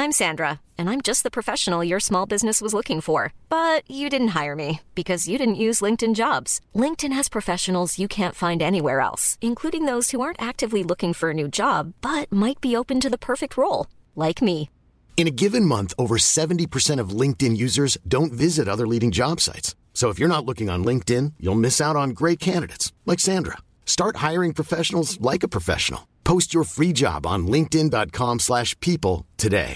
I'm Sandra, and I'm just the professional your small business was looking for. But you didn't hire me because you didn't use LinkedIn Jobs. LinkedIn has professionals you can't find anywhere else, including those who aren't actively looking for a new job, but might be open to the perfect role, like me. In a given month, over 70% of LinkedIn users don't visit other leading job sites. So if you're not looking on LinkedIn, you'll miss out on great candidates like Sandra. Start hiring professionals like a professional. Post your free job on linkedin.com/people today.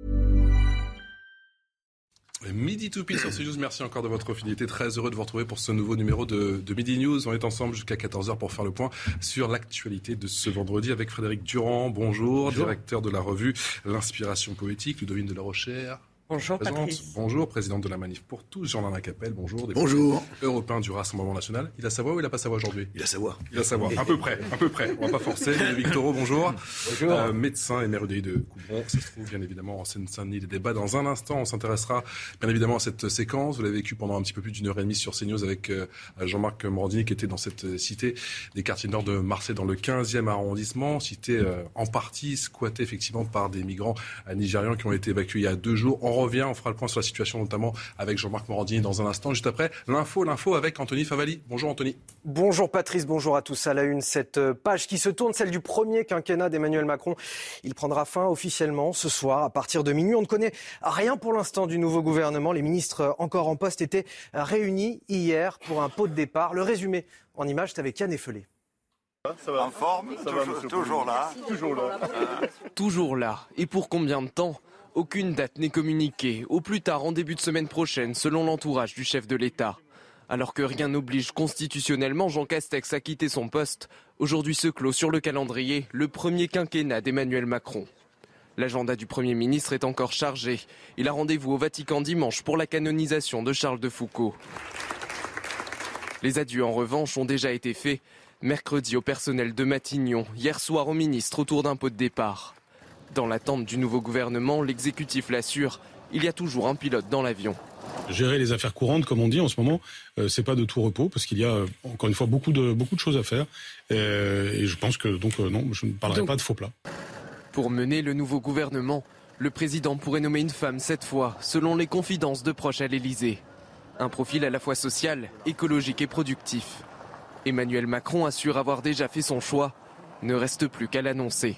Midi tout pile sur CNews, merci encore de votre fidélité. Très heureux de vous retrouver pour ce nouveau numéro de Midi News. On est ensemble jusqu'à 14h pour faire le point sur l'actualité de ce vendredi avec Frédéric Durand. Bonjour. Directeur de la revue L'Inspiration Poétique, Ludovine de la Rochère. Bonjour Patrice. Bonjour, présidente de la Manif pour tous, Jean-Lana Capelle. Bonjour. Bonjour. Européen du Rassemblement National. Il a sa voix ou il n'a pas sa voix aujourd'hui ? Il a sa voix. Il a sa voix. À peu près. On va pas forcer. Victor, bonjour. Bonjour. Médecin et maire UDI de Coubron. Ça se trouve bien évidemment en Seine-Saint-Denis. Les débats dans un instant. On s'intéressera bien évidemment à cette séquence. Vous l'avez vécu pendant un petit peu plus d'une heure et demie sur CNews avec Jean-Marc Morandini qui était dans cette cité des quartiers nord de Marseille dans le 15e arrondissement. Cité en partie squattée effectivement par des migrants nigérians qui ont été évacués il y a 2 jours. On revient, on fera le point sur la situation notamment avec Jean-Marc Morandini dans un instant. Juste après, l'info avec Anthony Favali. Bonjour Anthony. Bonjour Patrice, bonjour à tous. À la une, cette page qui se tourne, celle du premier quinquennat d'Emmanuel Macron. Il prendra fin officiellement ce soir à partir de minuit. On ne connaît rien pour l'instant du nouveau gouvernement. Les ministres encore en poste étaient réunis hier pour un pot de départ. Le résumé en images, c'est avec Yann Effelé. Ça va. En forme, toujours là. Toujours là. Et pour combien de temps ? Aucune date n'est communiquée, au plus tard en début de semaine prochaine, selon l'entourage du chef de l'État. Alors que rien n'oblige constitutionnellement Jean Castex à quitter son poste, aujourd'hui se clôt sur le calendrier le premier quinquennat d'Emmanuel Macron. L'agenda du Premier ministre est encore chargé. Il a rendez-vous au Vatican dimanche pour la canonisation de Charles de Foucauld. Les adieux en revanche ont déjà été faits. Mercredi au personnel de Matignon, hier soir au ministre autour d'un pot de départ. Dans l'attente du nouveau gouvernement, l'exécutif l'assure, il y a toujours un pilote dans l'avion. Gérer les affaires courantes, comme on dit en ce moment, c'est pas de tout repos, parce qu'il y a encore une fois beaucoup de choses à faire. Et je pense que non, je ne parlerai pas de faux plats. Pour mener le nouveau gouvernement, le président pourrait nommer une femme cette fois, selon les confidences de proches à l'Élysée. Un profil à la fois social, écologique et productif. Emmanuel Macron assure avoir déjà fait son choix. Ne reste plus qu'à l'annoncer.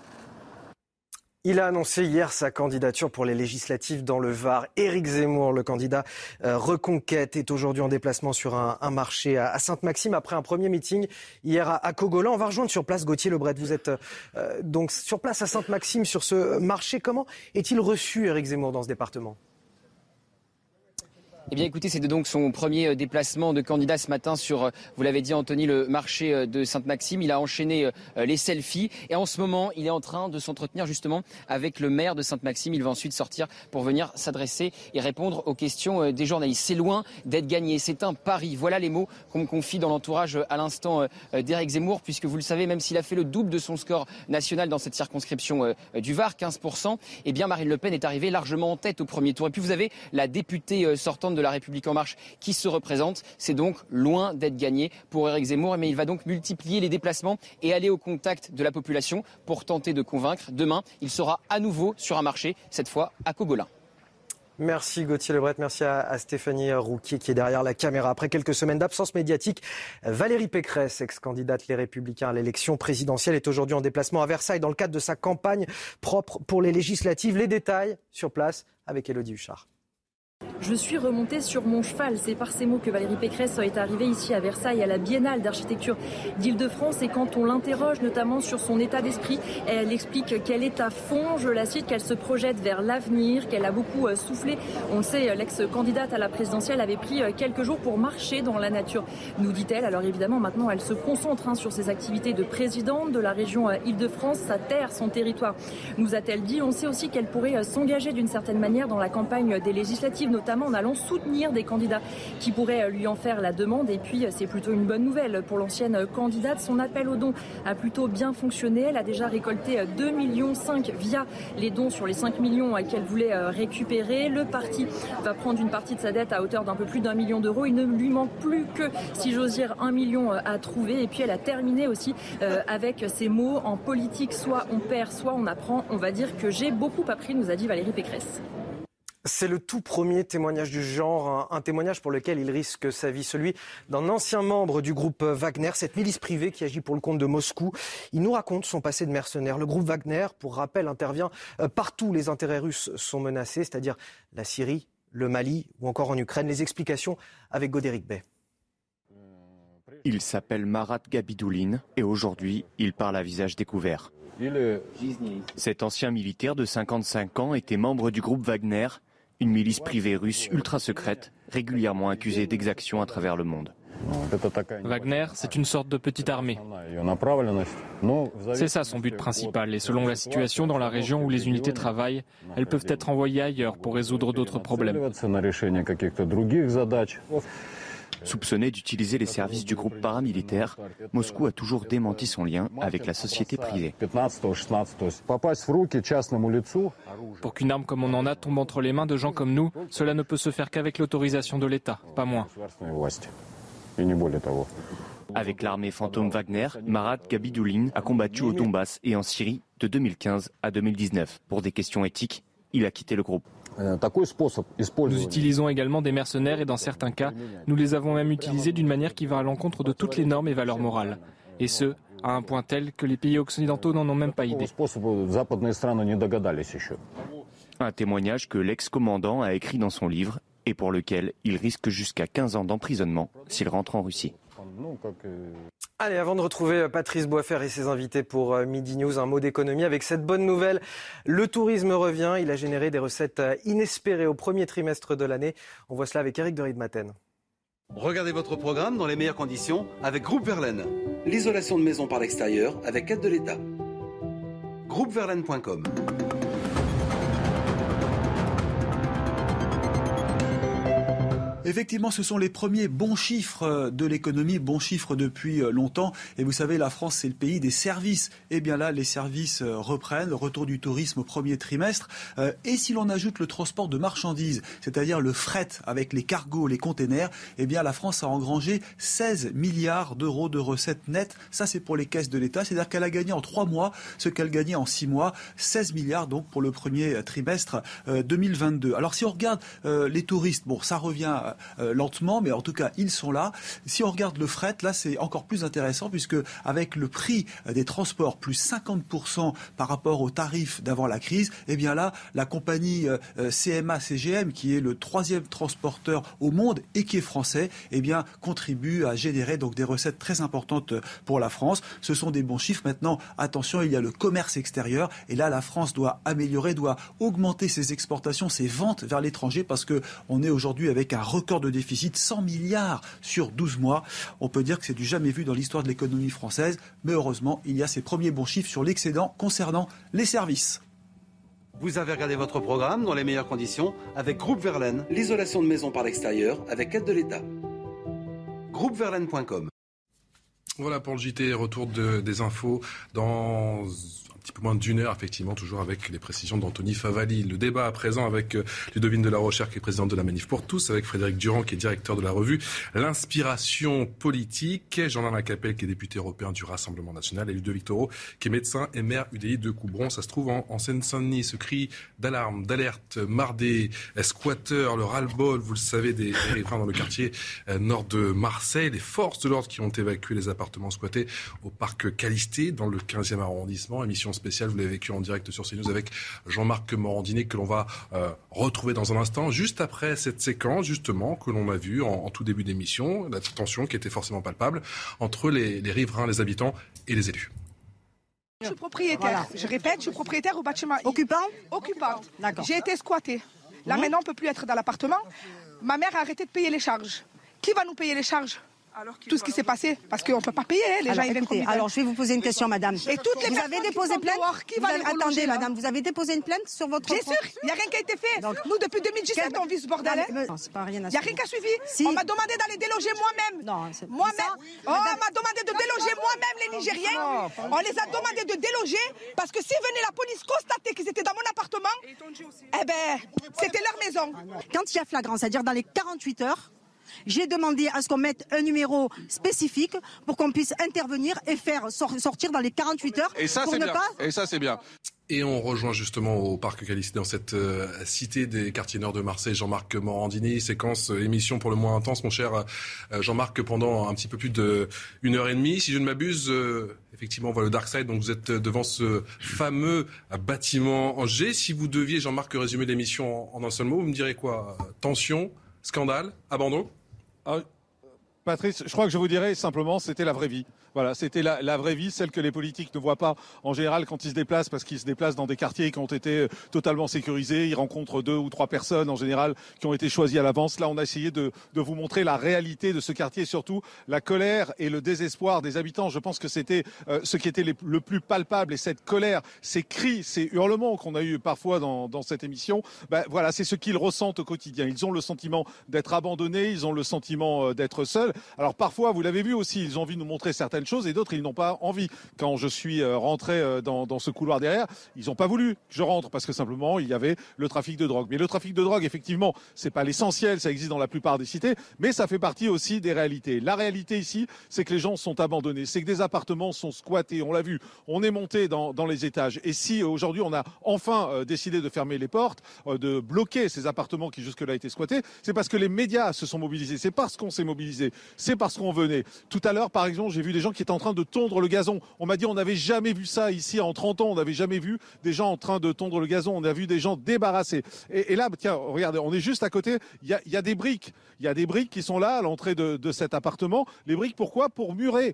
Il a annoncé hier sa candidature pour les législatives dans le Var. Éric Zemmour, le candidat Reconquête, est aujourd'hui en déplacement sur un marché à Sainte-Maxime après un premier meeting hier à Cogolan. On va rejoindre sur place Gauthier Lebret. Vous êtes donc sur place à Sainte-Maxime sur ce marché. Comment est-il reçu, Éric Zemmour, dans ce département ? Eh bien écoutez, c'était donc son premier déplacement de candidat ce matin sur, vous l'avez dit Anthony, le marché de Sainte-Maxime. Il a enchaîné les selfies et en ce moment, il est en train de s'entretenir justement avec le maire de Sainte-Maxime. Il va ensuite sortir pour venir s'adresser et répondre aux questions des journalistes. C'est loin d'être gagné, c'est un pari. Voilà les mots qu'on me confie dans l'entourage à l'instant d'Éric Zemmour, puisque vous le savez, même s'il a fait le double de son score national dans cette circonscription du Var, 15%, eh bien Marine Le Pen est arrivée largement en tête au premier tour. Et puis vous avez la députée sortante de La République En Marche qui se représente. C'est donc loin d'être gagné pour Éric Zemmour, mais il va donc multiplier les déplacements et aller au contact de la population pour tenter de convaincre. Demain, il sera à nouveau sur un marché, cette fois à Cogolin. Merci Gauthier Lebret, merci à Stéphanie Rouquier qui est derrière la caméra. Après quelques semaines d'absence médiatique, Valérie Pécresse, ex-candidate Les Républicains à l'élection présidentielle, est aujourd'hui en déplacement à Versailles dans le cadre de sa campagne propre pour les législatives. Les détails sur place avec Élodie Huchard. Je suis remontée sur mon cheval. C'est par ces mots que Valérie Pécresse est arrivée ici à Versailles, à la Biennale d'architecture d'Île-de-France. Et quand on l'interroge notamment sur son état d'esprit, elle explique qu'elle est à fond, je la cite, qu'elle se projette vers l'avenir, qu'elle a beaucoup soufflé. On le sait, l'ex-candidate à la présidentielle avait pris quelques jours pour marcher dans la nature, nous dit-elle. Alors évidemment, maintenant, elle se concentre sur ses activités de présidente de la région Île-de-France, sa terre, son territoire, nous a-t-elle dit. On sait aussi qu'elle pourrait s'engager d'une certaine manière dans la campagne des législatives, notamment notamment en allant soutenir des candidats qui pourraient lui en faire la demande. Et puis c'est plutôt une bonne nouvelle pour l'ancienne candidate. Son appel aux dons a plutôt bien fonctionné. Elle a déjà récolté 2,5 millions via les dons sur les 5 millions qu'elle voulait récupérer. Le parti va prendre une partie de sa dette à hauteur d'un peu plus d'1 million d'euros. Il ne lui manque plus que, si j'ose dire, 1 million à trouver. Et puis elle a terminé aussi avec ces mots: en politique, soit on perd, soit on apprend. On va dire que j'ai beaucoup appris, nous a dit Valérie Pécresse. C'est le tout premier témoignage du genre, un témoignage pour lequel il risque sa vie, celui d'un ancien membre du groupe Wagner, cette milice privée qui agit pour le compte de Moscou. Il nous raconte son passé de mercenaire. Le groupe Wagner, pour rappel, intervient partout où les intérêts russes sont menacés, c'est-à-dire la Syrie, le Mali ou encore en Ukraine. Les explications avec Godéric Bay. Il s'appelle Marat Gabidouline et aujourd'hui, il parle à visage découvert. Cet ancien militaire de 55 ans était membre du groupe Wagner, une milice privée russe ultra secrète, régulièrement accusée d'exactions à travers le monde. Wagner, c'est une sorte de petite armée. C'est ça son but principal. Et selon la situation dans la région où les unités travaillent, elles peuvent être envoyées ailleurs pour résoudre d'autres problèmes. Soupçonné d'utiliser les services du groupe paramilitaire, Moscou a toujours démenti son lien avec la société privée. Pour qu'une arme comme on en a tombe entre les mains de gens comme nous, cela ne peut se faire qu'avec l'autorisation de l'État, pas moins. Avec l'armée fantôme Wagner, Marat Gabidouline a combattu au Donbass et en Syrie de 2015 à 2019. Pour des questions éthiques, il a quitté le groupe. Nous utilisons également des mercenaires et dans certains cas, nous les avons même utilisés d'une manière qui va à l'encontre de toutes les normes et valeurs morales. Et ce, à un point tel que les pays occidentaux n'en ont même pas idée. Un témoignage que l'ex-commandant a écrit dans son livre et pour lequel il risque jusqu'à 15 ans d'emprisonnement s'il rentre en Russie. Allez, avant de retrouver Patrice Boisfer et ses invités pour Midi News, un mot d'économie avec cette bonne nouvelle. Le tourisme revient, il a généré des recettes inespérées au premier trimestre de l'année. On voit cela avec Eric de Riedmaten. Regardez votre programme dans les meilleures conditions avec Groupe Verlaine. L'isolation de maison par l'extérieur avec aide de l'État. Groupeverlaine.com. Effectivement, ce sont les premiers bons chiffres de l'économie, bons chiffres depuis longtemps. Et vous savez, la France, c'est le pays des services. Et bien là, les services reprennent, le retour du tourisme au premier trimestre. Et si l'on ajoute le transport de marchandises, c'est-à-dire le fret avec les cargos, les containers, eh bien la France a engrangé 16 milliards d'euros de recettes nettes. Ça, c'est pour les caisses de l'État. C'est-à-dire qu'elle a gagné en 3 mois ce qu'elle gagnait en 6 mois. 16 milliards donc pour le premier trimestre 2022. Alors si on regarde les touristes, bon, ça revient lentement, mais en tout cas, ils sont là. Si on regarde le fret, là, c'est encore plus intéressant puisque avec le prix des transports plus 50% par rapport aux tarifs d'avant la crise, eh bien là, la compagnie CMA-CGM, qui est le 3e transporteur au monde et qui est français, eh bien, contribue à générer donc des recettes très importantes pour la France. Ce sont des bons chiffres. Maintenant, attention, il y a le commerce extérieur et là, la France doit améliorer, doit augmenter ses exportations, ses ventes vers l'étranger parce que on est aujourd'hui avec un record de déficit, 100 milliards sur 12 mois. On peut dire que c'est du jamais vu dans l'histoire de l'économie française, mais heureusement, il y a ces premiers bons chiffres sur l'excédent concernant les services. Vous avez regardé votre programme dans les meilleures conditions avec Groupe Verlaine, l'isolation de maison par l'extérieur avec aide de l'État. Groupeverlaine.com. Voilà pour le JT, retour des infos dans un petit peu moins d'une heure, effectivement, toujours avec les précisions d'Anthony Favali. Le débat à présent avec Ludovine de la Rochère, qui est présidente de la Manif pour tous, avec Frédéric Durand, qui est directeur de la revue L'Inspiration politique, Jean-Alain Lacapelle, qui est député européen du Rassemblement national, et Ludovic Toro, qui est médecin et maire UDI de Coubron. Ça se trouve en Seine-Saint-Denis. Ce cri d'alarme, d'alerte, marre des squatteurs, le ras-le-bol, vous le savez, des riverains dans le quartier nord de Marseille. Les forces de l'ordre qui ont évacué les appartements squattés au parc Calisté, dans le 15e arrondissement. Émission spéciale, vous l'avez vécu en direct sur CNews avec Jean-Marc Morandini, que l'on va retrouver dans un instant, juste après cette séquence, justement, que l'on a vue en tout début d'émission, la tension qui était forcément palpable entre les riverains, les habitants et les élus. Je suis propriétaire, voilà. Je répète, je suis propriétaire au bâtiment. Occupante. D'accord. J'ai été squattée. Là maintenant, on ne peut plus être dans l'appartement. Ma mère a arrêté de payer les charges. Qui va nous payer les charges ? tout ce qui s'est passé. Parce qu'on ne peut pas payer, les gens, ils viennent comme ils viennent. Alors, je vais vous poser une question, madame. Et toutes les vous avez déposé plainte Attendez, madame, vous avez déposé une plainte sur votre... Bien sûr, il n'y a rien qui a été fait. Donc, nous, depuis 2017, on vit ce bordel. Non, c'est pas rien à il n'y a rien qui a suivi. Si. On m'a demandé d'aller déloger moi-même. Moi-même. On m'a demandé de déloger moi-même les Nigériens. On les a demandé de déloger parce que si venait la police constater qu'ils étaient dans mon appartement, eh ben, c'était leur maison. Quand il y a flagrance, c'est-à-dire dans les 48 heures, j'ai demandé à ce qu'on mette un numéro spécifique pour qu'on puisse intervenir et faire sortir dans les 48 heures. Et ça, c'est bien. Et ça, c'est bien. Et on rejoint justement au Parc Callister, dans cette cité des quartiers nord de Marseille, Jean-Marc Morandini. Séquence émission pour le moins intense, mon cher Jean-Marc, pendant un petit peu plus d'1 heure et demie. Si je ne m'abuse, effectivement, on voit le Dark Side. Donc vous êtes devant ce fameux bâtiment en G. Si vous deviez, Jean-Marc, résumer l'émission en un seul mot, vous me direz quoi? Tension, scandale, abandon? Patrice, je crois que je vous dirais simplement, c'était la vraie vie. Voilà, c'était la vraie vie, celle que les politiques ne voient pas en général quand ils se déplacent, parce qu'ils se déplacent dans des quartiers qui ont été totalement sécurisés. Ils rencontrent 2 ou 3 personnes en général qui ont été choisies à l'avance. Là, on a essayé de vous montrer la réalité de ce quartier, et surtout la colère et le désespoir des habitants. Je pense que c'était ce qui était le plus palpable. Et cette colère, ces cris, ces hurlements qu'on a eu parfois dans cette émission, voilà, c'est ce qu'ils ressentent au quotidien. Ils ont le sentiment d'être abandonnés, ils ont le sentiment d'être seuls. Alors parfois, vous l'avez vu aussi, ils ont envie de nous montrer certaines choses et d'autres, ils n'ont pas envie. Quand je suis rentré dans ce couloir derrière, ils n'ont pas voulu que je rentre parce que simplement, il y avait le trafic de drogue. Mais le trafic de drogue, effectivement, c'est pas l'essentiel, ça existe dans la plupart des cités, mais ça fait partie aussi des réalités. La réalité ici, c'est que les gens sont abandonnés, c'est que des appartements sont squattés, on l'a vu, on est monté dans les étages. Et si aujourd'hui, on a enfin décidé de fermer les portes, de bloquer ces appartements qui jusque-là étaient squattés, c'est parce que les médias se sont mobilisés, c'est parce qu'on s'est mobilisé, c'est parce qu'on venait. Tout à l'heure, par exemple, j'ai vu des gens qui étaient en train de tondre le gazon. On m'a dit on n'avait jamais vu ça ici en 30 ans, on n'avait jamais vu des gens en train de tondre le gazon, on a vu des gens débarrassés. Et là, tiens, regardez, on est juste à côté, il y a des briques. Il y a des briques qui sont là à l'entrée de cet appartement. Les briques, pourquoi? Pour murer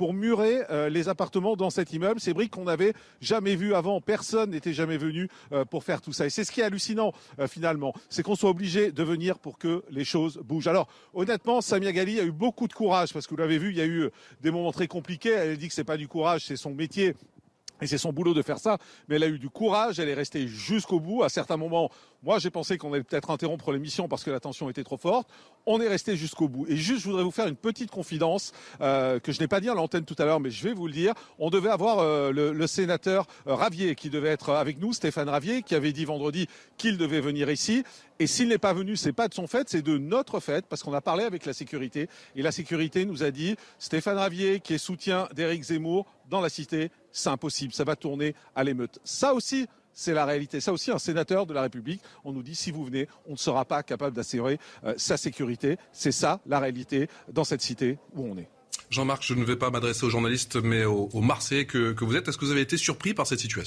les appartements dans cet immeuble. Ces briques qu'on n'avait jamais vues avant. Personne n'était jamais venu pour faire tout ça. Et c'est ce qui est hallucinant finalement. C'est qu'on soit obligé de venir pour que les choses bougent. Alors honnêtement, Samia Ghali a eu beaucoup de courage parce que vous l'avez vu, il y a eu des moments très compliqués. Elle dit que c'est pas du courage, c'est son métier. Et c'est son boulot de faire ça, mais elle a eu du courage, elle est restée jusqu'au bout. À certains moments, moi j'ai pensé qu'on allait peut-être interrompre l'émission parce que la tension était trop forte. On est resté jusqu'au bout. Et juste, je voudrais vous faire une petite confidence que je n'ai pas dit à l'antenne tout à l'heure, mais je vais vous le dire. On devait avoir le sénateur Ravier qui devait être avec nous, Stéphane Ravier, qui avait dit vendredi qu'il devait venir ici. Et s'il n'est pas venu, c'est pas de son fait, c'est de notre fait, parce qu'on a parlé avec la sécurité. Et la sécurité nous a dit, Stéphane Ravier, qui est soutien d'Éric Zemmour dans la cité, c'est impossible, ça va tourner à l'émeute. Ça aussi, c'est la réalité. Ça aussi, un sénateur de la République, on nous dit, si vous venez, on ne sera pas capable d'assurer sa sécurité. C'est ça, la réalité, dans cette cité où on est. Jean-Marc, je ne vais pas m'adresser aux journalistes, mais aux Marseillais que vous êtes. Est-ce que vous avez été surpris par cette situation ?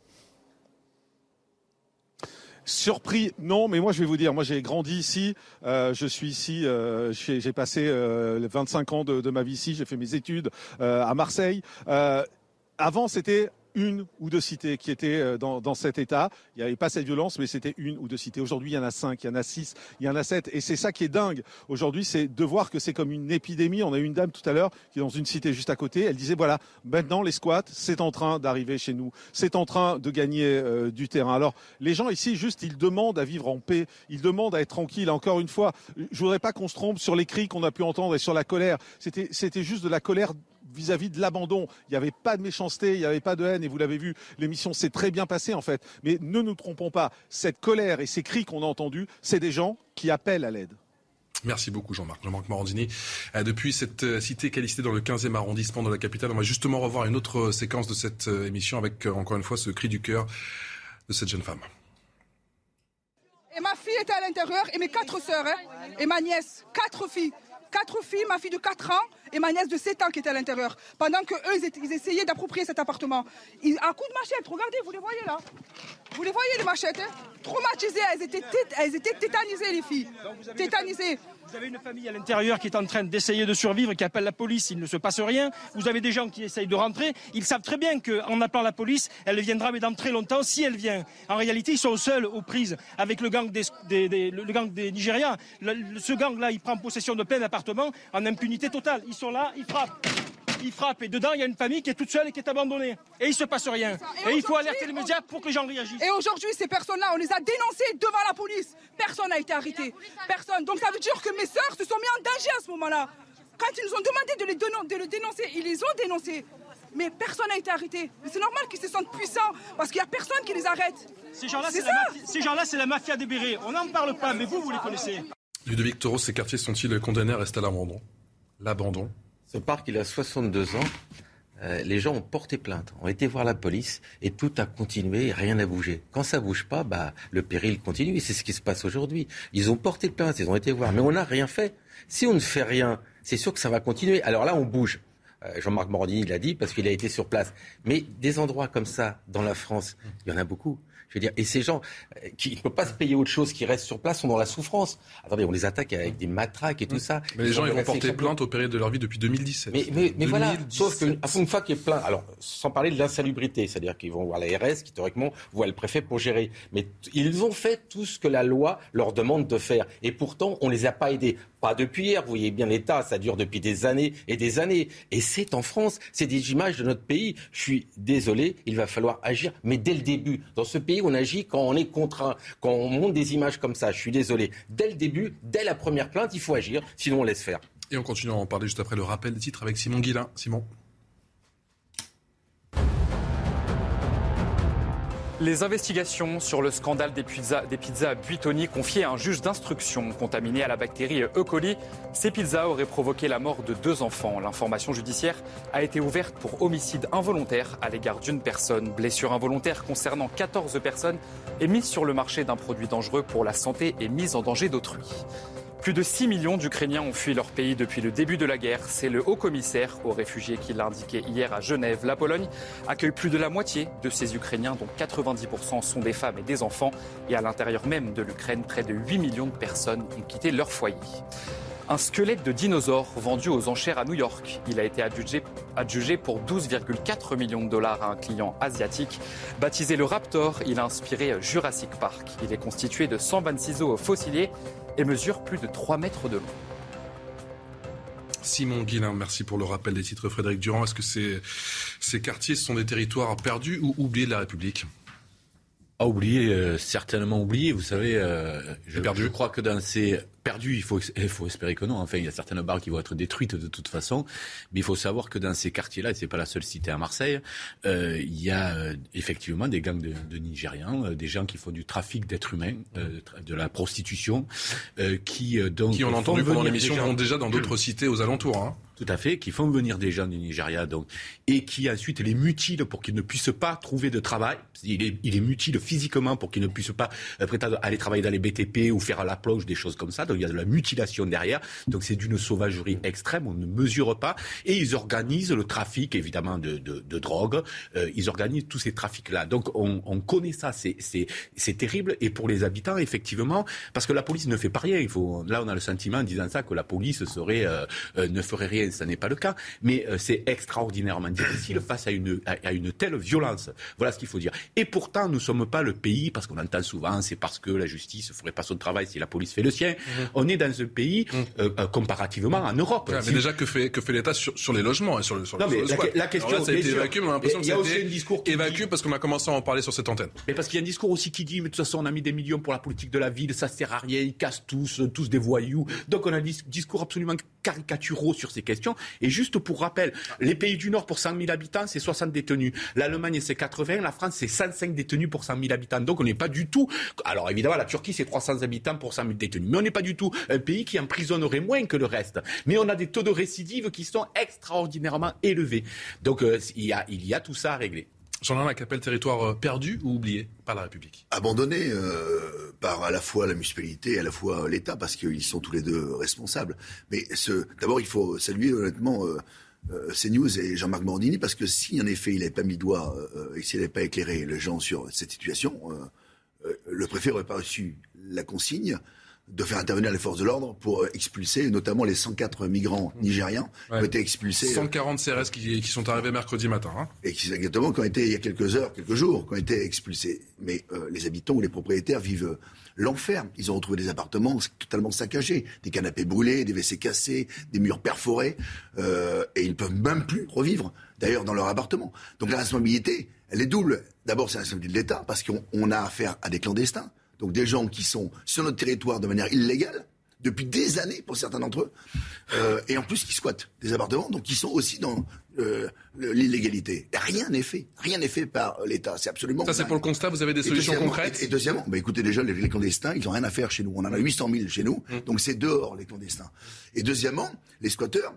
Surpris, non, mais moi je vais vous dire, moi j'ai grandi ici, je suis ici, j'ai passé 25 ans de ma vie ici, j'ai fait mes études à Marseille. Avant c'était 1 ou 2 cités qui étaient dans cet état. Il n'y avait pas cette violence, mais c'était 1 ou 2 cités. Aujourd'hui, il y en a 5, il y en a 6, il y en a 7. Et c'est ça qui est dingue. Aujourd'hui, c'est de voir que c'est comme une épidémie. On a eu une dame tout à l'heure qui est dans une cité juste à côté. Elle disait, voilà, maintenant les squats, c'est en train d'arriver chez nous. C'est en train de gagner du terrain. Alors, les gens ici, juste, ils demandent à vivre en paix. Ils demandent à être tranquilles. Encore une fois, je voudrais pas qu'on se trompe sur les cris qu'on a pu entendre et sur la colère. C'était juste de la colère vis-à-vis de l'abandon. Il n'y avait pas de méchanceté, il n'y avait pas de haine, et vous l'avez vu, l'émission s'est très bien passée en fait. Mais ne nous trompons pas, cette colère et ces cris qu'on a entendus, c'est des gens qui appellent à l'aide. Merci beaucoup Jean-Marc Morandini. Depuis cette cité Callister dans le 15e arrondissement de la capitale, on va justement revoir une autre séquence de cette émission avec encore une fois ce cri du cœur de cette jeune femme. Et ma fille était à l'intérieur et mes 4 sœurs et ma nièce, 4 filles. 4 filles, ma fille de 4 ans et ma nièce de 7 ans qui était à l'intérieur. Pendant qu'eux, ils essayaient d'approprier cet appartement. À coups de machette, regardez, vous les voyez là. Vous les voyez les machettes, traumatisées, elles étaient tétanisées les filles. Tétanisées. Vous avez une famille à l'intérieur qui est en train d'essayer de survivre, qui appelle la police, il ne se passe rien. Vous avez des gens qui essayent de rentrer. Ils savent très bien qu'en appelant la police, elle viendra, mais dans très longtemps, si elle vient. En réalité, ils sont seuls aux prises avec le gang des Nigérians. Ce gang-là, il prend possession de plein d'appartements en impunité totale. Ils sont là, ils frappent. Et dedans, il y a une famille qui est toute seule et qui est abandonnée. Et il ne se passe rien. Et il faut alerter les médias pour que les gens réagissent. Et aujourd'hui, ces personnes-là, on les a dénoncées devant la police. Personne n'a été arrêté. Personne. Donc ça veut dire que mes sœurs se sont mis en danger à ce moment-là. Quand ils nous ont demandé de le dénoncer, ils les ont dénoncés. Mais personne n'a été arrêté. Mais c'est normal qu'ils se sentent puissants parce qu'il n'y a personne qui les arrête. Ces gens-là, c'est la mafia des bérets. On n'en parle pas, mais vous les connaissez. Ludovic Toro, ces quartiers sont-ils condamnés à rester à l'abandon? Ce parc, il a 62 ans. Les gens ont porté plainte, ont été voir la police et tout a continué, rien n'a bougé. Quand ça bouge pas, le péril continue et c'est ce qui se passe aujourd'hui. Ils ont porté plainte, ils ont été voir, mais on n'a rien fait. Si on ne fait rien, c'est sûr que ça va continuer. Alors là, on bouge. Jean-Marc Morandini l'a dit parce qu'il a été sur place. Mais des endroits comme ça, dans la France, il y en a beaucoup. Je veux dire, et ces gens qui ne peuvent pas se payer autre chose, qui restent sur place, sont dans la souffrance. Attendez, on les attaque avec des matraques et tout ça. Mais les gens, ils vont porter plainte au péril de leur vie depuis 2017. Mais voilà, sauf qu'une fois qu'il y a plainte, alors sans parler de l'insalubrité, c'est-à-dire qu'ils vont voir l'ARS, qui théoriquement voit le préfet pour gérer. Mais ils ont fait tout ce que la loi leur demande de faire. Et pourtant, on ne les a pas aidés. Pas depuis hier, vous voyez bien l'État, ça dure depuis des années et des années. Et c'est en France, c'est des images de notre pays. Je suis désolé, il va falloir agir, mais dès le début. Dans ce pays, on agit quand on est contraint, quand on monte des images comme ça. Je suis désolé. Dès le début, dès la première plainte, il faut agir, sinon on laisse faire. Et on continue à en parler juste après le rappel des titres avec Simon Guillain. Simon. Les investigations sur le scandale des pizzas Buitoni confiées à un juge d'instruction contaminé à la bactérie E. coli. Ces pizzas auraient provoqué la mort de 2 enfants. L'information judiciaire a été ouverte pour homicide involontaire à l'égard d'une personne. Blessure involontaire concernant 14 personnes et mise sur le marché d'un produit dangereux pour la santé et mise en danger d'autrui. Plus de 6 millions d'Ukrainiens ont fui leur pays depuis le début de la guerre. C'est le haut-commissaire aux réfugiés qui l'a indiqué hier à Genève. La Pologne accueille plus de la moitié de ces Ukrainiens, dont 90% sont des femmes et des enfants. Et à l'intérieur même de l'Ukraine, près de 8 millions de personnes ont quitté leur foyer. Un squelette de dinosaure vendu aux enchères à New York. Il a été adjugé pour 12,4 millions de dollars à un client asiatique. Baptisé le Raptor, il a inspiré Jurassic Park. Il est constitué de 126 os fossiliers et mesure plus de 3 mètres de long. Simon Guillain, merci pour le rappel des titres. Frédéric Durand, est-ce que ces quartiers sont des territoires perdus ou oubliés de la République ? Certainement oubliés. Vous savez, je crois que dans ces perdus, il faut espérer que non. Enfin, il y a certaines barres qui vont être détruites de toute façon. Mais il faut savoir que dans ces quartiers-là, et c'est pas la seule cité à Marseille, il y a effectivement des gangs de Nigérians, des gens qui font du trafic d'êtres humains, de la prostitution, qui on a entendu pendant l'émission vont déjà dans d'autres cités aux alentours. Hein. Tout à fait, qui font venir des gens du Nigeria, donc, et qui ensuite les mutilent pour qu'ils ne puissent pas trouver de travail. Il les mutile physiquement pour qu'ils ne puissent pas prétendre aller travailler dans les BTP ou faire à la plonge, des choses comme ça. Donc il y a de la mutilation derrière. Donc c'est d'une sauvagerie extrême, on ne mesure pas. Et ils organisent le trafic, évidemment, de drogue. Ils organisent tous ces trafics-là. Donc on connaît ça, c'est terrible. Et pour les habitants, effectivement, parce que la police ne fait pas rien. Là, on a le sentiment, en disant ça, que la police ne ferait rien. Ça n'est pas le cas, mais c'est extraordinairement difficile face à une telle violence. Voilà ce qu'il faut dire. Et pourtant, nous ne sommes pas le pays, parce qu'on entend souvent, c'est parce que la justice ne ferait pas son travail si la police fait le sien. On est dans un pays, comparativement en Europe. Ouais, mais déjà, que fait l'État sur les logements et sur le non, mais la question, alors là, ça a été évacué, mais on a l'impression que ça a été discours évacué parce qu'on a commencé à en parler sur cette antenne. Mais parce qu'il y a un discours aussi qui dit, mais de toute façon, on a mis des millions pour la politique de la ville, ça sert à rien, ils cassent tous des voyous. Donc on a un discours absolument caricaturaux sur ces questions. Et juste pour rappel, les pays du Nord pour 100 000 habitants, c'est 60 détenus. L'Allemagne, c'est 80. La France, c'est 105 détenus pour 100 000 habitants. Donc on n'est pas du tout... Alors évidemment, la Turquie, c'est 300 habitants pour 100 000 détenus. Mais on n'est pas du tout un pays qui emprisonnerait moins que le reste. Mais on a des taux de récidive qui sont extraordinairement élevés. Donc il y a tout ça à régler. Jean-Alain Lacapelle, territoire perdu ou oublié par la République ? Abandonné par à la fois la municipalité et à la fois l'État, parce qu'ils sont tous les deux responsables. Mais d'abord, il faut saluer honnêtement CNews et Jean-Marc Morandini, parce que si en effet il n'avait pas mis doigt et s'il n'avait pas éclairé les gens sur cette situation, le préfet n'aurait pas reçu la consigne de faire intervenir les forces de l'ordre pour expulser notamment les 104 migrants nigérians qui ont été expulsés. 140 CRS qui sont arrivés mercredi matin. Hein. Et qui exactement qui ont été il y a quelques jours, qui ont été expulsés. Mais les habitants ou les propriétaires vivent l'enfer. Ils ont retrouvé des appartements totalement saccagés, des canapés brûlés, des WC cassés, des murs perforés, et ils ne peuvent même plus revivre d'ailleurs dans leur appartement. Donc la responsabilité, elle est double. D'abord, c'est la responsabilité de l'État parce qu'on a affaire à des clandestins. Donc des gens qui sont sur notre territoire de manière illégale, depuis des années pour certains d'entre eux, et en plus qui squattent des appartements, donc qui sont aussi dans l'illégalité. Rien n'est fait par l'État, c'est absolument... Ça c'est pour le constat, vous avez des solutions concrètes? Et deuxièmement, écoutez déjà, les clandestins, ils n'ont rien à faire chez nous. On en a 800 000 chez nous, donc c'est dehors les clandestins. Et deuxièmement, les squatteurs,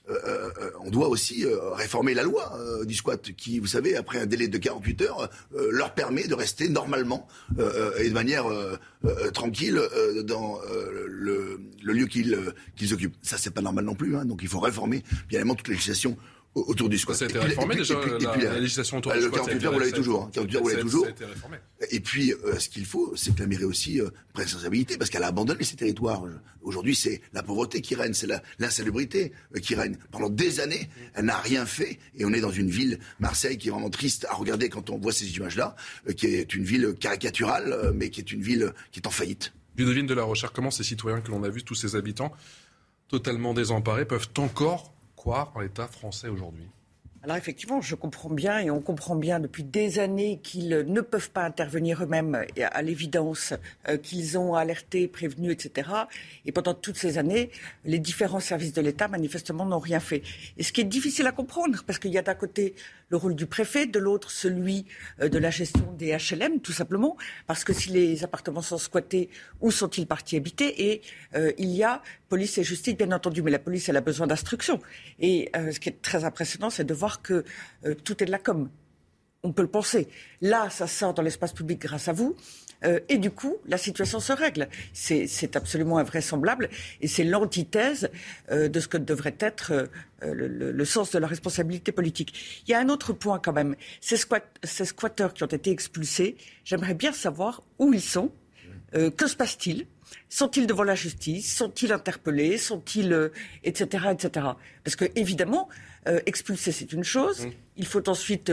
on doit aussi réformer la loi du squat qui, vous savez, après un délai de 48 heures, leur permet de rester normalement et de manière tranquille dans le lieu qu'ils occupent. Ça, c'est pas normal non plus, hein, donc il faut réformer bien évidemment toute la législation autour du squat. Ça a été réformé déjà, la législation autour du squat. Le 48 heures, vous l'avez toujours. 48 heures, vous l'avez toujours. Ça a été réformé. Et puis, ce qu'il faut, c'est que la mairie aussi prenne sa responsabilité, parce qu'elle a abandonné ces territoires. Aujourd'hui, c'est la pauvreté qui règne, c'est l'insalubrité qui règne. Pendant des années, elle n'a rien fait, et on est dans une ville, Marseille, qui est vraiment triste à regarder quand on voit ces images-là, qui est une ville caricaturale, mais qui est une ville qui est en faillite. Ludovine de la Rochère, comment ces citoyens que l'on a vus, tous ces habitants, totalement désemparés, peuvent encore croire en l'État français aujourd'hui? Alors effectivement, je comprends bien et on comprend bien depuis des années qu'ils ne peuvent pas intervenir eux-mêmes, à l'évidence qu'ils ont alerté, prévenu, etc. Et pendant toutes ces années, les différents services de l'État manifestement n'ont rien fait. Et ce qui est difficile à comprendre, parce qu'il y a d'un côté le rôle du préfet, de l'autre celui de la gestion des HLM, tout simplement, parce que si les appartements sont squattés, où sont-ils partis habiter? Et il y a police et justice, bien entendu, mais la police, elle a besoin d'instruction. Et ce qui est très impressionnant, c'est de voir que tout est de la com. On peut le penser. Là, ça sort dans l'espace public grâce à vous. Et du coup, la situation se règle. C'est absolument invraisemblable. Et c'est l'antithèse de ce que devrait être le sens de la responsabilité politique. Il y a un autre point quand même. Ces squatteurs qui ont été expulsés, j'aimerais bien savoir où ils sont. Que se passe-t-il? Sont-ils devant la justice? Sont-ils interpellés? Sont-ils... etc., etc. Parce que, évidemment, expulser, c'est une chose. Il faut ensuite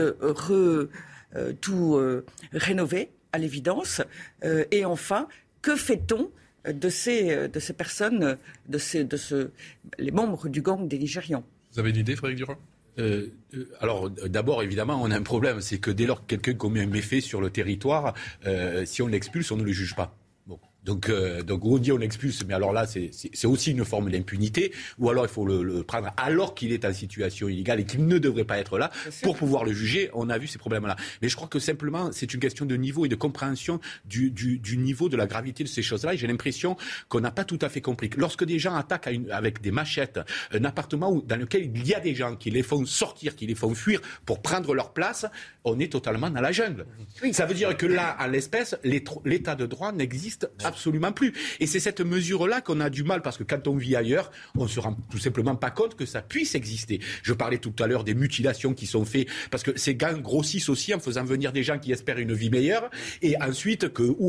tout rénover, à l'évidence. Et enfin, que fait-on de ces personnes, les membres du gang des Nigérians? Vous avez une idée, Frédéric Durand? Alors, d'abord, évidemment, on a un problème. C'est que dès lors que quelqu'un commet un méfait sur le territoire, si on l'expulse, on ne le juge pas. Donc on dit on expulse, mais alors là c'est aussi une forme d'impunité, ou alors il faut le prendre alors qu'il est en situation illégale et qu'il ne devrait pas être là pour pouvoir le juger. On a vu ces problèmes-là. Mais je crois que simplement c'est une question de niveau et de compréhension du niveau de la gravité de ces choses-là. Et j'ai l'impression qu'on n'a pas tout à fait compris. Lorsque des gens attaquent avec des machettes un appartement dans lequel il y a des gens qui les font sortir, qui les font fuir pour prendre leur place, on est totalement dans la jungle. Oui. Ça veut dire que là, en l'espèce, l'état de droit n'existe absolument plus. Et c'est cette mesure-là qu'on a du mal, parce que quand on vit ailleurs, on ne se rend tout simplement pas compte que ça puisse exister. Je parlais tout à l'heure des mutilations qui sont faites, parce que ces gangs grossissent aussi en faisant venir des gens qui espèrent une vie meilleure, et ensuite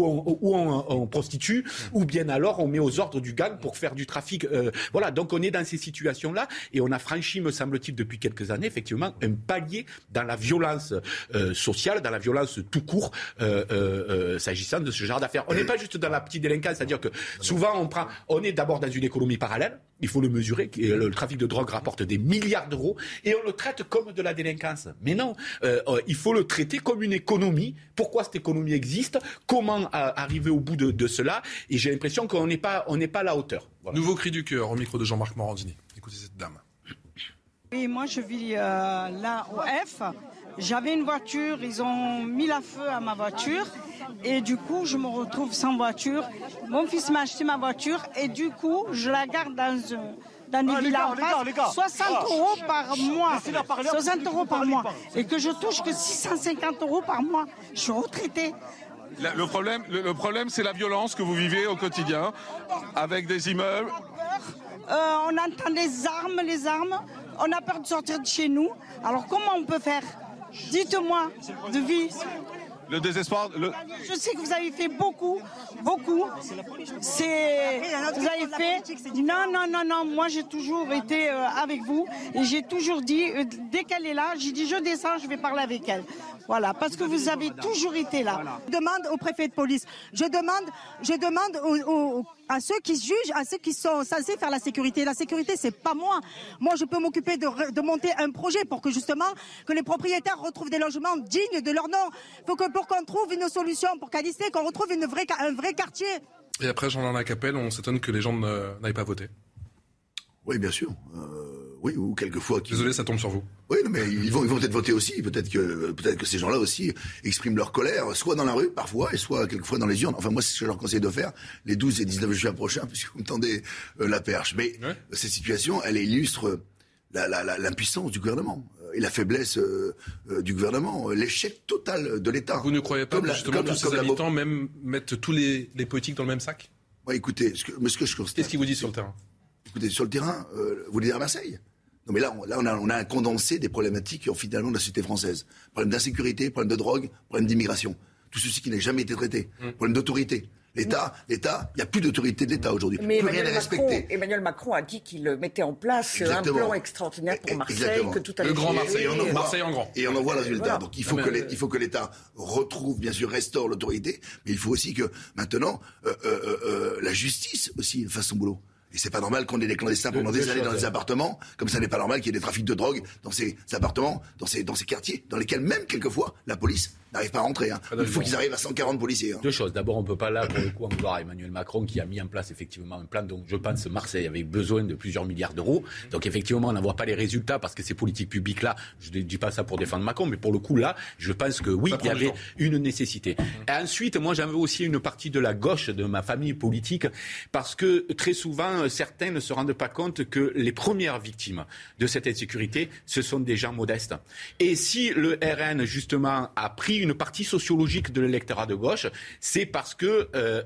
on prostitue, ou bien alors on met aux ordres du gang pour faire du trafic. Voilà, donc on est dans ces situations-là, et on a franchi, me semble-t-il, depuis quelques années, effectivement, un palier dans la violence sociale, dans la violence tout court, s'agissant de ce genre d'affaires. On n'est pas juste dans la petite délinquance, c'est-à-dire que souvent on est d'abord dans une économie parallèle, il faut le mesurer, le trafic de drogue rapporte des milliards d'euros, et on le traite comme de la délinquance. Mais non, il faut le traiter comme une économie. Pourquoi cette économie existe? Comment arriver au bout de cela? Et j'ai l'impression qu'on n'est pas à la hauteur. Voilà. Nouveau cri du cœur au micro de Jean-Marc Morandini. Écoutez cette dame. Oui, moi je vis là au F. J'avais une voiture, ils ont mis la feu à ma voiture et du coup je me retrouve sans voiture. Mon fils m'a acheté ma voiture et du coup je la garde dans des villas en face, 60 € par mois, 60 € par mois, et que je touche que 650 € par mois. Je suis retraitée. Le problème, c'est la violence que vous vivez au quotidien, avec des immeubles. On entend les armes, on a peur de sortir de chez nous. Alors comment on peut faire? Dites-moi, de vie. Le désespoir. Je sais que vous avez fait beaucoup. Vous avez fait. Non. Moi, j'ai toujours été avec vous et j'ai toujours dit, dès qu'elle est là, j'ai dit je descends, je vais parler avec elle. Voilà, parce que vous avez toujours été là. Je demande au préfet de police. Je demande à ceux qui jugent, à ceux qui sont censés faire la sécurité. La sécurité, c'est pas moi. Moi, je peux m'occuper de monter un projet pour que justement que les propriétaires retrouvent des logements dignes de leur nom. Pour qu'on trouve une solution pour Callister, qu'on retrouve un vrai quartier. Et après, Jean-Bernard Capelle, on s'étonne que les gens n'aillent pas voter. Oui, bien sûr. Oui, ou quelquefois. Désolé, ça tombe sur vous. Oui, mais ils vont peut-être voter aussi. Peut-être que ces gens-là aussi expriment leur colère, soit dans la rue parfois, et soit quelquefois dans les urnes. Enfin, moi, c'est ce que je leur conseille de faire les 12 et 19 juin prochains, puisque vous me tendez la perche. Mais cette situation, elle illustre l'impuissance du gouvernement et la faiblesse du gouvernement, l'échec total de l'État. Vous ne croyez pas que justement tous ces habitants même mettent tous les politiques dans le même sac ? Ouais, écoutez, ce que je constate. Qu'est-ce qu'ils vous disent sur le terrain ? Écoutez, sur le terrain, vous voulez dire à Marseille ? Non, mais là, on a un condensé des problématiques finalement de la société française. Problème d'insécurité, problème de drogue, problème d'immigration. Tout ceci qui n'a jamais été traité. Problème d'autorité. L'État, il n'y a plus d'autorité de l'État aujourd'hui. Mais Emmanuel Macron a dit qu'il mettait en place un plan extraordinaire pour Marseille, que tout allait le grand Marseille, Marseille en grand. Et on en voit le résultat. Voilà. Donc il faut que l'État retrouve, bien sûr, restaure l'autorité, mais il faut aussi que maintenant la justice aussi fasse son boulot. Et c'est pas normal qu'on ait des clandestins pendant des années dans des appartements, comme ça n'est pas normal qu'il y ait des trafics de drogue dans ces appartements, dans ces quartiers, dans lesquels même, quelquefois, la police n'arrive pas à rentrer. Il faut qu'ils arrivent à 140 policiers. Deux choses. D'abord, on ne peut pas là, pour le coup, en vouloir à Emmanuel Macron qui a mis en place effectivement un plan. Donc, je pense que Marseille avait besoin de plusieurs milliards d'euros. Donc, effectivement, on n'en voit pas les résultats parce que ces politiques publiques-là, je ne dis pas ça pour défendre Macron, mais pour le coup, là, je pense que oui, il y avait une nécessité. Et ensuite, moi, j'en veux aussi une partie de la gauche de ma famille politique parce que très souvent, certains ne se rendent pas compte que les premières victimes de cette insécurité, ce sont des gens modestes. Et si le RN, justement, a pris une partie sociologique de l'électorat de gauche, c'est parce que,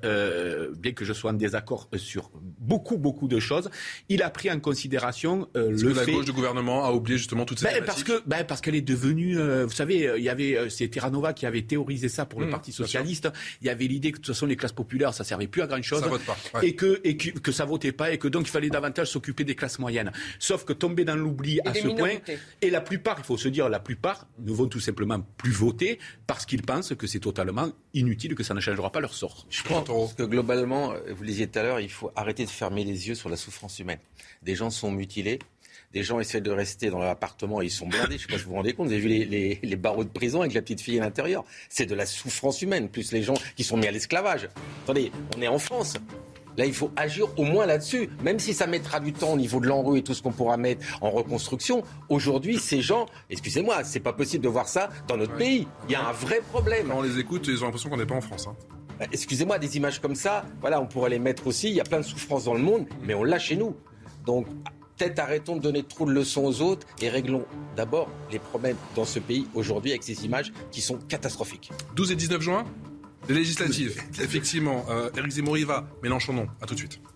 bien que je sois en désaccord sur beaucoup de choses, il a pris en considération le fait... la gauche du gouvernement a oublié justement toutes ces thématiques. Parce qu'elle est devenue... vous savez, il y avait... c'est Terranova qui avait théorisé ça pour le Parti Socialiste. Il y avait l'idée que de toute façon, les classes populaires, ça servait plus à grand-chose. Ça vote pas. Ouais. Et que ça votait pas et que donc il fallait davantage s'occuper des classes moyennes. Sauf que tomber dans l'oubli à ce point... Et la plupart, il faut se dire, la plupart ne vont tout simplement plus voter parce qu'ils pensent que c'est totalement inutile, que ça ne changera pas leur sort. Je pense que globalement, vous le disiez tout à l'heure, il faut arrêter de fermer les yeux sur la souffrance humaine. Des gens sont mutilés, des gens essaient de rester dans leur appartement et ils sont blindés. Je ne sais pas si vous vous rendez compte, vous avez vu les barreaux de prison avec la petite fille à l'intérieur. C'est de la souffrance humaine, plus les gens qui sont mis à l'esclavage. Attendez, on est en France. Là, il faut agir au moins là-dessus, même si ça mettra du temps au niveau de l'ANRU et tout ce qu'on pourra mettre en reconstruction. Aujourd'hui, ces gens, excusez-moi, c'est pas possible de voir ça dans notre pays. Il y a un vrai problème. Quand on les écoute, ils ont l'impression qu'on n'est pas en France. Excusez-moi, des images comme ça, voilà, on pourrait les mettre aussi. Il y a plein de souffrances dans le monde, mais on l'a chez nous. Donc, peut-être arrêtons de donner trop de leçons aux autres et réglons d'abord les problèmes dans ce pays aujourd'hui avec ces images qui sont catastrophiques. 12 et 19 juin les législatives, effectivement. Éric Zemmour y va, Mélenchon non. À tout de suite.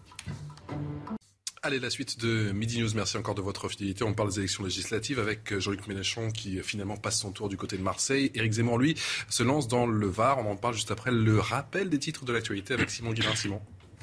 Allez, la suite de Midi News. Merci encore de votre fidélité. On parle des élections législatives avec Jean-Luc Mélenchon qui finalement passe son tour du côté de Marseille. Éric Zemmour, lui, se lance dans le Var. On en parle juste après le rappel des titres de l'actualité avec Simon Guillain. Simon.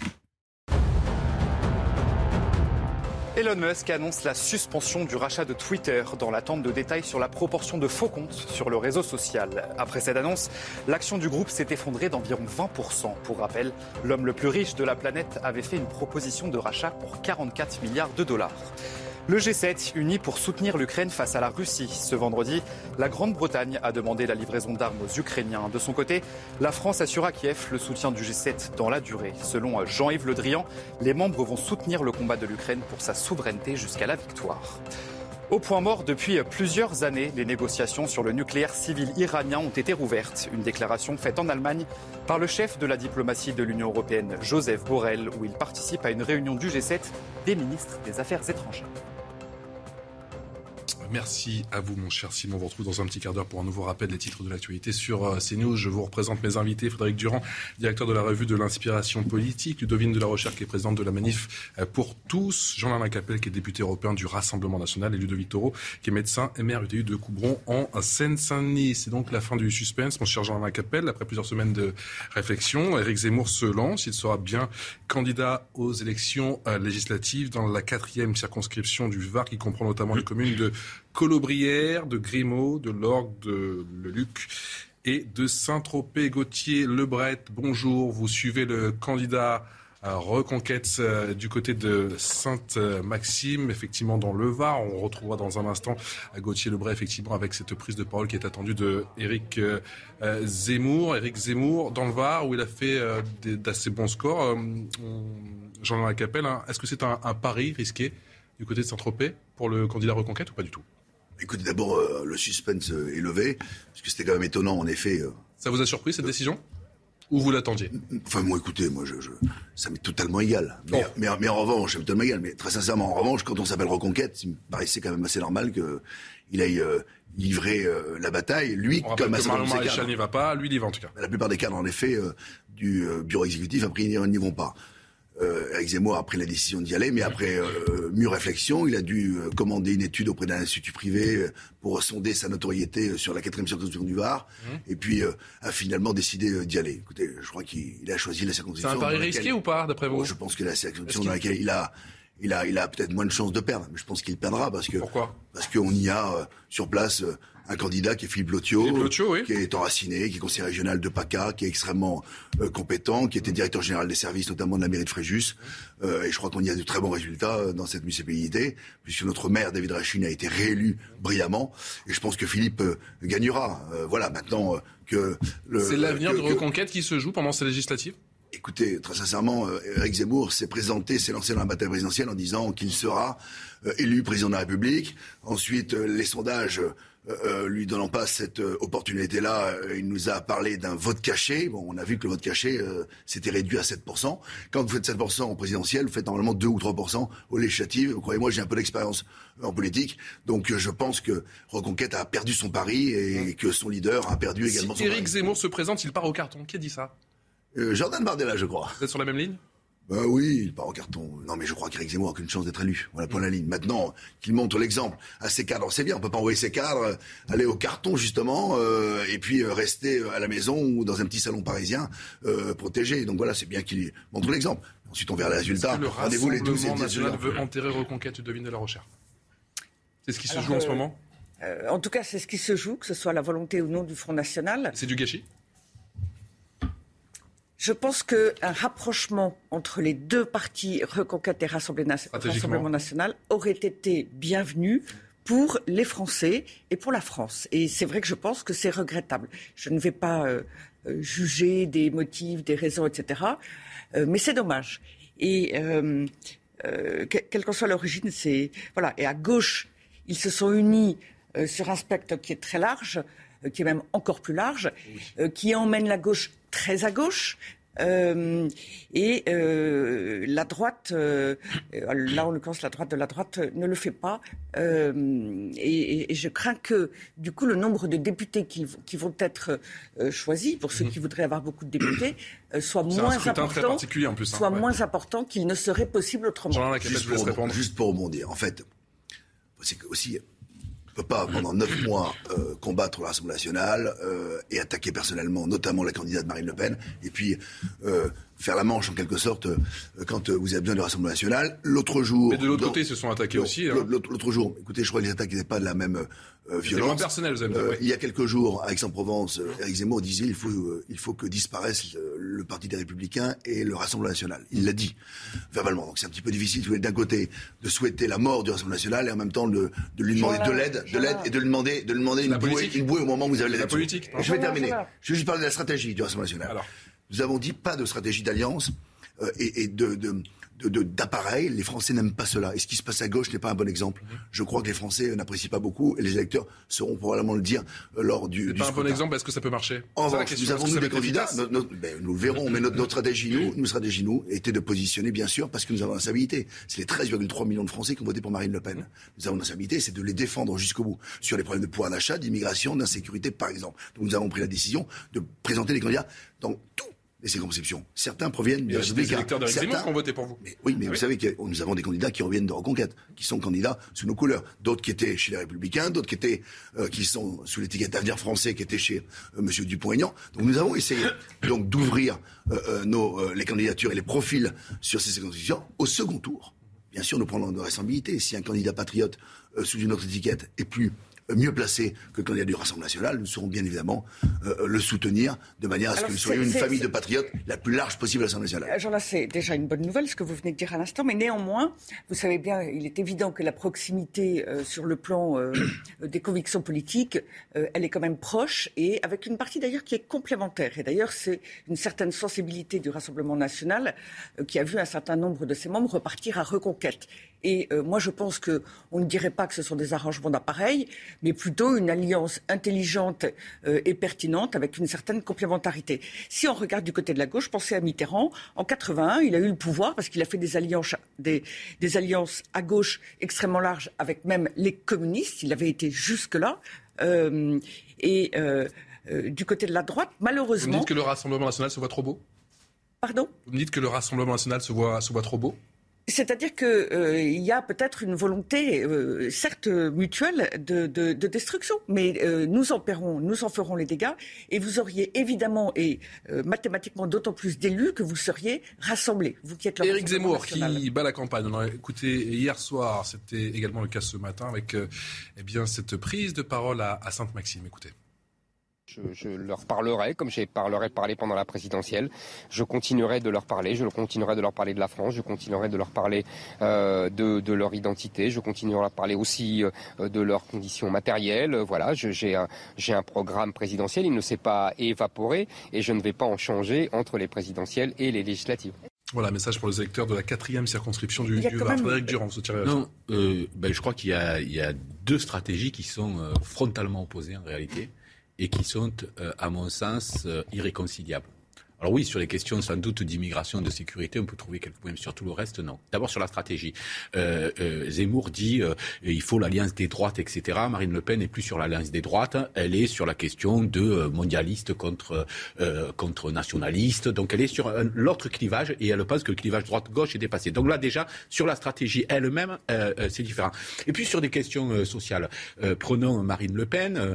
Elon Musk annonce la suspension du rachat de Twitter dans l'attente de détails sur la proportion de faux comptes sur le réseau social. Après cette annonce, l'action du groupe s'est effondrée d'environ 20%. Pour rappel, l'homme le plus riche de la planète avait fait une proposition de rachat pour 44 milliards de dollars. Le G7 uni pour soutenir l'Ukraine face à la Russie. Ce vendredi, la Grande-Bretagne a demandé la livraison d'armes aux Ukrainiens. De son côté, la France assure à Kiev le soutien du G7 dans la durée. Selon Jean-Yves Le Drian, les membres vont soutenir le combat de l'Ukraine pour sa souveraineté jusqu'à la victoire. Au point mort depuis plusieurs années, les négociations sur le nucléaire civil iranien ont été rouvertes. Une déclaration faite en Allemagne par le chef de la diplomatie de l'Union européenne, Joseph Borrell, où il participe à une réunion du G7 des ministres des Affaires étrangères. Merci à vous, mon cher Simon. On vous retrouve dans un petit quart d'heure pour un nouveau rappel des titres de l'actualité sur CNews. Je vous représente mes invités. Frédéric Durand, directeur de la revue de l'inspiration politique. Ludovine de la Recherche, qui est présidente de la Manif pour tous. Jean-Alain Capelle, qui est député européen du Rassemblement national. Et Ludovic Toro, qui est médecin MR UTU de Coubron en Seine-Saint-Denis. C'est donc la fin du suspense, mon cher Jean-Alain Capelle. Après plusieurs semaines de réflexion, Éric Zemmour se lance. Il sera bien candidat aux élections législatives dans la 4e circonscription du Var, qui comprend notamment les communes de Colobrières, de Grimaud, de Lorgue, de Le Luc et de Saint-Tropez. Gauthier Lebret, bonjour. Vous suivez le candidat Reconquête du côté de Sainte-Maxime, effectivement dans le Var. On retrouvera dans un instant Gauthier Lebret, effectivement, avec cette prise de parole qui est attendue de Éric Zemmour. Éric Zemmour, dans le Var, où il a fait d'assez bons scores. Jean-Alain Capelle, est-ce que c'est un pari risqué du côté de Saint-Tropez pour le candidat Reconquête ou pas du tout? Écoutez, d'abord, le suspense est levé, parce que c'était quand même étonnant, en effet. Ça vous a surpris, cette décision? Ou vous l'attendiez? Enfin, moi, écoutez, ça m'est totalement égal. Mais en revanche, ça m'est totalement égal. Mais très sincèrement, en revanche, quand on s'appelle Reconquête, il me paraissait quand même assez normal qu'il aille livrer la bataille. Lui, comme que Marion Maréchal n'y va pas, lui, il y va en tout cas. La plupart des cadres, en effet, du bureau exécutif, après, ils n'y vont pas. Éric Zemmour a pris la décision d'y aller, mais après mûre réflexion, il a dû commander une étude auprès d'un institut privé pour sonder sa notoriété sur la 4e circonscription du Var, et puis a finalement décidé d'y aller. Écoutez, je crois qu'il a choisi la circonscription. C'est un pari risqué ou pas, d'après vous? Je pense que la circonscription dans laquelle il a peut-être moins de chances de perdre, mais je pense qu'il perdra parce que. Pourquoi? Parce qu'on y a sur place un candidat qui est Philippe Lotio, oui. Qui est enraciné, qui est conseiller régional de PACA, qui est extrêmement compétent, qui était directeur général des services, notamment de la mairie de Fréjus. Et je crois qu'on y a de très bons résultats dans cette municipalité, puisque notre maire, David Rachine, a été réélu brillamment. Et je pense que Philippe gagnera. Voilà, maintenant que... C'est l'avenir de Reconquête qui se joue pendant ces législatives? Écoutez, très sincèrement, Éric Zemmour s'est lancé dans la bataille présidentielle en disant qu'il sera élu président de la République. Ensuite, les sondages lui donnant pas cette opportunité-là, il nous a parlé d'un vote caché. Bon, on a vu que le vote caché s'était réduit à 7%. Quand vous faites 7% en présidentiel, vous faites normalement 2 ou 3% aux législatives. Croyez-moi, j'ai un peu d'expérience en politique. Donc je pense que Reconquête a perdu son pari et que son leader a perdu également son pari. Si Éric Zemmour se présente, il part au carton. Qui a dit ça? Jordan Bardella, je crois. Vous êtes sur la même ligne? Oui, il part au carton. Non, mais je crois qu'Éric Zemmour a qu'une chance d'être élu. Voilà, point la ligne. Maintenant, qu'il montre l'exemple à ses cadres, c'est bien. On peut pas envoyer ses cadres aller au carton, justement, et puis rester à la maison ou dans un petit salon parisien protégé. Donc voilà, c'est bien qu'il montre l'exemple. Ensuite, on verra les résultats. Le Rassemblement national veut enterrer Reconquête, Ludovine de la Recherche. C'est ce qui se joue en ce moment? En tout cas, c'est ce qui se joue, que ce soit la volonté ou non du Front National. C'est du gâchis? Je pense qu'un rapprochement entre les deux partis, Reconquête et Rassemblement national, aurait été bienvenu pour les Français et pour la France. Et c'est vrai que je pense que c'est regrettable. Je ne vais pas juger des motifs, des raisons, etc. Mais c'est dommage. Et quelle qu'en soit l'origine, c'est... Voilà. Et à gauche, ils se sont unis sur un spectre qui est très large, qui est même encore plus large, qui emmène la gauche très à gauche. Et la droite, là en l'occurrence la droite de la droite, ne le fait pas. Et je crains que, du coup, le nombre de députés qui vont être choisis, pour ceux qui voudraient avoir beaucoup de députés, soit moins important qu'il ne serait possible autrement. Juste pour rebondir, en fait, c'est aussi... On ne peut pas, pendant 9 mois, combattre le Rassemblement national et attaquer personnellement, notamment la candidate Marine Le Pen, et puis faire la manche, en quelque sorte, quand vous avez besoin du Rassemblement national. L'autre jour... Mais de l'autre côté, ils se sont attaqués aussi. L'autre jour, écoutez, je crois que les attaques n'étaient pas de la même violence. Moins personnel, vous avez dit. Il y a quelques jours, à Aix-en-Provence, Éric Zemmour disait il faut que disparaissent le Parti des Républicains et le Rassemblement national. Il l'a dit, verbalement. Donc c'est un petit peu difficile, d'un côté, de souhaiter la mort du Rassemblement national et en même temps de lui demander de l'aide et de lui demander une bouée au moment où vous avez la politique. Je vais terminer. Je vais juste parler de la stratégie du Rassemblement national. Alors. Nous avons dit pas de stratégie d'alliance et d'appareils. Les Français n'aiment pas cela. Et ce qui se passe à gauche n'est pas un bon exemple. Je crois que les Français n'apprécient pas beaucoup et les électeurs sauront probablement le dire lors du scrutin. C'est pas un bon exemple, est-ce que ça peut marcher? En revanche, nous avons des candidats, nous le verrons, mais notre stratégie, était de positionner, bien sûr, parce que nous avons la responsabilité. C'est les 13,3 millions de Français qui ont voté pour Marine Le Pen. Nous avons la responsabilité, c'est de les défendre jusqu'au bout. Sur les problèmes de pouvoir d'achat, d'immigration, d'insécurité, par exemple. Donc nous avons pris la décision de présenter les candidats dans tout. Et ces conceptions. Certains proviennent de des électeurs d'Éric Zemmour qui ont voté pour vous. Vous savez que nous avons des candidats qui reviennent de Reconquête, qui sont candidats sous nos couleurs. D'autres qui étaient chez les Républicains, d'autres qui sont sous l'étiquette Avenir Français, qui étaient chez Monsieur Dupont-Aignan. Donc nous avons essayé donc d'ouvrir les candidatures et les profils sur ces circonscriptions au second tour. Bien sûr, nous prenons nos responsabilités. Si un candidat patriote sous une autre étiquette est mieux placé que le candidat du Rassemblement national, nous saurons bien évidemment le soutenir de manière à ce que nous soyons une famille de patriotes la plus large possible à l'Assemblée nationale. Là, c'est déjà une bonne nouvelle, ce que vous venez de dire à l'instant, mais néanmoins, vous savez bien, il est évident que la proximité sur le plan des convictions politiques, elle est quand même proche, et avec une partie d'ailleurs qui est complémentaire. Et d'ailleurs, c'est une certaine sensibilité du Rassemblement national qui a vu un certain nombre de ses membres repartir à Reconquête. Et moi, je pense qu'on ne dirait pas que ce sont des arrangements d'appareil, mais plutôt une alliance intelligente et pertinente avec une certaine complémentarité. Si on regarde du côté de la gauche, pensez à Mitterrand. En 81, il a eu le pouvoir parce qu'il a fait des alliances à gauche extrêmement larges avec même les communistes. Il avait été jusque-là. Du côté de la droite, malheureusement... Vous me dites que le Rassemblement national se voit trop beau? Pardon? Vous me dites que le Rassemblement national se voit trop beau? C'est-à-dire qu'il y a peut-être une volonté, certes mutuelle, de destruction, mais nous en ferons les dégâts, et vous auriez évidemment et mathématiquement d'autant plus d'élus que vous seriez rassemblés. Vous qui êtes le Éric Zemmour qui bat la campagne. On a écouté hier soir, c'était également le cas ce matin, avec cette prise de parole à Sainte-Maxime. Écoutez. Je leur parlerai, comme j'ai parlé pendant la présidentielle. Je continuerai de leur parler. Je continuerai de leur parler de la France. Je continuerai de leur parler de leur identité. Je continuerai à leur parler aussi de leurs conditions matérielles. Voilà, j'ai un programme présidentiel. Il ne s'est pas évaporé et je ne vais pas en changer entre les présidentielles et les législatives. Voilà, message pour les électeurs de la 4e circonscription du Var. Frédéric Durand, vous tirez Non, je crois qu'il y a deux stratégies qui sont frontalement opposées en réalité, et qui sont, à mon sens, irréconciliables. Alors oui, sur les questions sans doute d'immigration, de sécurité, on peut trouver quelques points, mais sur tout le reste, non. D'abord sur la stratégie. Zemmour dit il faut l'alliance des droites, etc. Marine Le Pen n'est plus sur l'alliance des droites, elle est sur la question de mondialiste contre nationaliste. Donc elle est sur l'autre clivage et elle pense que le clivage droite-gauche est dépassé. Donc là déjà, sur la stratégie elle-même, c'est différent. Et puis sur des questions sociales, prenons Marine Le Pen,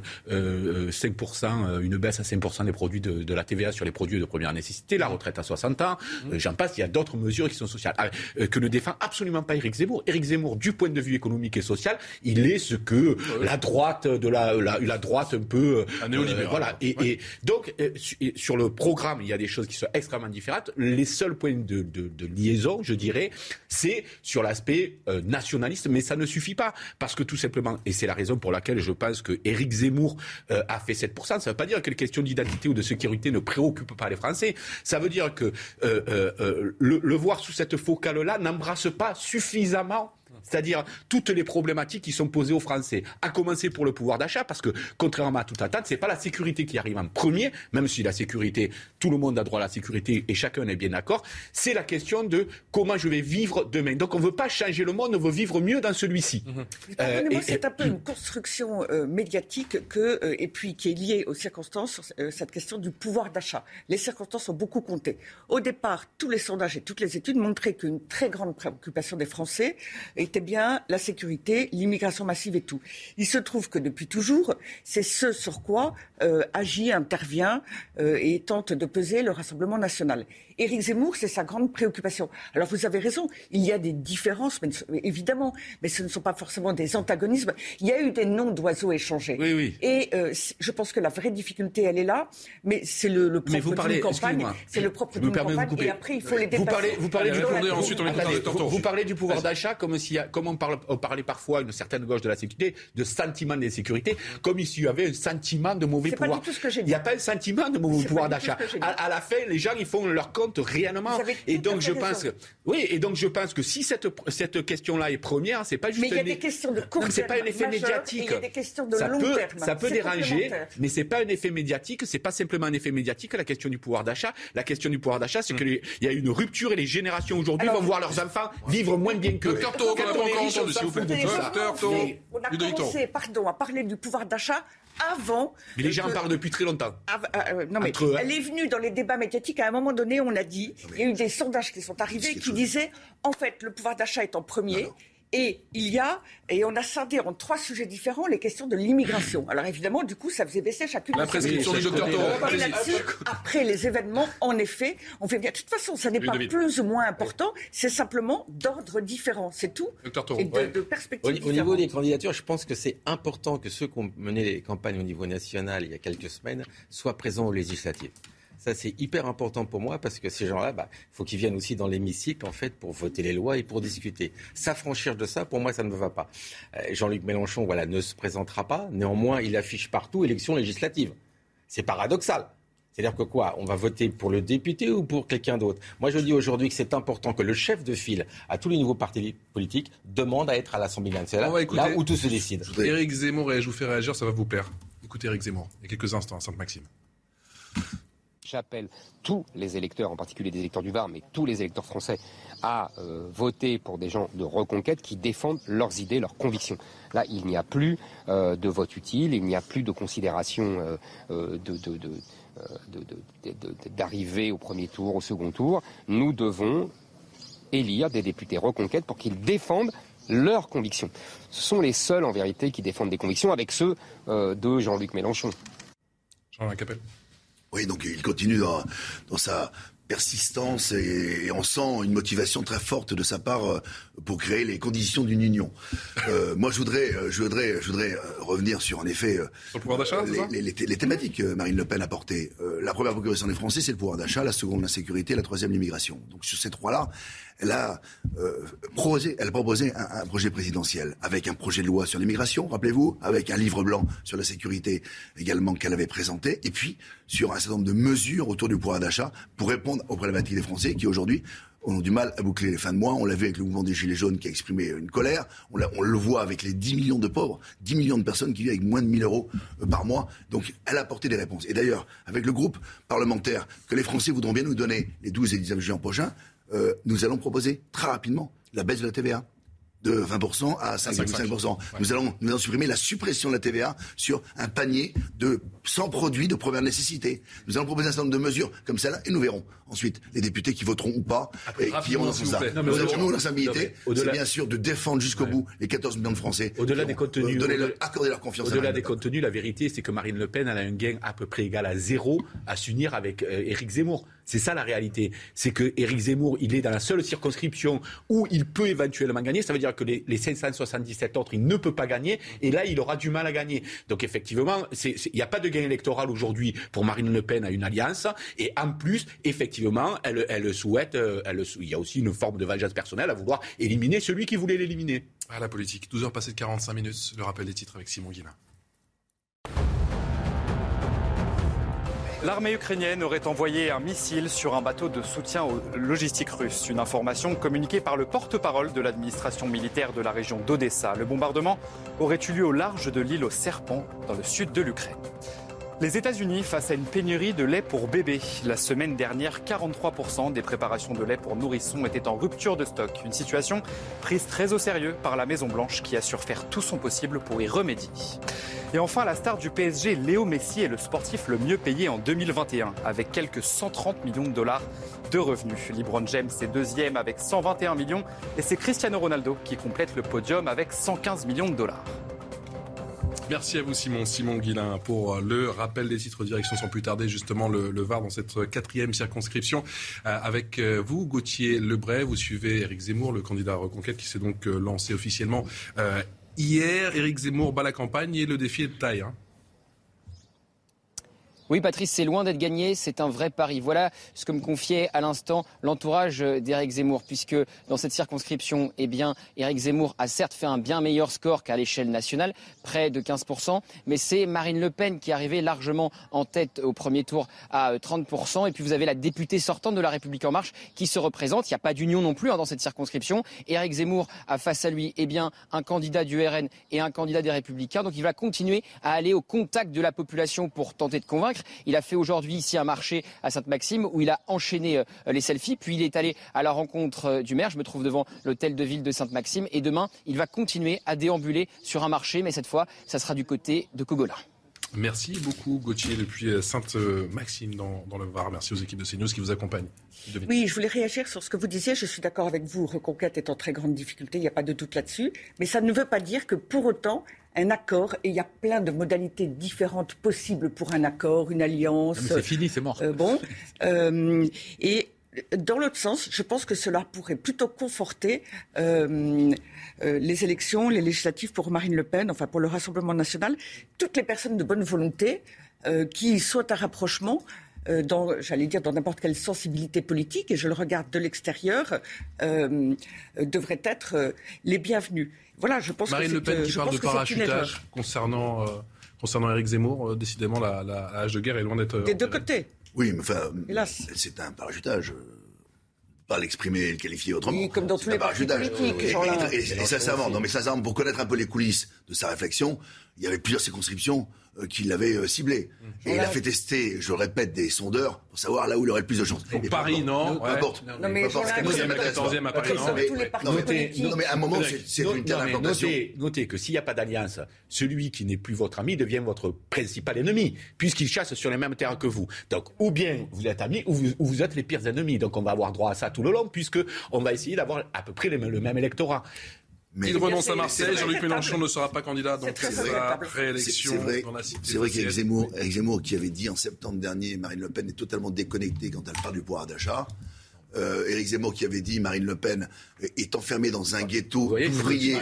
5%, une baisse à 5% des produits de la TVA sur les produits de première nécessité, la retraite à 60 ans, j'en passe, il y a d'autres mesures qui sont sociales, que ne défend absolument pas Éric Zemmour. Éric Zemmour, du point de vue économique et social, il est ce que la droite la droite un peu... un néolibéral. Voilà. Et donc, sur le programme, il y a des choses qui sont extrêmement différentes. Les seuls points de liaison, je dirais, c'est sur l'aspect nationaliste, mais ça ne suffit pas. Parce que tout simplement, et c'est la raison pour laquelle je pense que Éric Zemmour a fait 7%, ça ne veut pas dire que les questions d'identité ou de sécurité ne préoccupent pas les Français. Ça veut dire que le voir sous cette focale-là n'embrasse pas suffisamment, c'est-à-dire toutes les problématiques qui sont posées aux Français, à commencer pour le pouvoir d'achat, parce que contrairement à toute attente, c'est pas la sécurité qui arrive en premier, même si la sécurité, tout le monde a droit à la sécurité et chacun est bien d'accord, c'est la question de comment je vais vivre demain. Donc on veut pas changer le monde, on veut vivre mieux dans celui-ci. C'est un peu une construction médiatique et puis qui est liée aux circonstances sur cette question du pouvoir d'achat. Les circonstances ont beaucoup compté. Au départ, tous les sondages et toutes les études montraient qu'une très grande préoccupation des Français était bien la sécurité, l'immigration massive et tout. Il se trouve que depuis toujours, c'est ce sur quoi agit, intervient et tente de peser le Rassemblement national. Éric Zemmour, c'est sa grande préoccupation. Alors vous avez raison, il y a des différences, évidemment, mais ce ne sont pas forcément des antagonismes. Il y a eu des noms d'oiseaux échangés. Oui. Et je pense que la vraie difficulté, elle est là, mais c'est le propre d'une campagne. C'est le propre d'une campagne, et après, il faut les dépasser. Vous parlez du pouvoir d'achat comme on parlait parfois, une certaine gauche de la sécurité, de sentiment d'insécurité, comme s'il y avait un sentiment de mauvais pouvoir. C'est pas du tout ce que j'ai dit. Il n'y a pas un sentiment de mauvais pouvoir d'achat. À la fin, les gens, ils font leur compte compte réellement. Et donc je pense que si cette question-là est première, c'est pas juste. Mais il y a des questions de court terme. C'est pas un effet médiatique. Il y a des questions de long terme. Ça peut déranger, mais c'est pas un effet médiatique. C'est pas simplement un effet médiatique. La question du pouvoir d'achat. La question du pouvoir d'achat, c'est qu'il y a une rupture et les générations aujourd'hui vont voir leurs enfants vivre moins bien qu'eux. Docteur Taureau, on n'a pas encore entendu, s'il vous plaît. Docteur Taureau, on a commencé, à parler du pouvoir d'achat avant. Mais les gens en parlent depuis très longtemps. Non, mais elle est venue dans les débats médiatiques. À un moment donné, on a dit, il y a eu des sondages qui sont arrivés qui disaient, en fait, le pouvoir d'achat est en premier. Non. Et on a scindé en 3 sujets différents les questions de l'immigration. Alors évidemment, du coup, ça faisait baisser chacune. La prescription du docteur Taureau. Et là-dessus, après les événements, en effet, on fait bien. De toute façon, ça n'est pas plus ou moins important, c'est simplement d'ordre différent, c'est tout. Et de perspectives différentes. Au niveau des candidatures, je pense que c'est important que ceux qui ont mené les campagnes au niveau national il y a quelques semaines soient présents aux législatives. Ça, c'est hyper important pour moi parce que ces gens-là, il faut qu'ils viennent aussi dans l'hémicycle, en fait, pour voter les lois et pour discuter. S'affranchir de ça, pour moi, ça ne me va pas. Jean-Luc Mélenchon, ne se présentera pas. Néanmoins, il affiche partout élection législative. C'est paradoxal. C'est-à-dire que on va voter pour le député ou pour quelqu'un d'autre? Moi, je dis aujourd'hui que c'est important que le chef de file, à tous les niveaux partis politiques, demande à être à l'Assemblée nationale, là où tout se décide. Éric Zemmour, et je vous fais réagir, ça va vous plaire. Écoutez Éric Zemmour, il y a quelques instants à Sainte-Maxime. J'appelle tous les électeurs, en particulier des électeurs du Var, mais tous les électeurs français, à voter pour des gens de Reconquête qui défendent leurs idées, leurs convictions. Là, il n'y a plus de vote utile, il n'y a plus de considération d'arriver au premier tour, au second tour. Nous devons élire des députés Reconquête pour qu'ils défendent leurs convictions. Ce sont les seuls, en vérité, qui défendent des convictions avec ceux de Jean-Luc Mélenchon. Jean-Luc Capel. Oui, donc il continue dans sa persistance et on sent une motivation très forte de sa part pour créer les conditions d'une union. Moi, je voudrais revenir sur, en effet, sur le pouvoir d'achat, les thématiques que Marine Le Pen a portées. La première préoccupation des Français, c'est le pouvoir d'achat, la seconde, la sécurité, la troisième, l'immigration. Donc sur ces 3-là, elle a proposé un projet présidentiel avec un projet de loi sur l'immigration, rappelez-vous, avec un livre blanc sur la sécurité également qu'elle avait présenté, et puis sur un certain nombre de mesures autour du pouvoir d'achat pour répondre aux problématiques des Français qui aujourd'hui ont du mal à boucler les fins de mois. On l'a vu avec le mouvement des Gilets jaunes qui a exprimé une colère. On le voit avec les 10 millions de pauvres, 10 millions de personnes qui vivent avec moins de 1 000 euros par mois. Donc elle a apporté des réponses. Et d'ailleurs, avec le groupe parlementaire que les Français voudront bien nous donner les 12 et 19 juin prochains, nous allons proposer très rapidement la baisse de la TVA de 20% à 5,5%. Ouais. Nous allons supprimer la suppression de la TVA sur un panier de 100 produits de première nécessité. Nous allons proposer un certain nombre de mesures comme celle-là et nous verrons ensuite les députés qui voteront ou pas et qui iront dans ce sens-là. Nous avons, nous, la responsabilité, c'est bien sûr de défendre jusqu'au bout les 14 millions de Français. Au-delà des contenus, accorder leur confiance. Au-delà des contenus, la vérité, c'est que Marine Le Pen, elle a un gain à peu près égal à 0 à s'unir avec Éric Zemmour. C'est ça la réalité. C'est que Éric Zemmour, il est dans la seule circonscription où il peut éventuellement gagner. Ça veut dire que les 577 autres, il ne peut pas gagner. Et là, il aura du mal à gagner. Donc effectivement, il n'y a pas de gain électoral aujourd'hui pour Marine Le Pen à une alliance. Et en plus, effectivement, elle souhaite, il y a aussi une forme de vengeance personnelle à vouloir éliminer celui qui voulait l'éliminer. À la politique, 12h passées de 45 minutes. Le rappel des titres avec Simon Guillain. L'armée ukrainienne aurait envoyé un missile sur un bateau de soutien aux logistiques russes. Une information communiquée par le porte-parole de l'administration militaire de la région d'Odessa. Le bombardement aurait eu lieu au large de l'île aux Serpents, dans le sud de l'Ukraine. Les États-Unis face à une pénurie de lait pour bébés. La semaine dernière, 43% des préparations de lait pour nourrissons étaient en rupture de stock. Une situation prise très au sérieux par la Maison-Blanche qui assure faire tout son possible pour y remédier. Et enfin, la star du PSG, Léo Messi, est le sportif le mieux payé en 2021, avec quelques 130 millions de dollars de revenus. LeBron James est deuxième avec 121 millions et c'est Cristiano Ronaldo qui complète le podium avec 115 millions de dollars. Merci à vous Simon Guillain pour le rappel des titres. Direction sans plus tarder justement le Var dans cette 4e circonscription avec vous Gauthier Lebray. Vous suivez Éric Zemmour, le candidat à Reconquête qui s'est donc lancé officiellement hier. Éric Zemmour bat la campagne et le défi est de taille. Oui, Patrice, c'est loin d'être gagné, c'est un vrai pari. Voilà ce que me confiait à l'instant l'entourage d'Éric Zemmour, puisque dans cette circonscription, Éric Zemmour a certes fait un bien meilleur score qu'à l'échelle nationale, près de 15%, mais c'est Marine Le Pen qui est arrivée largement en tête au premier tour à 30%. Et puis vous avez la députée sortante de La République En Marche qui se représente. Il n'y a pas d'union non plus dans cette circonscription. Éric Zemmour a face à lui un candidat du RN et un candidat des Républicains. Donc il va continuer à aller au contact de la population pour tenter de convaincre. Il a fait aujourd'hui ici un marché à Sainte-Maxime où il a enchaîné les selfies. Puis il est allé à la rencontre du maire. Je me trouve devant l'hôtel de ville de Sainte-Maxime. Et demain, il va continuer à déambuler sur un marché. Mais cette fois, ça sera du côté de Cogolin. Merci beaucoup Gauthier depuis Sainte-Maxime dans le Var. Merci aux équipes de CNews qui vous accompagnent. Oui, je voulais réagir sur ce que vous disiez. Je suis d'accord avec vous. Reconquête est en très grande difficulté. Il n'y a pas de doute là-dessus. Mais ça ne veut pas dire que pour autant, un accord, et il y a plein de modalités différentes possibles pour un accord, une alliance. Mais c'est fini, c'est mort. Et dans l'autre sens, je pense que cela pourrait plutôt conforter les élections, les législatives pour Marine Le Pen, enfin pour le Rassemblement national. Toutes les personnes de bonne volonté qui souhaitent un rapprochement dans n'importe quelle sensibilité politique, et je le regarde de l'extérieur, devraient être les bienvenus. Voilà, je pense Marine que Le Pen qui parle de parachutage concernant Éric Zemmour, décidément la hache de guerre est loin d'être... Des deux côtés. Oui, mais enfin, hélas. C'est un parachutage. Pas l'exprimer et le qualifier autrement. Oui, comme dans tous les partis politiques. Et sincèrement, pour connaître un peu les coulisses de sa réflexion, il y avait plusieurs circonscriptions qui l'avaient ciblé. Et il a fait tester, je le répète, des sondeurs pour savoir là où il aurait le plus de chance. Donc Paris, non. Peu importe. Non, mais peu importe. Non, mais à un moment, c'est une telle implantation. Notez que s'il n'y a pas d'alliance, celui qui n'est plus votre ami devient votre principal ennemi, puisqu'il chasse sur les mêmes terres que vous. Donc, ou bien vous êtes amis, ou vous êtes les pires ennemis. Donc, on va avoir droit à ça tout le long, puisque on va essayer d'avoir à peu près le même électorat. Mais il renonce à Marseille, Jean-Luc Mélenchon ne sera pas candidat, donc c'est sa réélection dans la cité. C'est vrai qu'Éric Zemmour, qui avait dit en septembre dernier Marine Le Pen est totalement déconnectée quand elle parle du pouvoir d'achat. Éric Zemmour qui avait dit Marine Le Pen est enfermée dans un ghetto ouvrier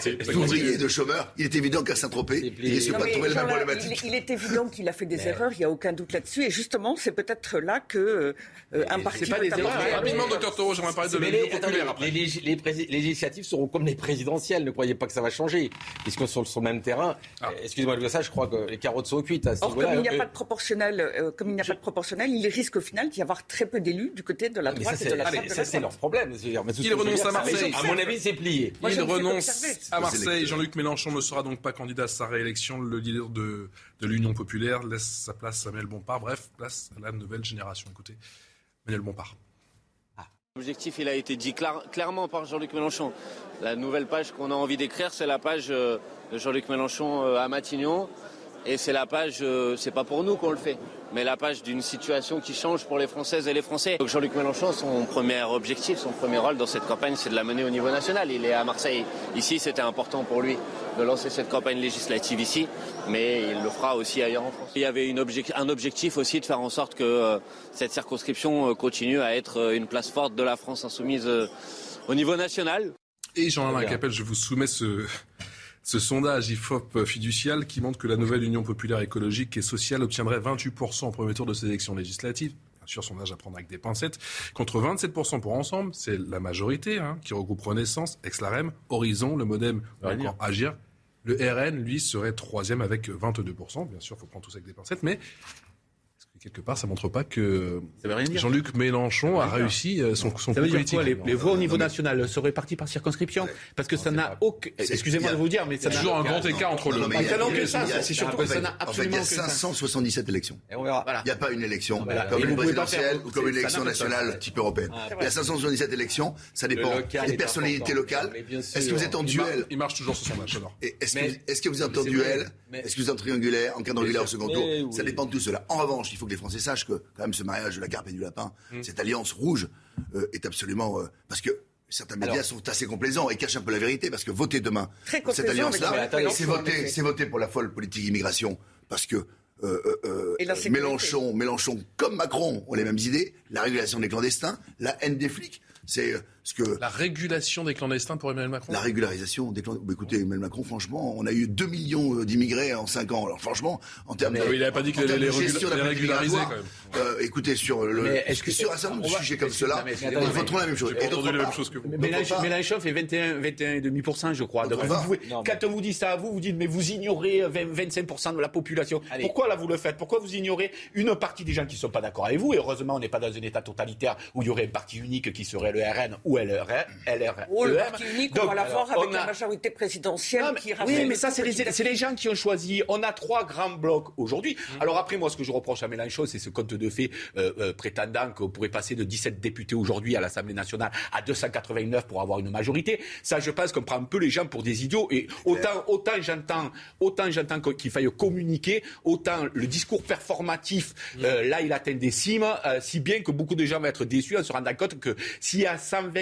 de chômeurs. Il est évident qu'à Saint-Tropez, il risque pas de trouver la même problématique. Il est évident qu'il a fait des erreurs, il n'y a aucun doute là-dessus. Et justement, c'est peut-être là que un parti... C'est pas des erreurs. Rapidement, Dr Toro, j'aimerais parler de l'Union populaire après. Les législatives seront comme les présidentielles. Ne croyez pas que ça va changer. Puisque sur le même terrain, excusez-moi de dire ça, je crois que les carottes sont cuites. Or, comme il n'y a pas de proportionnel, il risque au final d'y avoir très peu d'élus du côté de la droite. Ça, c'est leur problème. Il renonce à Marseille. À mon avis, c'est plié. Il renonce à Marseille. Jean-Luc Mélenchon ne sera donc pas candidat à sa réélection. Le leader de l'Union populaire laisse sa place à Samuel Bompard. Bref, place à la nouvelle génération. Écoutez, Manuel Bompard. L'objectif, il a été dit clairement par Jean-Luc Mélenchon. La nouvelle page qu'on a envie d'écrire, c'est la page de Jean-Luc Mélenchon à Matignon. Et c'est la page, c'est pas pour nous qu'on le fait, mais la page d'une situation qui change pour les Françaises et les Français. Donc Jean-Luc Mélenchon, son premier objectif, son premier rôle dans cette campagne, c'est de la mener au niveau national. Il est à Marseille. Ici, c'était important pour lui de lancer cette campagne législative ici, mais il le fera aussi ailleurs en France. Il y avait un objectif aussi de faire en sorte que cette circonscription continue à être une place forte de la France insoumise au niveau national. Et Jean-Alain Capelle, je vous soumets ce sondage IFOP fiducial qui montre que la nouvelle Union populaire écologique et sociale obtiendrait 28% au premier tour de ces élections législatives. Bien sûr, sondage à prendre avec des pincettes. Contre 27% pour Ensemble, c'est la majorité qui regroupe Renaissance, Ex-Larem, Horizon, le Modem ou encore Agir. Le RN, lui, serait troisième avec 22%. Bien sûr, il faut prendre tout ça avec des pincettes, mais... quelque part, ça ne montre pas que Jean-Luc Mélenchon a réussi son coup politique. Ça veut dire quoi, les voix au niveau national se réparties par circonscription? Parce que ça n'a aucun... Excusez-moi de vous dire, mais ça n'a... toujours un grand écart entre le... C'est surtout que ça n'a absolument aucun sens. Il y a 577 élections. Il n'y a pas une élection comme une présidentielle ou comme une élection nationale type européenne. Il y a 577 élections, ça dépend des personnalités locales. Est-ce que vous êtes en duel? Il marche toujours ce sondage, j'adore. Est-ce que vous êtes en duel? Est-ce que vous êtes en triangulaire, en quadrangulaire au second tour? Ça dépend de tout cela. En revanche, il faut que les Français sachent que, quand même, ce mariage de la carpe et du lapin, cette alliance rouge, est absolument... parce que certains médias sont assez complaisants et cachent un peu la vérité, parce que voter demain pour cette alliance-là, c'est voter pour la folle politique immigration, parce que Mélenchon comme Macron ont les mêmes idées, la régulation des clandestins, la haine des flics. C'est La régulation des clandestins pour Emmanuel Macron. La régularisation des clandestins. Écoutez, Emmanuel Macron, franchement, on a eu 2 millions d'immigrés en 5 ans. Alors franchement, en termes il n'avait pas dit qu'il allait les régulariser quand même. Écoutez, sur un certain nombre de sujets comme cela, ils voteront la même chose. J'ai entendu la même chose que vous. Mélenchon fait 21,5%, je crois. Donc quand on vous dit ça à vous dites mais vous ignorez 25% de la population. Allez. Pourquoi là vous le faites? Pourquoi vous ignorez une partie des gens qui ne sont pas d'accord avec vous? Et heureusement, on n'est pas dans un État totalitaire où il y aurait un parti unique qui serait le RN ou LRM. Le parti unique, on va l'avoir avec la majorité présidentielle qui rassemble. Oui, mais ça, c'est les gens qui ont choisi. On a 3 grands blocs aujourd'hui. Alors après, moi, ce que je reproche à Mélenchon, c'est ce conte de fées prétendant qu'on pourrait passer de 17 députés aujourd'hui à l'Assemblée nationale à 289 pour avoir une majorité. Ça, je pense qu'on prend un peu les gens pour des idiots. Et autant j'entends qu'il faille communiquer, autant le discours performatif, là, il atteint des cimes, si bien que beaucoup de gens vont être déçus en se rendant compte que s'il y en a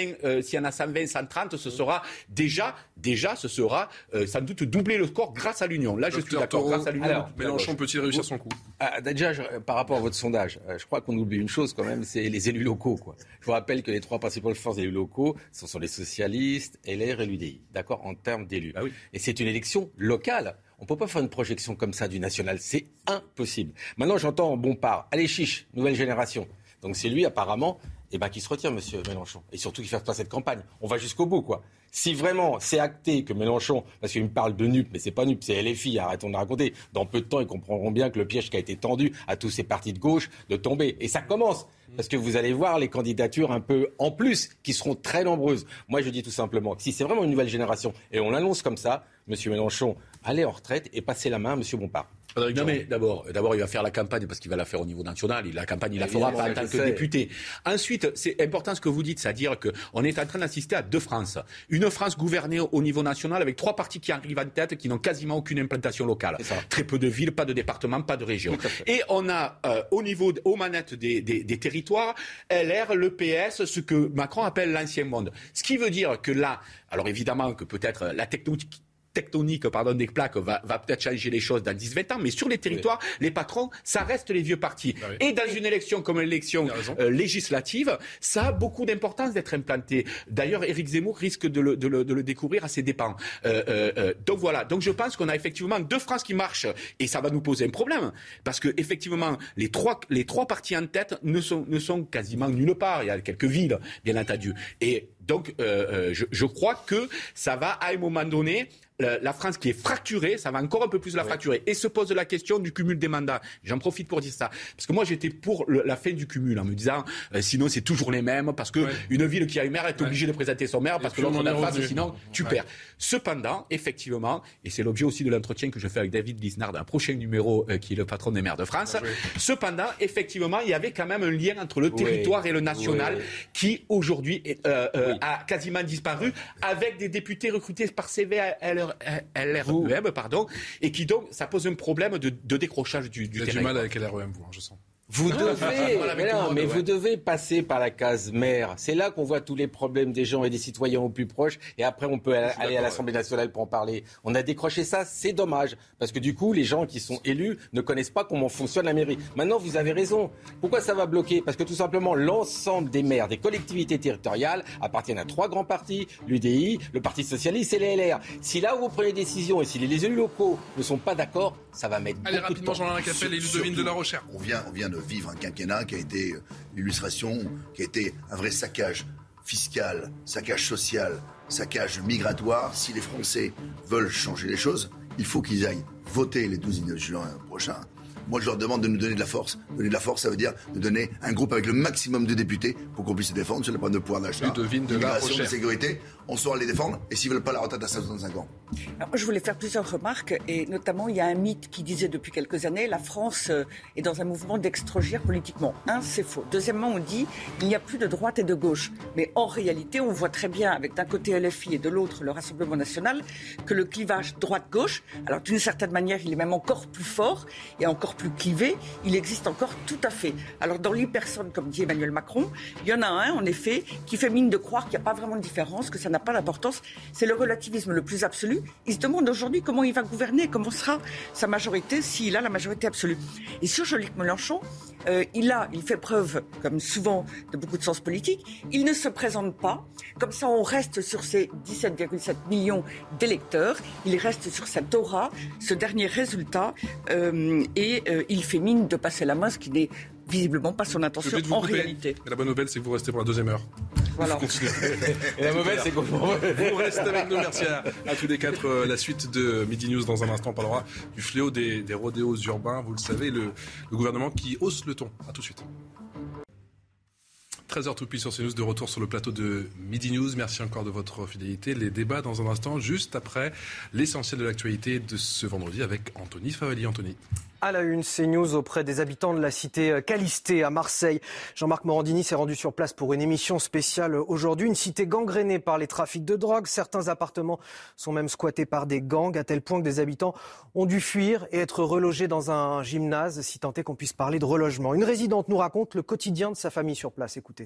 120, 130, ce sera déjà, ce sera sans doute doubler le score grâce à l'Union. Là, je suis d'accord, grâce à l'Union. Alors, Mélenchon peut-il réussir son coup? Déjà, par rapport à votre sondage, je crois qu'on oublie une chose quand même, c'est les élus locaux, quoi. Je vous rappelle que les 3 principales forces d'élus locaux, ce sont les socialistes, LR et l'UDI, d'accord, en termes d'élus. Ah oui. Et c'est une élection locale. On ne peut pas faire une projection comme ça du national, c'est impossible. Maintenant, j'entends Bompard, allez chiche, nouvelle génération. Donc c'est lui apparemment qui se retire, monsieur Mélenchon. Et surtout qu'il ne fasse pas cette campagne. On va jusqu'au bout, quoi. Si vraiment c'est acté que Mélenchon, parce qu'il me parle de NUP, mais c'est pas NUP, c'est LFI, arrêtons de raconter. Dans peu de temps, ils comprendront bien que le piège qui a été tendu à tous ces partis de gauche de tomber. Et ça commence. Parce que vous allez voir les candidatures un peu en plus, qui seront très nombreuses. Moi, je dis tout simplement que si c'est vraiment une nouvelle génération, et on l'annonce comme ça, monsieur Mélenchon, allez en retraite et passez la main à monsieur Bompard. Non mais d'abord il va faire la campagne parce qu'il va la faire au niveau national. La campagne, il la fera pas en tant que député. Ensuite, c'est important ce que vous dites, c'est-à-dire qu'on est en train d'assister à 2 France. Une France gouvernée au niveau national avec 3 partis qui arrivent en tête, qui n'ont quasiment aucune implantation locale. Très peu de villes, pas de départements, pas de régions. Et on a aux manettes des territoires, LR, le PS, ce que Macron appelle l'ancien monde. Ce qui veut dire que là, alors évidemment que peut-être la tectonique des plaques va peut-être changer les choses dans 10-20 ans, mais sur les territoires, les patrons, ça reste les vieux partis. Ah oui. Et dans une élection comme l'élection législative, ça a beaucoup d'importance d'être implanté. D'ailleurs, Éric Zemmour risque de le découvrir à ses dépens. Donc voilà, donc je pense qu'on a effectivement 2 France qui marchent, et ça va nous poser un problème, parce que effectivement, les trois partis en tête ne sont quasiment nulle part. Il y a quelques villes, bien entendu. Et donc, je crois que ça va, à un moment donné, la France qui est fracturée, ça va encore un peu plus la fracturer. Et se pose la question du cumul des mandats. J'en profite pour dire ça. Parce que moi, j'étais pour la fin du cumul, en me disant, sinon c'est toujours les mêmes, parce que une ville qui a une maire est obligée de présenter son maire, parce que l'autre n'a pas, sinon tu perds. Cependant, effectivement, et c'est l'objet aussi de l'entretien que je fais avec David Lisnard dans un prochain numéro, qui est le patron des maires de France. Cependant, effectivement, il y il y avait quand même un lien entre le territoire et le national qui, aujourd'hui, a quasiment disparu, avec des députés recrutés par LREM, et qui donc, ça pose un problème de décrochage du terrain. Il y a du mal avec LREM, vous, je sens. Vous devez passer par la case maire. C'est là qu'on voit tous les problèmes des gens et des citoyens au plus proche. Et après, on peut aller à l'Assemblée nationale pour en parler. On a décroché ça, c'est dommage. Parce que du coup, les gens qui sont élus ne connaissent pas comment fonctionne la mairie. Maintenant, vous avez raison. Pourquoi ça va bloquer ? Parce que tout simplement, l'ensemble des maires, des collectivités territoriales appartiennent à 3 grands partis, l'UDI, le Parti Socialiste et les LR. Si là où vous prenez des décisions et si les élus locaux ne sont pas d'accord, ça va mettre beaucoup de temps. Allez, rapidement, Jean-Alain Capelle et Ludovine de la Rochère. On vient de vivre un quinquennat qui a été l'illustration, qui a été un vrai saccage fiscal, saccage social, saccage migratoire. Si les Français veulent changer les choses, il faut qu'ils aillent voter les 12 juin prochains. Moi, je leur demande de nous donner de la force. Donner de la force, ça veut dire de donner un groupe avec le maximum de députés pour qu'on puisse se défendre sur le problème de pouvoir d'achat, l'immigration, de sécurité. On saura les défendre. Et s'ils ne veulent pas la retraite à 65 ans. Alors, je voulais faire plusieurs remarques. Et notamment, il y a un mythe qui disait depuis quelques années, la France est dans un mouvement d'extrogir politiquement. C'est faux. Deuxièmement, on dit il n'y a plus de droite et de gauche. Mais en réalité, on voit très bien, avec d'un côté LFI et de l'autre le Rassemblement national, que le clivage droite-gauche, alors d'une certaine manière, il est même encore plus fort et encore encore plus clivé, il existe encore tout à fait. Alors dans 8 personnes, comme dit Emmanuel Macron, il y en a un, en effet, qui fait mine de croire qu'il n'y a pas vraiment de différence, que ça n'a pas d'importance. C'est le relativisme le plus absolu. Il se demande aujourd'hui comment il va gouverner, comment sera sa majorité, s'il a la majorité absolue. Et sur Jean-Luc Mélenchon, il fait preuve, comme souvent, de beaucoup de sens politique. Il ne se présente pas. Comme ça, on reste sur ces 17,7 millions d'électeurs. Il reste sur cette aura, ce dernier résultat. Et il fait mine de passer la main, ce qui n'est visiblement pas son intention en réalité. Mais la bonne nouvelle, c'est que vous restez pour la deuxième heure. Voilà. Et la mauvaise, c'est qu'on vous restez avec nous. Merci à tous les quatre. La suite de Midi News dans un instant, on parlera du fléau des rodéos urbains. Vous le savez, le gouvernement qui hausse le ton. À tout de suite. 13h tout pile sur CNews, de retour sur le plateau de Midi News. Merci encore de votre fidélité. Les débats dans un instant, juste après l'essentiel de l'actualité de ce vendredi avec Anthony Favali. Anthony. À la une, CNews auprès des habitants de la cité Calysté à Marseille. Jean-Marc Morandini s'est rendu sur place pour une émission spéciale aujourd'hui. Une cité gangrénée par les trafics de drogue. Certains appartements sont même squattés par des gangs, à tel point que des habitants ont dû fuir et être relogés dans un gymnase, si tant est qu'on puisse parler de relogement. Une résidente nous raconte le quotidien de sa famille sur place. Écoutez.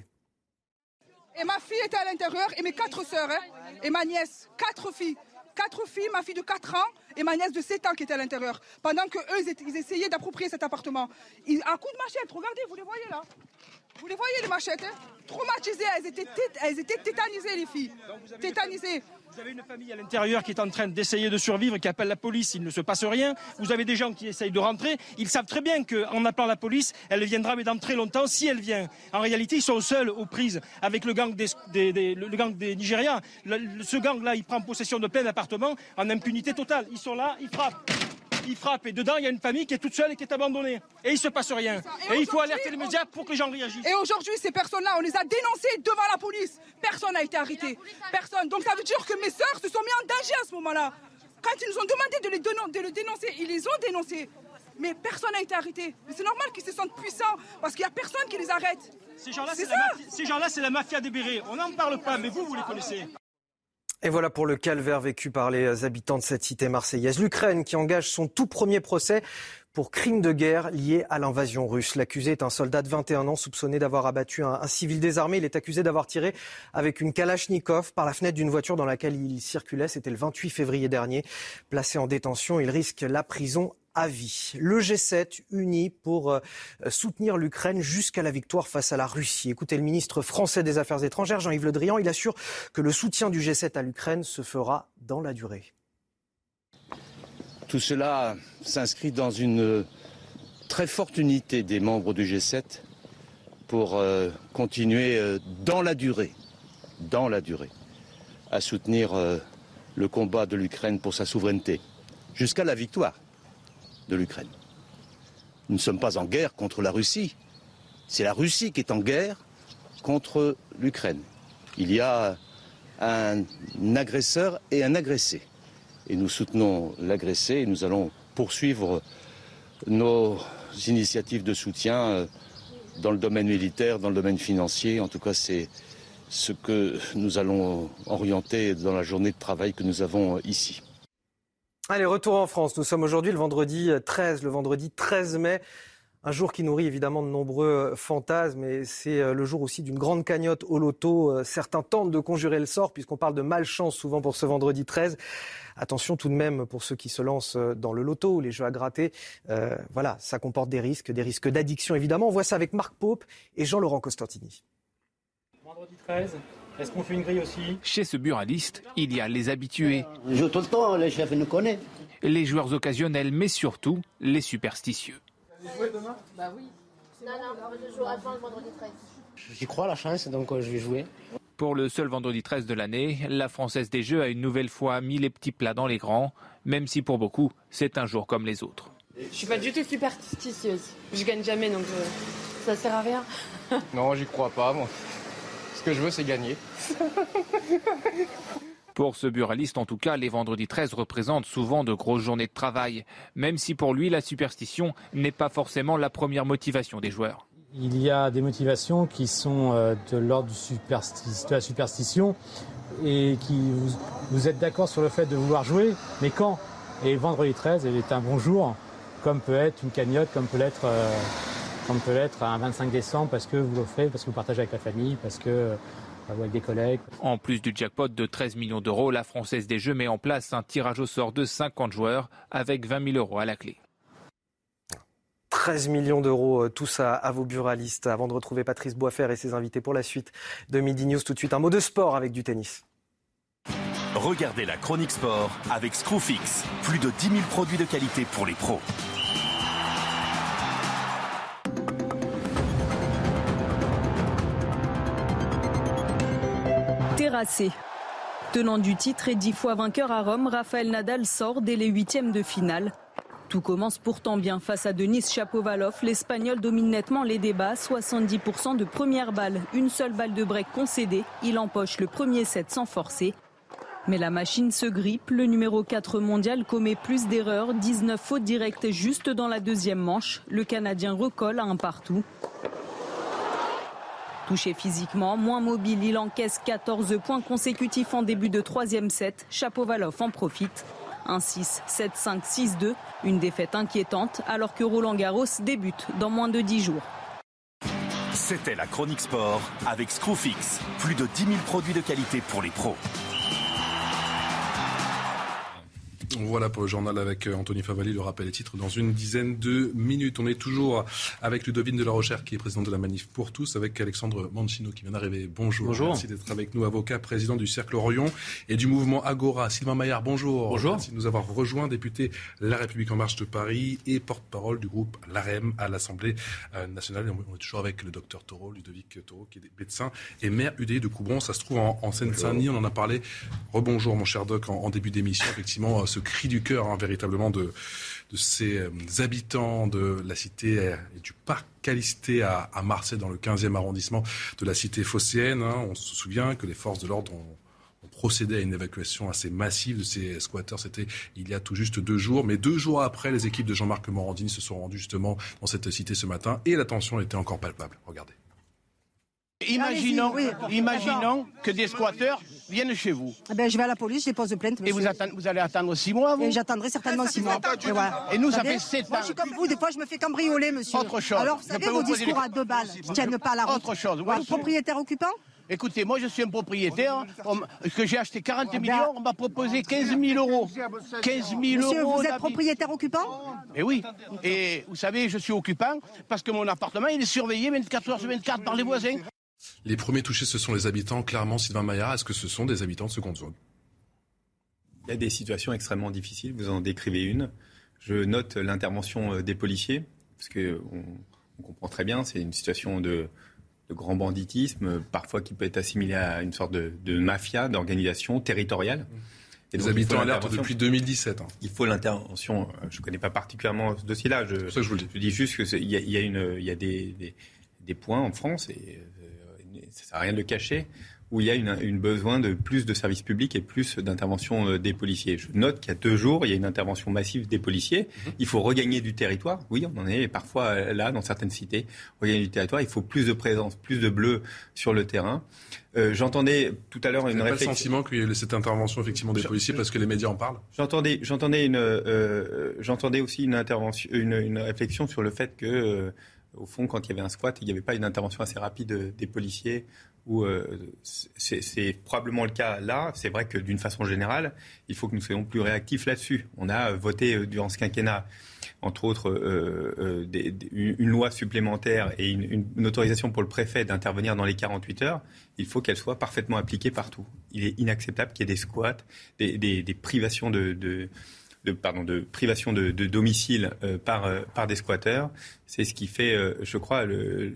Et ma fille était à l'intérieur, et mes 4 sœurs, et ma nièce, 4 filles. 4 filles, ma fille de 4 ans et ma nièce de 7 ans qui était à l'intérieur. Pendant qu'eux, ils essayaient d'approprier cet appartement. À coups de machette, regardez, vous les voyez là. Vous les voyez les machettes, traumatisées, elles étaient tétanisées les filles. Tétanisées. Vous avez une famille à l'intérieur qui est en train d'essayer de survivre, qui appelle la police, il ne se passe rien. Vous avez des gens qui essayent de rentrer. Ils savent très bien qu'en appelant la police, elle viendra, mais dans très longtemps, si elle vient. En réalité, ils sont seuls aux prises avec le gang le gang des Nigérians. Ce gang-là, il prend possession de plein d'appartements en impunité totale. Ils sont là, ils frappent. Ils frappent et dedans il y a une famille qui est toute seule et qui est abandonnée. Et il ne se passe rien. Et il faut alerter les médias pour que les gens réagissent. Et aujourd'hui, ces personnes-là, on les a dénoncées devant la police. Personne n'a été arrêté. Personne. Donc ça veut dire que mes sœurs se sont mis en danger à ce moment-là. Quand ils nous ont demandé de le dénoncer, ils les ont dénoncés. Mais personne n'a été arrêté. Mais c'est normal qu'ils se sentent puissants parce qu'il n'y a personne qui les arrête. Ces gens-là, c'est la mafia des bérets. On n'en parle pas, mais vous les connaissez. Et voilà pour le calvaire vécu par les habitants de cette cité marseillaise. L'Ukraine qui engage son tout premier procès pour crime de guerre lié à l'invasion russe. L'accusé est un soldat de 21 ans soupçonné d'avoir abattu un civil désarmé. Il est accusé d'avoir tiré avec une Kalachnikov par la fenêtre d'une voiture dans laquelle il circulait. C'était le 28 février dernier. Placé en détention, il risque la prison à vie. Le G7 uni pour soutenir l'Ukraine jusqu'à la victoire face à la Russie. Écoutez le ministre français des Affaires étrangères, Jean-Yves Le Drian, il assure que le soutien du G7 à l'Ukraine se fera dans la durée. Tout cela s'inscrit dans une très forte unité des membres du G7 pour continuer dans la durée, à soutenir le combat de l'Ukraine pour sa souveraineté, jusqu'à la victoire de l'Ukraine. Nous ne sommes pas en guerre contre la Russie. C'est la Russie qui est en guerre contre l'Ukraine. Il y a un agresseur et un agressé. Et nous soutenons l'agressé et nous allons poursuivre nos initiatives de soutien dans le domaine militaire, dans le domaine financier. En tout cas, c'est ce que nous allons orienter dans la journée de travail que nous avons ici. Allez, retour en France. Nous sommes aujourd'hui le vendredi 13 mai. Un jour qui nourrit évidemment de nombreux fantasmes et c'est le jour aussi d'une grande cagnotte au loto. Certains tentent de conjurer le sort puisqu'on parle de malchance souvent pour ce vendredi 13. Attention tout de même pour ceux qui se lancent dans le loto ou les jeux à gratter. Voilà, ça comporte des risques d'addiction évidemment. On voit ça avec Marc Paupe et Jean-Laurent Costantini. Vendredi 13. Est-ce qu'on fait une grille aussi ? Chez ce buraliste, il y a les habitués. Je joue tout le temps, le chef nous connaît. Les joueurs occasionnels, mais surtout les superstitieux. Vous jouez demain ? Bah oui. Non, je joue avant le vendredi 13. J'y crois à la chance, donc je vais jouer. Pour le seul vendredi 13 de l'année, la Française des Jeux a une nouvelle fois mis les petits plats dans les grands, même si pour beaucoup, c'est un jour comme les autres. Je suis pas du tout superstitieuse. Je gagne jamais, donc ça sert à rien. Non, j'y crois pas, moi. Ce que je veux, c'est gagner. Pour ce buraliste, en tout cas, les vendredis 13 représentent souvent de grosses journées de travail, même si pour lui, la superstition n'est pas forcément la première motivation des joueurs. Il y a des motivations qui sont de l'ordre de la superstition et qui vous êtes d'accord sur le fait de vouloir jouer, mais quand ? Et vendredi 13 est un bon jour comme peut être une cagnotte, comme peut l'être un 25 décembre parce que vous l'offrez, parce que vous partagez avec la famille, parce que ou avec des collègues. En plus du jackpot de 13 millions d'euros, la Française des Jeux met en place un tirage au sort de 50 joueurs avec 20 000 euros à la clé. 13 millions d'euros, tout ça à vos buralistes. Avant de retrouver Patrice Boisfer et ses invités pour la suite de Midi News, tout de suite un mot de sport avec du tennis. Regardez la chronique sport avec Screwfix. Plus de 10 000 produits de qualité pour les pros. Terrassé. Tenant du titre et 10 fois vainqueur à Rome, Rafael Nadal sort dès les 8e de finale. Tout commence pourtant bien face à Denis Shapovalov. L'Espagnol domine nettement les débats. 70% de première balle, une seule balle de break concédée. Il empoche le premier set sans forcer. Mais la machine se grippe. Le numéro 4 mondial commet plus d'erreurs. 19 fautes directes juste dans la deuxième manche. Le Canadien recolle à un partout. Touché physiquement, moins mobile, il encaisse 14 points consécutifs en début de troisième set. Shapovalov en profite. 1-6, 7-5, 6-2. Une défaite inquiétante alors que Roland Garros débute dans moins de 10 jours. C'était la chronique sport avec Screwfix. Plus de 10 000 produits de qualité pour les pros. Voilà pour le journal avec Anthony Favali, le rappel des titres dans une dizaine de minutes. On est toujours avec Ludovine de la Rochère qui est présidente de la Manif pour tous, avec Alexandre Mancino qui vient d'arriver. Bonjour. Bonjour. Merci d'être avec nous, avocat, président du Cercle Orion et du mouvement Agora. Sylvain Maillard, bonjour. Bonjour. Merci de nous avoir rejoint, député La République En Marche de Paris et porte-parole du groupe l'AREM à l'Assemblée nationale. On est toujours avec le docteur Taureau, Ludovic Taureau, qui est médecin et maire UDI de Coubron. Ça se trouve en Seine-Saint-Denis. On en a parlé. Rebonjour, mon cher doc, en début d'émission. Effectivement, ce cri du cœur, véritablement, de ces habitants de la cité et du parc Calisté à Marseille, dans le 15e arrondissement de la cité phocéenne. On se souvient que les forces de l'ordre ont procédé à une évacuation assez massive de ces squatteurs. C'était il y a tout juste 2 jours. Mais 2 jours après, les équipes de Jean-Marc Morandini se sont rendues justement dans cette cité ce matin et la tension était encore palpable. Regardez. Imaginons que des squatteurs viennent chez vous. Eh ben, je vais à la police, je dépose plainte. Monsieur. Et vous allez attendre 6 mois, vous? Et j'attendrai certainement 6 mois. Et, voilà. Et nous, ça fait 7 ans. Moi, je suis comme vous, des fois, je me fais cambrioler, monsieur. Autre chose. Alors, vous savez, vos discours à 2 balles ne tiennent pas la route. Autre chose. Vous êtes propriétaire occupant? Écoutez, moi, je suis un propriétaire que j'ai acheté 40 millions. On m'a proposé 15 000 euros. 15 000 monsieur, euros. Vous êtes propriétaire occupant? Eh oui. Et vous savez, je suis occupant parce que mon appartement, il est surveillé 24 heures sur 24 par les voisins. Les premiers touchés, ce sont les habitants. Clairement, Sylvain Maillard, est-ce que ce sont des habitants de seconde zone? Il y a des situations extrêmement difficiles, vous en décrivez une. Je note l'intervention des policiers, parce qu'on comprend très bien, c'est une situation de grand banditisme, parfois qui peut être assimilé à une sorte de mafia, d'organisation territoriale. Et les habitants alertent depuis 2017. Il faut l'intervention. Je ne connais pas particulièrement ce dossier-là. C'est ça que je vous le dis. Je dis juste qu'il y a des points en France, et ça ne sert à rien de le cacher, où il y a une besoin de plus de services publics et plus d'intervention des policiers. Je note qu'il y a 2 jours, il y a une intervention massive des policiers. Il faut regagner du territoire. Oui, on en est parfois là, dans certaines cités. Regagner du territoire, il faut plus de présence, plus de bleu sur le terrain. J'entendais tout à l'heure une réflexion. Vous n'avez pas le sentiment qu'il y a eu cette intervention effectivement des policiers parce que les médias en parlent? J'entendais aussi une réflexion sur le fait que, au fond, quand il y avait un squat, il n'y avait pas une intervention assez rapide des policiers. C'est probablement le cas là. C'est vrai que d'une façon générale, il faut que nous soyons plus réactifs là-dessus. On a voté durant ce quinquennat, entre autres, une loi supplémentaire et une autorisation pour le préfet d'intervenir dans les 48 heures. Il faut qu'elle soit parfaitement appliquée partout. Il est inacceptable qu'il y ait des squats, des privations de privation de domicile par des squatteurs. C'est ce qui fait, je crois,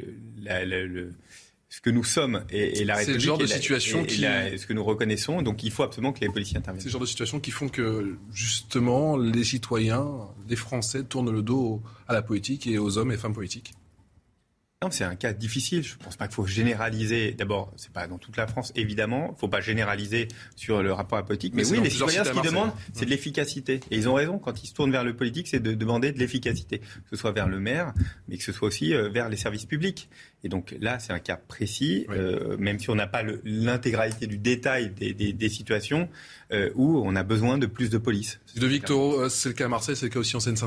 ce que nous sommes et la République. C'est le genre de situation ce que nous reconnaissons. Donc il faut absolument que les policiers interviennent. C'est le genre de situation qui font que, justement, les citoyens, les Français, tournent le dos à la politique et aux hommes et femmes politiques. Non, c'est un cas difficile. Je ne pense pas qu'il faut généraliser. D'abord, c'est pas dans toute la France, évidemment. Il ne faut pas généraliser sur le rapport à la politique. Mais oui, les citoyens, ce qu'ils demandent, c'est de l'efficacité. Et ils ont raison. Quand ils se tournent vers le politique, c'est de demander de l'efficacité. Que ce soit vers le maire, mais que ce soit aussi vers les services publics. Et donc là, c'est un cas précis, même si on n'a pas l'intégralité du détail des situations où on a besoin de plus de police. De Victor, c'est le cas à Marseille, c'est le cas aussi en Seine-Saint-Denis?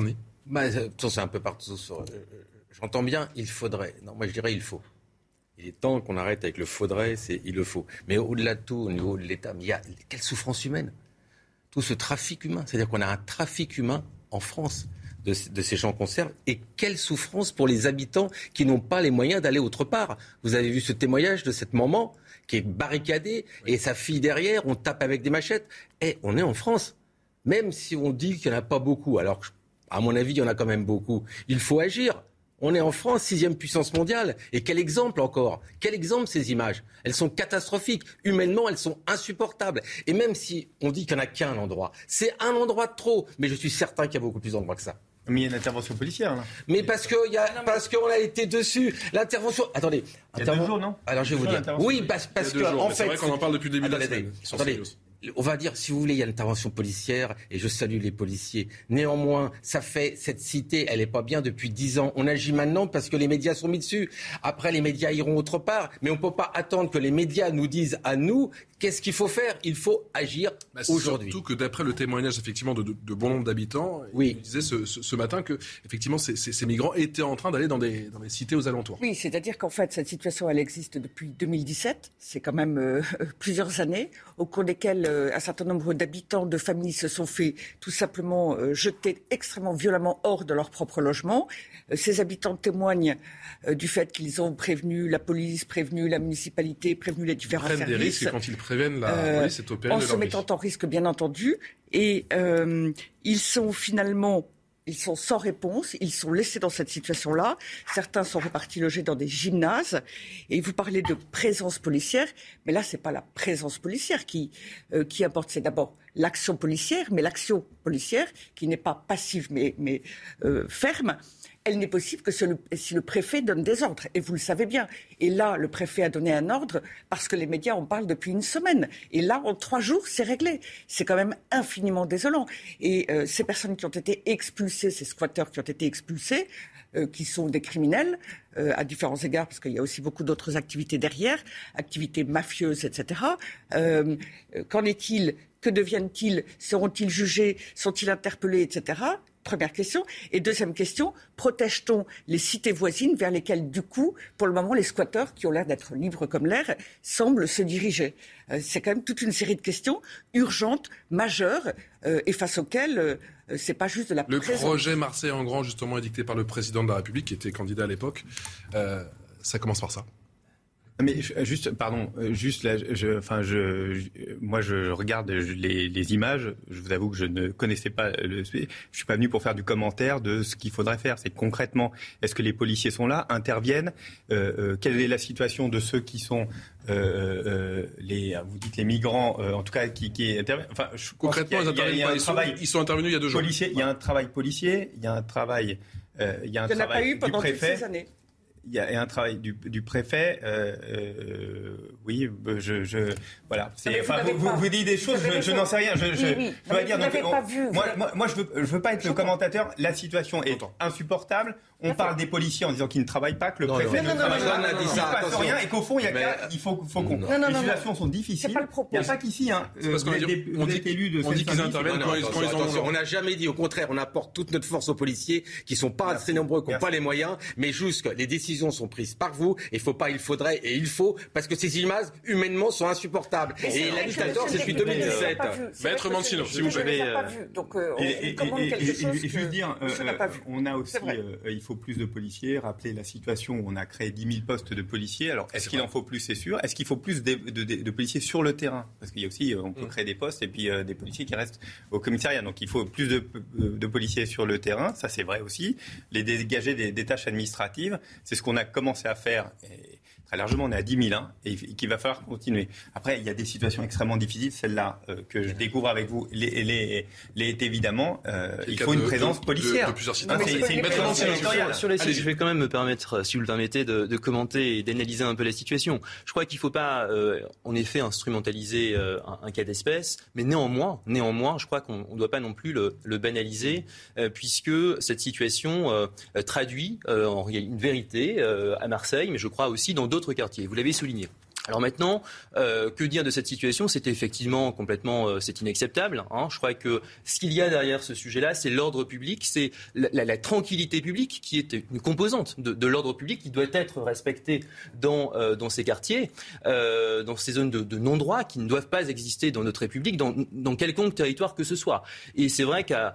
C'est un peu partout. J'entends bien, il faudrait. Non, moi je dirais il faut. Il est temps qu'on arrête avec le faudrait, c'est il le faut. Mais au-delà de tout, au niveau de l'État, il y a quelle souffrance humaine. Tout ce trafic humain. C'est-à-dire qu'on a un trafic humain en France de ces gens qu'on serve. Et quelle souffrance pour les habitants qui n'ont pas les moyens d'aller autre part. Vous avez vu ce témoignage de cette maman qui est barricadée et sa fille derrière, on tape avec des machettes. Et on est en France. Même si on dit qu'il n'y en a pas beaucoup, alors à mon avis, il y en a quand même beaucoup. Il faut agir. On est en France, 6e puissance mondiale. Et quel exemple encore ? Quel exemple ces images ? Elles sont catastrophiques. Humainement, elles sont insupportables. Et même si on dit qu'il n'y en a qu'un endroit, c'est un endroit de trop. Mais je suis certain qu'il y a beaucoup plus d'endroits que ça. Mais il y a une intervention policière, là. Mais parce qu'on a été dessus. L'intervention... Attendez. Il y a 2 jours, non ? Alors, je vais vous dire. Oui, parce que... En fait, c'est vrai qu'on en parle depuis le début de la semaine. Attendez. On va dire, si vous voulez, il y a l'intervention policière et je salue les policiers. Néanmoins, cette cité, elle n'est pas bien depuis 10 ans. On agit maintenant parce que les médias sont mis dessus. Après, les médias iront autre part. Mais on ne peut pas attendre que les médias nous disent à nous qu'est-ce qu'il faut faire. Il faut agir aujourd'hui. Surtout que d'après le témoignage effectivement de bon nombre d'habitants, il disait ce matin que effectivement ces migrants étaient en train d'aller dans les cités aux alentours. Oui, c'est-à-dire qu'en fait cette situation elle existe depuis 2017. C'est quand même plusieurs années au cours desquelles un certain nombre d'habitants, de familles se sont fait tout simplement jeter extrêmement violemment hors de leur propre logement. Ces habitants témoignent du fait qu'ils ont prévenu la police, prévenu la municipalité, prévenu les différents services. Ils prennent des risques quand ils préviennent la police, c'est au péril de leur vie. En se mettant en risque, bien entendu. Et ils sont sans réponse, ils sont laissés dans cette situation-là. Certains sont repartis loger dans des gymnases. Et vous parlez de présence policière, mais là, c'est pas la présence policière qui importe. C'est d'abord l'action policière, mais l'action policière qui n'est pas passive, mais ferme. Elle n'est possible que si le préfet donne des ordres. Et vous le savez bien. Et là, le préfet a donné un ordre parce que les médias en parlent depuis une semaine. Et là, en 3 jours, c'est réglé. C'est quand même infiniment désolant. Et ces personnes qui ont été expulsées, ces squatteurs qui ont été expulsés, qui sont des criminels à différents égards, parce qu'il y a aussi beaucoup d'autres activités derrière, activités mafieuses, etc. Qu'en est-il ? Que deviennent-ils ? Seront-ils jugés ? Sont-ils interpellés, etc. Première question. Et deuxième question, protège-t-on les cités voisines vers lesquelles, du coup, pour le moment, les squatteurs, qui ont l'air d'être libres comme l'air, semblent se diriger ? C'est quand même toute une série de questions urgentes, majeures, et face auxquelles c'est pas juste de la présence. Le projet Marseille en grand, justement, est dicté par le président de la République, qui était candidat à l'époque. Ça commence par ça. Mais juste, pardon, juste là, moi je regarde les images. Je vous avoue que je ne connaissais pas je suis pas venu pour faire du commentaire de ce qu'il faudrait faire. C'est concrètement, est-ce que les policiers sont là, interviennent, quelle est la situation de ceux qui sont vous dites les migrants, en tout cas qui interviennent. Enfin, concrètement, ils sont intervenus il y a 2 jours. Il y a un travail policier, il y a un travail, du préfet. Il y a un travail du préfet. Oui, voilà. Vous dites des choses, je n'en sais rien. Je dois dire. Moi, je veux pas être le commentateur. La situation est insupportable. On parle des policiers en disant qu'ils ne travaillent pas, que le préfet ne travaille pas, qu'il ne se passe rien, et qu'au fond, il faut qu'on. Les situations sont difficiles. C'est pas le propos. Il n'y a pas qu'ici. On dit qu'ils interviennent quand ils ont. On n'a jamais dit. Au contraire, on apporte toute notre force aux policiers qui sont pas assez nombreux, qui n'ont pas les moyens, mais juste que les décisions sont prises par vous. Il faudrait et il faut, parce que ces images humainement sont insupportables. Et la dictature, c'est depuis 2017. Maître Mancino, si vous plaît. Donc, juste dire, on a aussi, il faut plus de policiers. Rappelez la situation où on a créé 10 000 postes de policiers. Alors, est-ce qu'il en faut plus ? C'est sûr. Est-ce qu'il faut plus de policiers sur le terrain ? Parce qu'il y a aussi, on peut créer des postes et puis des policiers qui restent au commissariat. Donc, il faut plus de policiers sur le terrain. Ça, c'est vrai aussi. Les dégager des tâches administratives, c'est ce qu'on a commencé à faire. Et très largement, on est à 10 000 et qu'il va falloir continuer. Après, il y a des situations extrêmement difficiles. Celle-là que je découvre avec vous l'est évidemment. Il faut une présence policière. De plusieurs sites. Sur les sites, je vais quand même me permettre, si vous le permettez, de commenter et d'analyser un peu la situation. Je crois qu'il ne faut pas, en effet, instrumentaliser un cas d'espèce, mais néanmoins, je crois qu'on ne doit pas non plus le banaliser, puisque cette situation traduit une vérité à Marseille, mais je crois aussi dans d'autres quartiers. Vous l'avez souligné. Alors maintenant, que dire de cette situation ? C'est effectivement complètement, c'est inacceptable. Je crois que ce qu'il y a derrière ce sujet-là, c'est l'ordre public, c'est la tranquillité publique qui est une composante de l'ordre public qui doit être respectée dans ces quartiers, dans ces zones de non-droit qui ne doivent pas exister dans notre République, dans quelconque territoire que ce soit. Et c'est vrai quand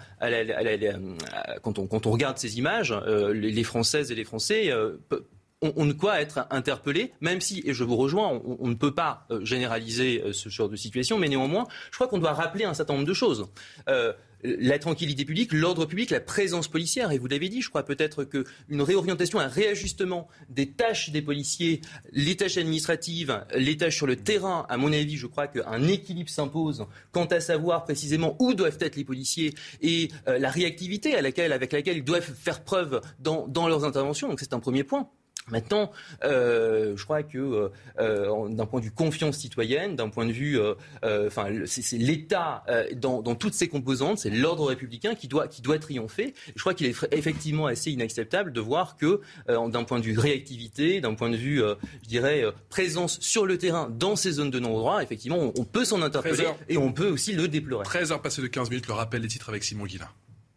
on regarde ces images, les Françaises et les Français on de quoi être interpellé, même si, et je vous rejoins, on ne peut pas généraliser ce genre de situation, mais néanmoins, je crois qu'on doit rappeler un certain nombre de choses. La tranquillité publique, l'ordre public, la présence policière, et vous l'avez dit, je crois peut-être qu'une réorientation, un réajustement des tâches des policiers, les tâches administratives, les tâches sur le terrain, à mon avis, je crois qu'un équilibre s'impose quant à savoir précisément où doivent être les policiers et la réactivité avec laquelle ils doivent faire preuve dans leurs interventions, donc c'est un premier point. Maintenant, je crois que d'un point de vue confiance citoyenne, d'un point de vue, c'est l'État dans toutes ses composantes, c'est l'ordre républicain qui doit triompher. Je crois qu'il est effectivement assez inacceptable de voir que, d'un point de vue réactivité, d'un point de vue, présence sur le terrain dans ces zones de non-droit, effectivement, on peut s'en interpeller et on peut aussi le déplorer. 13h passées de 15 minutes, le rappel des titres avec Simon Guillain.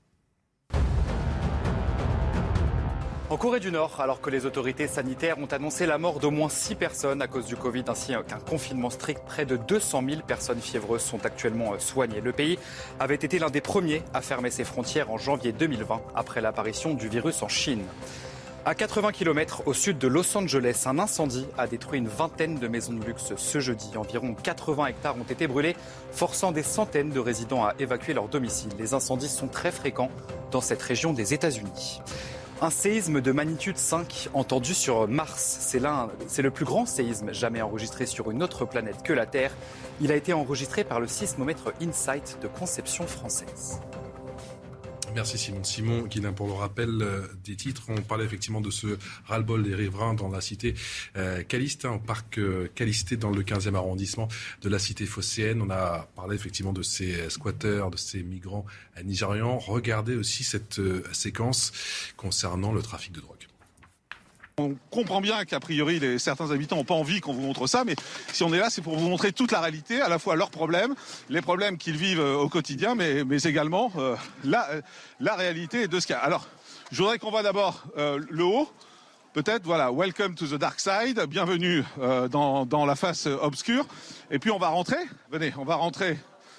En Corée du Nord, alors que les autorités sanitaires ont annoncé la mort d'au moins 6 personnes à cause du Covid ainsi qu'un confinement strict, près de 200 000 personnes fiévreuses sont actuellement soignées. Le pays avait été l'un des premiers à fermer ses frontières en janvier 2020 après l'apparition du virus en Chine. À 80 km au sud de Los Angeles, un incendie a détruit une vingtaine de maisons de luxe ce jeudi. Environ 80 hectares ont été brûlés, forçant des centaines de résidents à évacuer leur domicile. Les incendies sont très fréquents dans cette région des États-Unis. Un séisme de magnitude 5 entendu sur Mars. C'est le plus grand séisme jamais enregistré sur une autre planète que la Terre. Il a été enregistré par le sismomètre InSight de conception française. Merci Simon Guillain pour le rappel des titres. On parlait effectivement de ce ras-le-bol des riverains dans la cité Caliste, au parc Calisté dans le 15e arrondissement de la cité phocéenne. On a parlé effectivement de ces squatteurs, de ces migrants nigérians. Regardez aussi cette séquence concernant le trafic de drogue. On comprend bien qu'a priori, certains habitants n'ont pas envie qu'on vous montre ça, mais si on est là, c'est pour vous montrer toute la réalité, à la fois leurs problèmes, les problèmes qu'ils vivent au quotidien, mais également la réalité de ce qu'il y a. Alors, je voudrais qu'on voit d'abord le haut. Peut-être, voilà, welcome to the dark side, bienvenue dans la face obscure. Et puis on va rentrer, venez, on va rentrer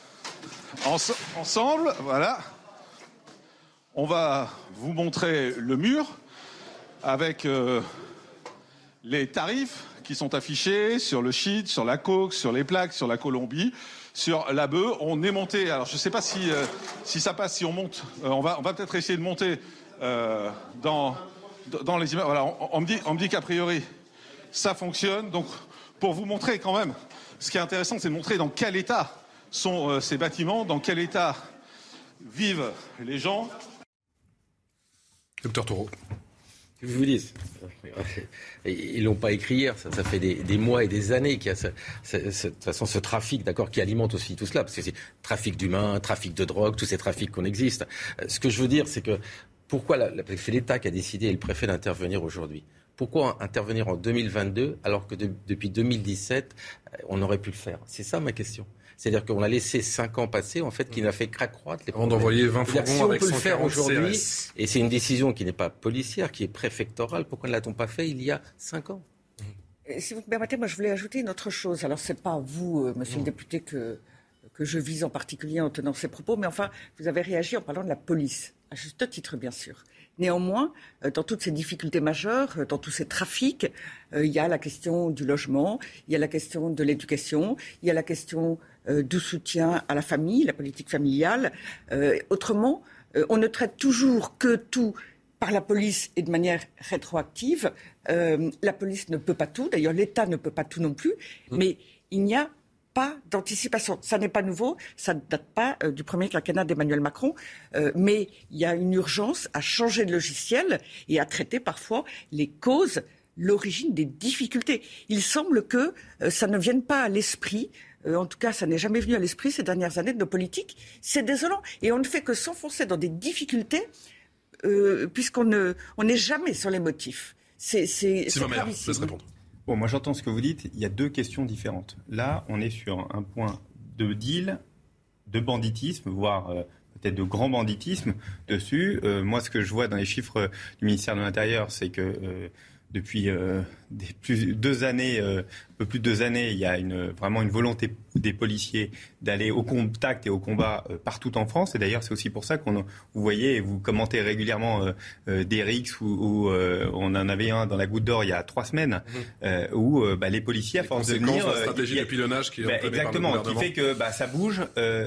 ensemble, voilà. On va vous montrer le mur avec les tarifs qui sont affichés sur le shit, sur la coke, sur les plaques, sur la Colombie, sur la bœuf. On est monté, alors je ne sais pas si ça passe, si on monte, on va peut-être essayer de monter dans les immeubles. Voilà, on me dit qu'a priori ça fonctionne. Donc pour vous montrer quand même, ce qui est intéressant, c'est de montrer dans quel état sont ces bâtiments, dans quel état vivent les gens. Docteur Taureau. Que je vous dise, ils l'ont pas écrit hier, ça fait des mois et des années qu'il y a de toute façon ce trafic, d'accord, qui alimente aussi tout cela, parce que c'est trafic d'humains, trafic de drogue, tous ces trafics qu'on existe. Ce que je veux dire, c'est que pourquoi c'est l'État qui a décidé et le préfet d'intervenir aujourd'hui. Pourquoi intervenir en 2022 alors que depuis 2017 on aurait pu le faire? C'est ça ma question. C'est-à-dire qu'on a laissé 5 ans passer, en fait, qui n'a fait qu'accroître les problèmes. On d'envoyer 20 fourgons si on avec peut le faire aujourd'hui, CRS. et c'est une décision qui n'est pas policière, qui est préfectorale, pourquoi ne l'a-t-on pas fait il y a 5 ans? Si vous me permettez, moi je voulais ajouter une autre chose. Alors c'est pas vous, monsieur le député, que je vise en particulier en tenant ces propos, mais enfin, vous avez réagi en parlant de la police, à juste titre bien sûr. Néanmoins, dans toutes ces difficultés majeures, dans tous ces trafics, il y a la question du logement, il y a la question de l'éducation, il y a la question du soutien à la famille, la politique familiale. Autrement, on ne traite toujours que tout par la police et de manière rétroactive. La police ne peut pas tout, d'ailleurs l'État ne peut pas tout non plus, mais il n'y a pas d'anticipation. Ça n'est pas nouveau, ça ne date pas du premier quinquennat d'Emmanuel Macron, mais il y a une urgence à changer de logiciel et à traiter parfois les causes, l'origine des difficultés. Il semble que ça ne vienne pas à l'esprit, en tout cas ça n'est jamais venu à l'esprit ces dernières années de nos politiques. C'est désolant et on ne fait que s'enfoncer dans des difficultés puisqu'on n'est jamais sur les motifs. C'est ma mère, je laisse répondre. Bon, moi j'entends ce que vous dites. Il y a deux questions différentes. Là, on est sur un point de deal, de banditisme, voire peut-être de grand banditisme dessus. Moi, ce que je vois dans les chiffres du ministère de l'Intérieur, c'est que depuis un peu plus de 2 années, il y a vraiment une volonté des policiers d'aller au contact et au combat partout en France. Et d'ailleurs, c'est aussi pour ça vous voyez, et vous commentez régulièrement des rixes où on en avait un dans la Goutte d'Or il y a 3 semaines, où les policiers, à force de venir... la stratégie de pilonnage qui est exactement, qui fait que ça bouge.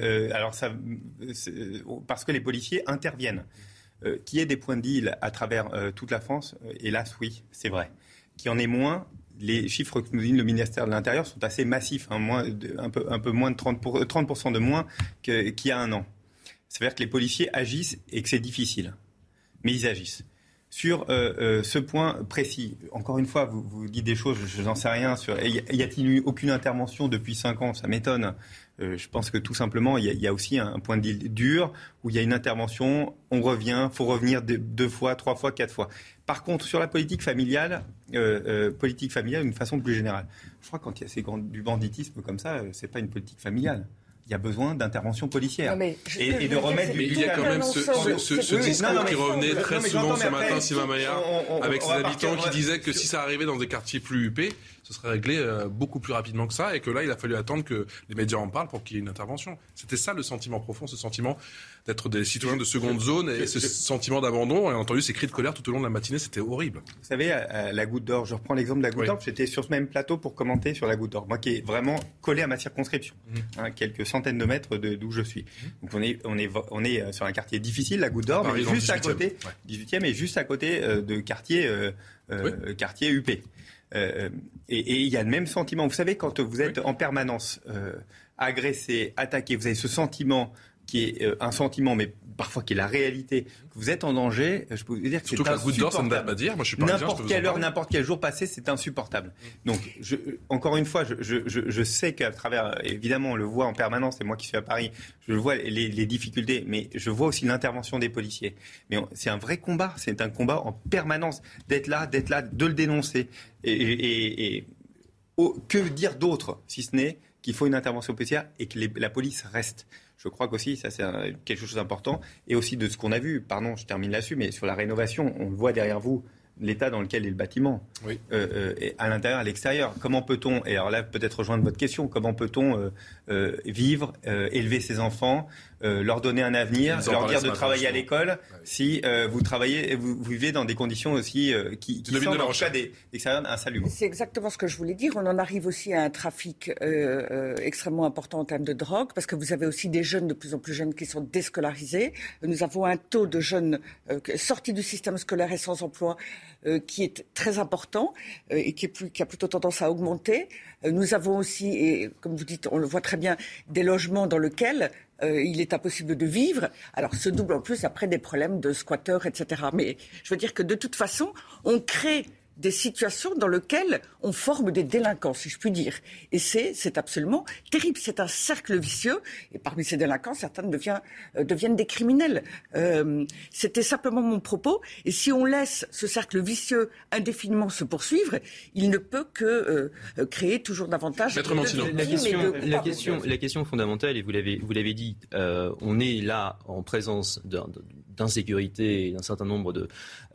Parce que les policiers interviennent. Qu'il y ait des points de deal à travers toute la France, hélas, oui, c'est vrai. Qu'il y en ait moins, les chiffres que nous dit le ministère de l'Intérieur sont assez massifs, un peu moins de 30% de moins qu'il y a un an. Ça veut dire que les policiers agissent et que c'est difficile. Mais ils agissent. Sur ce point précis, encore une fois, vous dites des choses, je n'en sais rien. Y a-t-il eu aucune intervention depuis 5 ans ? Ça m'étonne. Je pense que tout simplement, il y a aussi un point de deal dur où il y a une intervention, on revient, il faut revenir 2 fois, 3 fois, 4 fois. Par contre, sur la politique familiale, d'une façon plus générale, je crois que quand il y a du banditisme comme ça, c'est pas une politique familiale. Il y a besoin d'intervention policière et de remettre du... Il y a quand même ce discours qui revenait très souvent ce matin, Sylvain Maillard, avec ses habitants qui disaient que si ça arrivait dans des quartiers plus huppés, ce serait réglé beaucoup plus rapidement que ça, et que là, il a fallu attendre que les médias en parlent pour qu'il y ait une intervention. C'était ça le sentiment profond, ce sentiment d'être des citoyens de seconde zone, et ce sentiment d'abandon. Et on a entendu ces cris de colère tout au long de la matinée, c'était horrible. Vous savez, la Goutte d'Or, je reprends l'exemple de la Goutte d'Or, j'étais sur ce même plateau pour commenter sur la Goutte d'Or, moi qui est vraiment collé à ma circonscription, quelques centaines de mètres d'où je suis. Donc on est sur un quartier difficile, la Goutte d'Or, mais juste à côté, 18e, et juste à côté de quartier UP. Et il y a le même sentiment. Vous savez, quand vous êtes en permanence agressé, attaqué, vous avez ce sentiment qui est un sentiment, mais parfois qui est la réalité, que vous êtes en danger, je peux vous dire que surtout c'est insupportable. Surtout que la Goutte d'Or, ça ne date pas dire. Moi, je suis parisien, n'importe quelle heure, n'importe quel jour passé, c'est insupportable. Donc, encore une fois, je sais qu'à travers, évidemment, on le voit en permanence, et moi qui suis à Paris, je vois les difficultés, mais je vois aussi l'intervention des policiers. Mais c'est un vrai combat, c'est un combat en permanence, d'être là, de le dénoncer. Que dire d'autre, si ce n'est qu'il faut une intervention policière et que la police reste. Je crois qu'aussi, ça c'est quelque chose d'important. Et aussi de ce qu'on a vu, pardon, je termine là-dessus, mais sur la rénovation, on le voit derrière vous, l'état dans lequel est le bâtiment, à l'intérieur, à l'extérieur. Comment peut-on, et alors là peut-être rejoindre votre question, comment peut-on vivre, élever ses enfants, leur donner un avenir, leur dire de travailler à l'école, si vous vivez dans des conditions aussi qui sont en tout cas d'extérieur insalubres. C'est exactement ce que je voulais dire. On en arrive aussi à un trafic extrêmement important en termes de drogue, parce que vous avez aussi des jeunes de plus en plus jeunes qui sont déscolarisés. Nous avons un taux de jeunes sortis du système scolaire et sans emploi qui est très important et qui a plutôt tendance à augmenter. Nous avons aussi, et comme vous dites, on le voit très bien, des logements dans lesquels il est impossible de vivre. Alors, se double en plus après des problèmes de squatteurs, etc. Mais je veux dire que de toute façon, on crée des situations dans lesquelles on forme des délinquants, si je puis dire. Et c'est absolument terrible. C'est un cercle vicieux. Et parmi ces délinquants, certains deviennent des criminels. C'était simplement mon propos. Et si on laisse ce cercle vicieux indéfiniment se poursuivre, il ne peut que créer toujours davantage de la question fondamentale, et vous l'avez dit, on est là en présence d'insécurité et d'un certain nombre de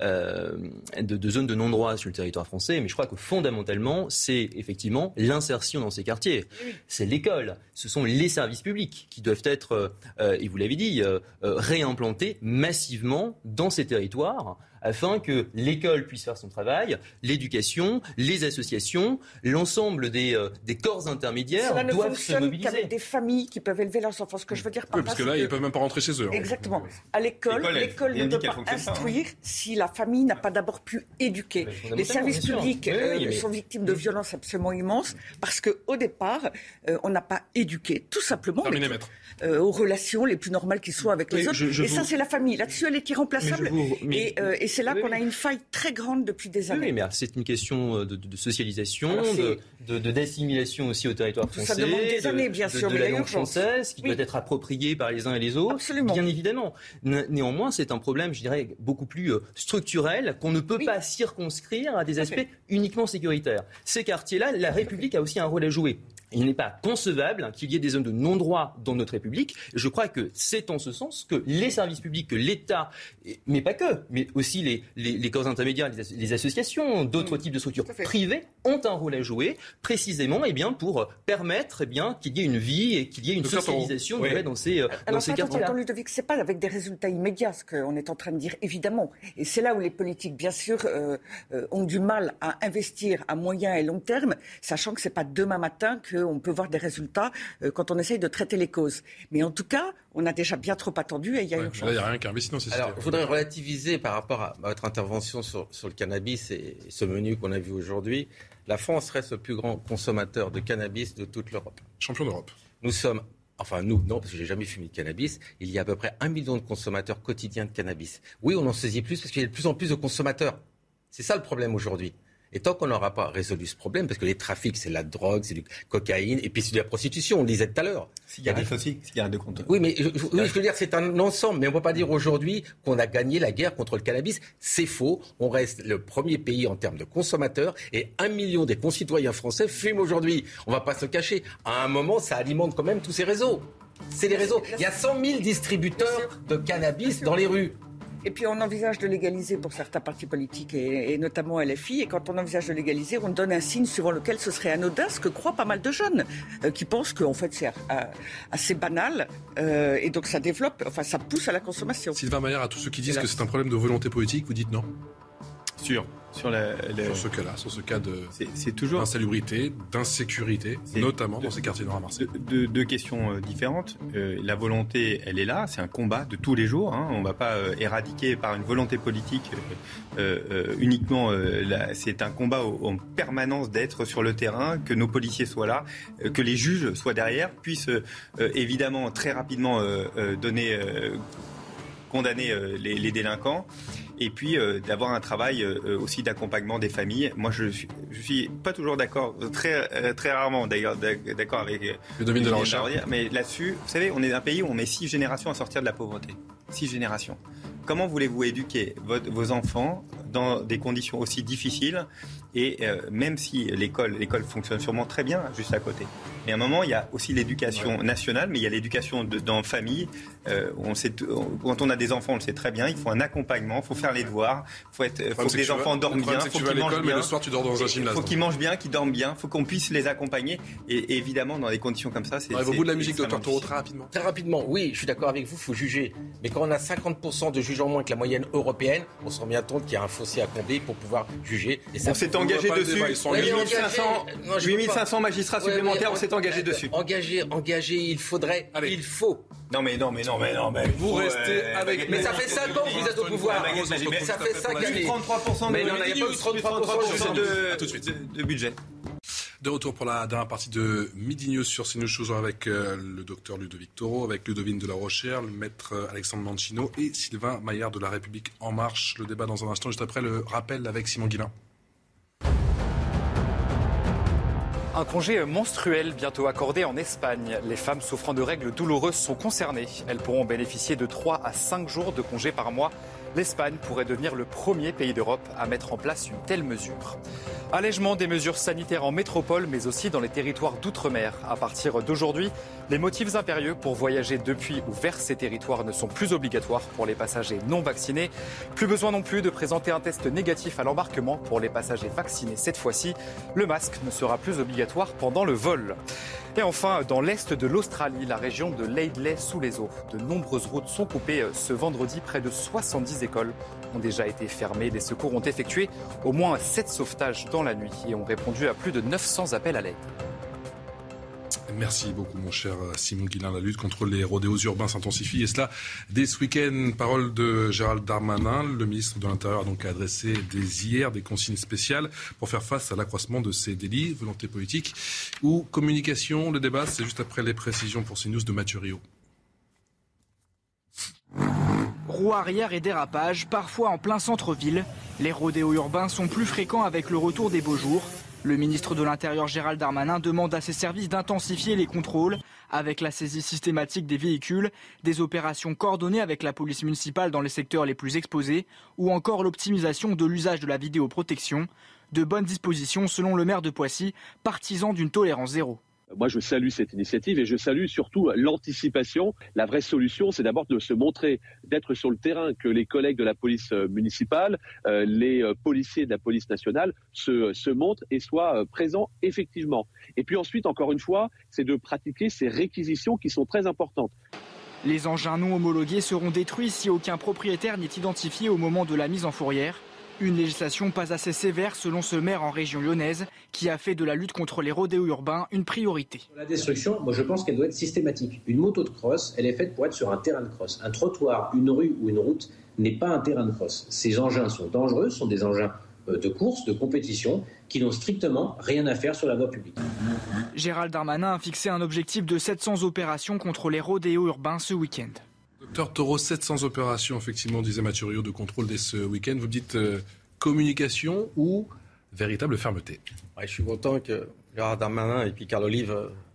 zones de non-droit sur le territoire français, mais je crois que fondamentalement, c'est effectivement l'insertion dans ces quartiers. C'est l'école, ce sont les services publics qui doivent être, et vous l'avez dit, réimplantés massivement dans ces territoires, afin que l'école puisse faire son travail, l'éducation, les associations, l'ensemble des corps intermédiaires doivent se mobiliser. Ça ne fonctionne qu'avec des familles qui peuvent élever leurs enfants. Ce que je veux dire par là, parce que là, ils ne peuvent même pas rentrer chez eux. Exactement. À l'école ne peut pas instruire si la famille n'a pas d'abord pu éduquer. Les services publics sont victimes de violences absolument immenses parce qu'au départ, on n'a pas éduqué, tout simplement, aux relations les plus normales qui soient avec les autres. Et ça, c'est la famille. Là-dessus, elle est irremplaçable. Et c'est là qu'on a une faille très grande depuis des années. Oui, mais c'est une question de socialisation, d'assimilation aussi au territoire français. Ça demande des années, bien sûr, de la langue française, qui doit être appropriée par les uns et les autres. Absolument. Bien évidemment. Néanmoins, c'est un problème, je dirais, beaucoup plus structurel, qu'on ne peut pas circonscrire à des aspects uniquement sécuritaires. Ces quartiers-là, la République a aussi un rôle à jouer. Il n'est pas concevable qu'il y ait des zones de non-droit dans notre République. Je crois que c'est en ce sens que les services publics, que l'État, mais pas que, mais aussi les corps intermédiaires, les associations, d'autres types de structures privées ont un rôle à jouer, précisément pour permettre qu'il y ait une vie et qu'il y ait une socialisation dans ces quartiers-là. Alors, Ludovic, c'est pas avec des résultats immédiats ce qu'on est en train de dire, évidemment. Et c'est là où les politiques, bien sûr, ont du mal à investir à moyen et long terme, sachant que c'est pas demain matin qu'on peut voir des résultats quand on essaye de traiter les causes. Mais en tout cas, on a déjà bien trop attendu et il y a urgence. Là, il n'y a rien qui investi dans ces systèmes. Alors, je voudrais relativiser par rapport à votre intervention sur le cannabis et ce menu qu'on a vu aujourd'hui. La France reste le plus grand consommateur de cannabis de toute l'Europe. Champion d'Europe. Nous sommes... Enfin, nous, non, parce que je n'ai jamais fumé de cannabis. Il y a à peu près 1 million de consommateurs quotidiens de cannabis. Oui, on en saisit plus parce qu'il y a de plus en plus de consommateurs. C'est ça le problème aujourd'hui. Et tant qu'on n'aura pas résolu ce problème, parce que les trafics, c'est la drogue, c'est du cocaïne, et puis c'est de la prostitution, on le disait tout à l'heure. Cigarettes aussi, cigarettes de compte. Oui, mais je veux dire, c'est un ensemble. Mais on ne peut pas dire aujourd'hui qu'on a gagné la guerre contre le cannabis. C'est faux. On reste le premier pays en termes de consommateurs, et 1 million des concitoyens français fument aujourd'hui. On ne va pas se cacher. À un moment, ça alimente quand même tous ces réseaux. C'est les réseaux. Il y a 100 000 distributeurs de cannabis dans les rues. Et puis on envisage de légaliser pour certains partis politiques et notamment LFI. Et quand on envisage de légaliser, on donne un signe suivant lequel ce serait anodin, ce que croient pas mal de jeunes qui pensent qu'en fait c'est assez banal et donc ça développe, ça pousse à la consommation. Sylvain Maillard, à tous ceux qui disent que c'est un problème de volonté politique, vous dites non ? Sur ce cas c'est toujours d'insalubrité, d'insécurité, notamment dans ces quartiers noirs à Marseille. Deux questions différentes. La volonté, elle est là, c'est un combat de tous les jours. On ne va pas éradiquer par une volonté politique uniquement. C'est un combat en permanence d'être sur le terrain, que nos policiers soient là, que les juges soient derrière, puissent évidemment très rapidement condamner les délinquants. Et puis d'avoir un travail aussi d'accompagnement des familles. Moi, je suis pas toujours d'accord, très rarement d'ailleurs d'accord avec le domaine de la recherche. Mais là-dessus, vous savez, on est un pays où on met 6 générations à sortir de la pauvreté. 6 générations. Comment voulez-vous éduquer vos enfants dans des conditions aussi difficiles et même si l'école fonctionne sûrement très bien juste à côté. Mais à un moment, il y a aussi l'éducation nationale, mais il y a l'éducation dans famille. Quand on a des enfants, on le sait très bien, il faut un accompagnement, il faut faire les devoirs, faut que les enfants dorment bien, il faut qu'ils mangent bien. Mais le soir, tu dors dans un gymnase. Il faut qu'ils mangent bien, qu'ils dorment bien, il faut qu'on puisse les accompagner. Et évidemment, dans des conditions comme ça, c'est... On arrive au bout de la musique, Dr Taureau, très rapidement. Très rapidement, oui, je suis d'accord avec vous, il faut juger. Mais quand on a 50% de juges en moins que la moyenne européenne, on se rend bien compte qu'il y a un fossé à combler pour pouvoir juger. Et ça, on s'est engagé dessus. 8500 magistrats supplémentaires, on s'est engagé dessus. Engagé, il faudrait. Allez. Il faut. Non mais. Vous restez avec. Mais ça fait 5 ans que vous êtes au pouvoir. Mais ça fait 5 années. 33% mais il n'y a pas eu 33% de budget. De retour pour la dernière partie de Midi News sur CNews, toujours avec le docteur Ludovic Taureau, avec Ludovine de la Rochère, le maître Alexandre Mancino et Sylvain Maillard de La République En Marche. Le débat dans un instant, juste après le rappel avec Simon Guillain. Un congé menstruel bientôt accordé en Espagne. Les femmes souffrant de règles douloureuses sont concernées. Elles pourront bénéficier de 3 à 5 jours de congé par mois. L'Espagne pourrait devenir le premier pays d'Europe à mettre en place une telle mesure. Allègement des mesures sanitaires en métropole, mais aussi dans les territoires d'outre-mer. À partir d'aujourd'hui, les motifs impérieux pour voyager depuis ou vers ces territoires ne sont plus obligatoires pour les passagers non vaccinés. Plus besoin non plus de présenter un test négatif à l'embarquement pour les passagers vaccinés. Cette fois-ci, le masque ne sera plus obligatoire pendant le vol. Et enfin, dans l'est de l'Australie, la région de Laidley sous les eaux. De nombreuses routes sont coupées ce vendredi. Près de 70 écoles ont déjà été fermées. Des secours ont effectué au moins 7 sauvetages dans la nuit et ont répondu à plus de 900 appels à l'aide. Merci beaucoup mon cher Simon Guillain. La lutte contre les rodéos urbains s'intensifie et cela dès ce week-end. Parole de Gérald Darmanin. Le ministre de l'Intérieur a donc adressé dès hier des consignes spéciales pour faire face à l'accroissement de ces délits. Volonté politique ou communication. Le débat, c'est juste après les précisions pour CNews de Mathieu Rio. Roues arrière et dérapages, parfois en plein centre-ville. Les rodéos urbains sont plus fréquents avec le retour des beaux jours. Le ministre de l'Intérieur Gérald Darmanin demande à ses services d'intensifier les contrôles avec la saisie systématique des véhicules, des opérations coordonnées avec la police municipale dans les secteurs les plus exposés ou encore l'optimisation de l'usage de la vidéoprotection. De bonnes dispositions selon le maire de Poissy, partisan d'une tolérance zéro. Moi, je salue cette initiative et je salue surtout l'anticipation. La vraie solution, c'est d'abord de se montrer, d'être sur le terrain, que les collègues de la police municipale, les policiers de la police nationale se montrent et soient présents effectivement. Et puis ensuite, encore une fois, c'est de pratiquer ces réquisitions qui sont très importantes. Les engins non homologués seront détruits si aucun propriétaire n'est identifié au moment de la mise en fourrière. Une législation pas assez sévère selon ce maire en région lyonnaise qui a fait de la lutte contre les rodéos urbains une priorité. La destruction, moi je pense qu'elle doit être systématique. Une moto de cross, elle est faite pour être sur un terrain de cross. Un trottoir, une rue ou une route n'est pas un terrain de cross. Ces engins sont dangereux, ce sont des engins de course, de compétition, qui n'ont strictement rien à faire sur la voie publique. Gérald Darmanin a fixé un objectif de 700 opérations contre les rodéos urbains ce week-end. Docteur Taureau, 700 opérations, effectivement, disait Mathurio, de contrôle dès ce week-end. Vous me dites communication ou véritable fermeté? Ouais, je suis content que Gérard Darmanin et puis Carl Olive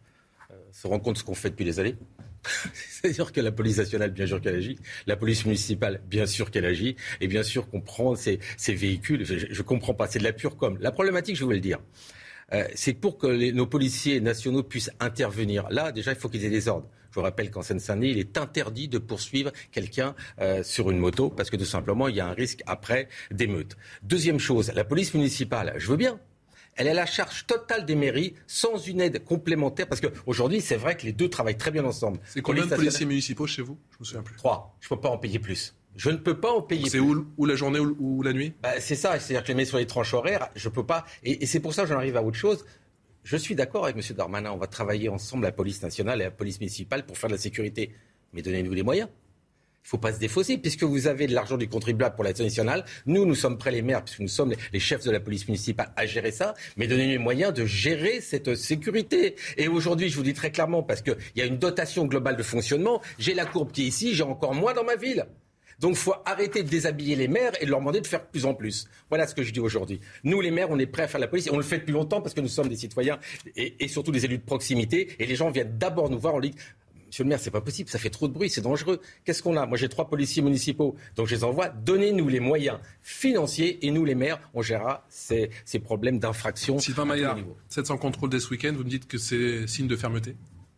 se rendent compte de ce qu'on fait depuis des années. C'est-à-dire que la police nationale, bien sûr qu'elle agit, la police municipale, bien sûr qu'elle agit, et bien sûr qu'on prend ces véhicules. Je ne comprends pas, c'est de la pure com. La problématique, je vais vous le dire, c'est pour que nos policiers nationaux puissent intervenir. Là, déjà, il faut qu'ils aient des ordres. Je vous rappelle qu'en Seine-Saint-Denis, il est interdit de poursuivre quelqu'un sur une moto parce que tout simplement, il y a un risque après d'émeute. Deuxième chose, la police municipale, je veux bien. Elle est la charge totale des mairies sans une aide complémentaire parce qu'aujourd'hui, c'est vrai que les deux travaillent très bien ensemble. C'est combien de policiers municipaux chez vous? Je me souviens plus. 3. Je ne peux pas en payer plus. Je ne peux pas en payer plus. C'est où la journée ou la nuit? C'est ça, c'est-à-dire que les mets sur les tranches horaires, je ne peux pas. Et c'est pour ça que j'en arrive à autre chose. Je suis d'accord avec M. Darmanin, on va travailler ensemble, la police nationale et la police municipale, pour faire de la sécurité. Mais donnez-nous les moyens. Il ne faut pas se défausser, puisque vous avez de l'argent du contribuable pour la nationale. Nous sommes prêts, les maires, puisque nous sommes les chefs de la police municipale, à gérer ça. Mais donnez-nous les moyens de gérer cette sécurité. Et aujourd'hui, je vous dis très clairement, parce qu'il y a une dotation globale de fonctionnement, j'ai la courbe qui est ici, j'ai encore moins dans ma ville. Donc il faut arrêter de déshabiller les maires et de leur demander de faire de plus en plus. Voilà ce que je dis aujourd'hui. Nous, les maires, on est prêts à faire la police. Et on le fait depuis longtemps parce que nous sommes des citoyens et surtout des élus de proximité. Et les gens viennent d'abord nous voir, on dit « Monsieur le maire, c'est pas possible, ça fait trop de bruit, c'est dangereux. Qu'est-ce qu'on a ? Moi, j'ai 3 policiers municipaux, donc je les envoie. Donnez-nous les moyens financiers et nous, les maires, on gérera ces problèmes d'infraction. » Sylvain Maillard, 700 contrôles dès ce week-end, vous me dites que c'est signe de fermeté ?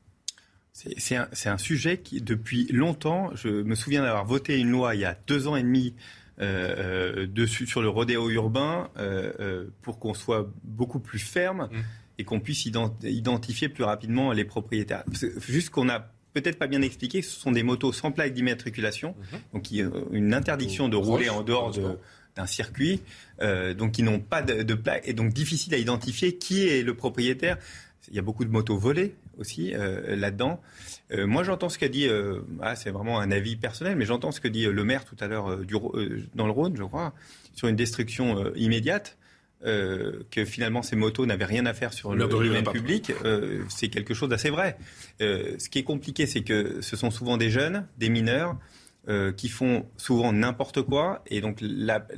C'est un sujet qui, depuis longtemps, je me souviens d'avoir voté une loi il y a 2 ans et demi sur le rodéo urbain pour qu'on soit beaucoup plus ferme et qu'on puisse identifier plus rapidement les propriétaires. Juste qu'on n'a peut-être pas bien expliqué, ce sont des motos sans plaque d'immatriculation, donc il y a une interdiction de rouler en dehors d'un circuit, donc qui n'ont pas de plaque et donc difficile à identifier qui est le propriétaire. Il y a beaucoup de motos volées aussi là-dedans. Moi, j'entends ce qu'a dit, c'est vraiment un avis personnel, mais j'entends ce que dit le maire tout à l'heure dans le Rhône, je crois, sur une destruction immédiate, que finalement ces motos n'avaient rien à faire sur le domaine public. C'est quelque chose d'assez vrai. Ce qui est compliqué, c'est que ce sont souvent des jeunes, des mineurs, qui font souvent n'importe quoi, et donc la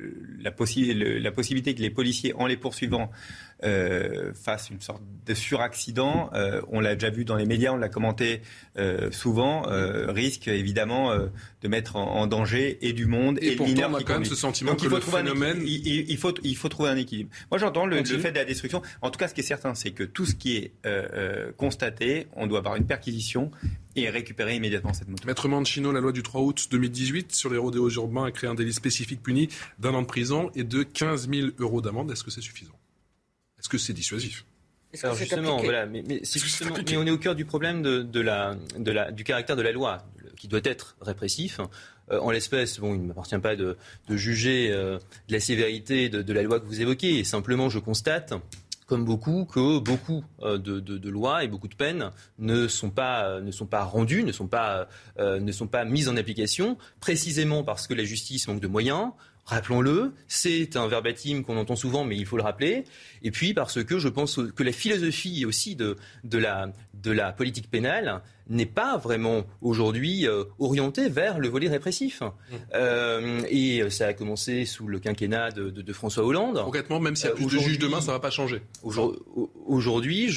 possibilité que les policiers, en les poursuivant, fassent une sorte de suraccident, on l'a déjà vu dans les médias, on l'a commenté souvent, risque évidemment de mettre en danger et du monde et le mineur. Et pourtant, on a quand même ce sentiment que le phénomène... Il faut trouver un équilibre. Moi, j'entends le fait de la destruction. En tout cas, ce qui est certain, c'est que tout ce qui est constaté, on doit avoir une perquisition et récupérer immédiatement cette moto. Maître Mancino, la loi du 3 août 2018 sur les rodéos urbains a créé un délit spécifique puni d'1 an de prison et de 15 000 € d'amende. Est-ce que c'est suffisant ? Est-ce que c'est dissuasif ? Alors justement, voilà, mais on est au cœur du problème du caractère de la loi, qui doit être répressif. En l'espèce, il ne m'appartient pas de juger de la sévérité de la loi que vous évoquez. Simplement, je constate, comme beaucoup, que beaucoup de lois et beaucoup de peines ne sont pas rendues, ne sont pas mises en application, précisément parce que la justice manque de moyens, Rappelons-le, c'est un verbatim qu'on entend souvent, mais il faut le rappeler. Et puis parce que je pense que la philosophie aussi de la politique pénale n'est pas vraiment aujourd'hui orientée vers le volet répressif. Et ça a commencé sous le quinquennat de François Hollande. Concrètement, même s'il y a plus de juges demain, ça ne va pas changer. Aujourd'hui,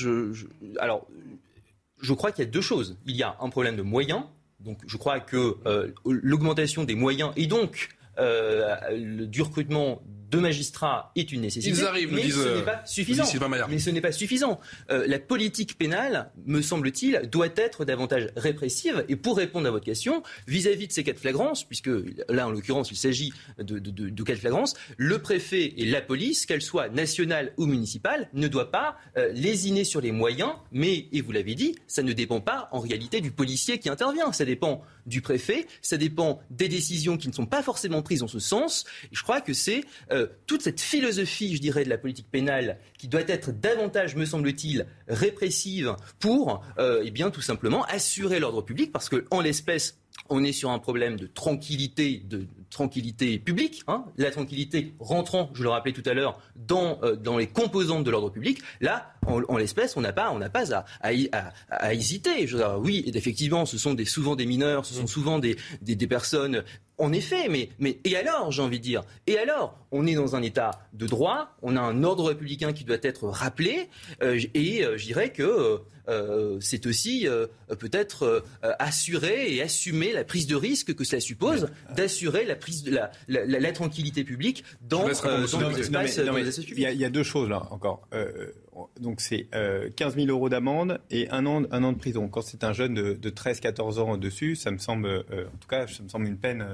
je crois qu'il y a deux choses. Il y a un problème de moyens. Donc je crois que l'augmentation des moyens et donc du recrutement de magistrats est une nécessité. Ils arrivent, mais ce n'est pas suffisant. Mais ce n'est pas suffisant. La politique pénale, me semble-t-il, doit être davantage répressive. Et pour répondre à votre question, vis-à-vis de ces cas de flagrance, puisque là, en l'occurrence, il s'agit de cas de flagrance, le préfet et la police, qu'elle soit nationale ou municipale, ne doivent pas lésiner sur les moyens. Mais, et vous l'avez dit, ça ne dépend pas en réalité du policier qui intervient. Ça dépend du préfet, ça dépend des décisions qui ne sont pas forcément prises dans ce sens. Et je crois que c'est toute cette philosophie, je dirais, de la politique pénale qui doit être davantage, me semble-t-il, répressive pour, tout simplement, assurer l'ordre public, parce que en l'espèce, on est sur un problème de tranquillité publique, la tranquillité rentrant, je le rappelais tout à l'heure, dans les composantes de l'ordre public. Là, en l'espèce, on n'a pas à hésiter. Je veux dire, oui, effectivement, ce sont souvent des mineurs, ce sont souvent des personnes. En effet, mais et alors, j'ai envie de dire, et alors, on est dans un état de droit, on a un ordre républicain qui doit être rappelé, et je dirais que c'est aussi peut-être assurer et assumer la prise de risque que cela suppose, d'assurer la prise de la tranquillité publique dans les espaces publics. Il y a deux choses là encore. Donc c'est 15 000 euros d'amende et un an de prison. Quand c'est un jeune de 13-14 ans au-dessus, ça me semble, en tout cas, ça me semble une peine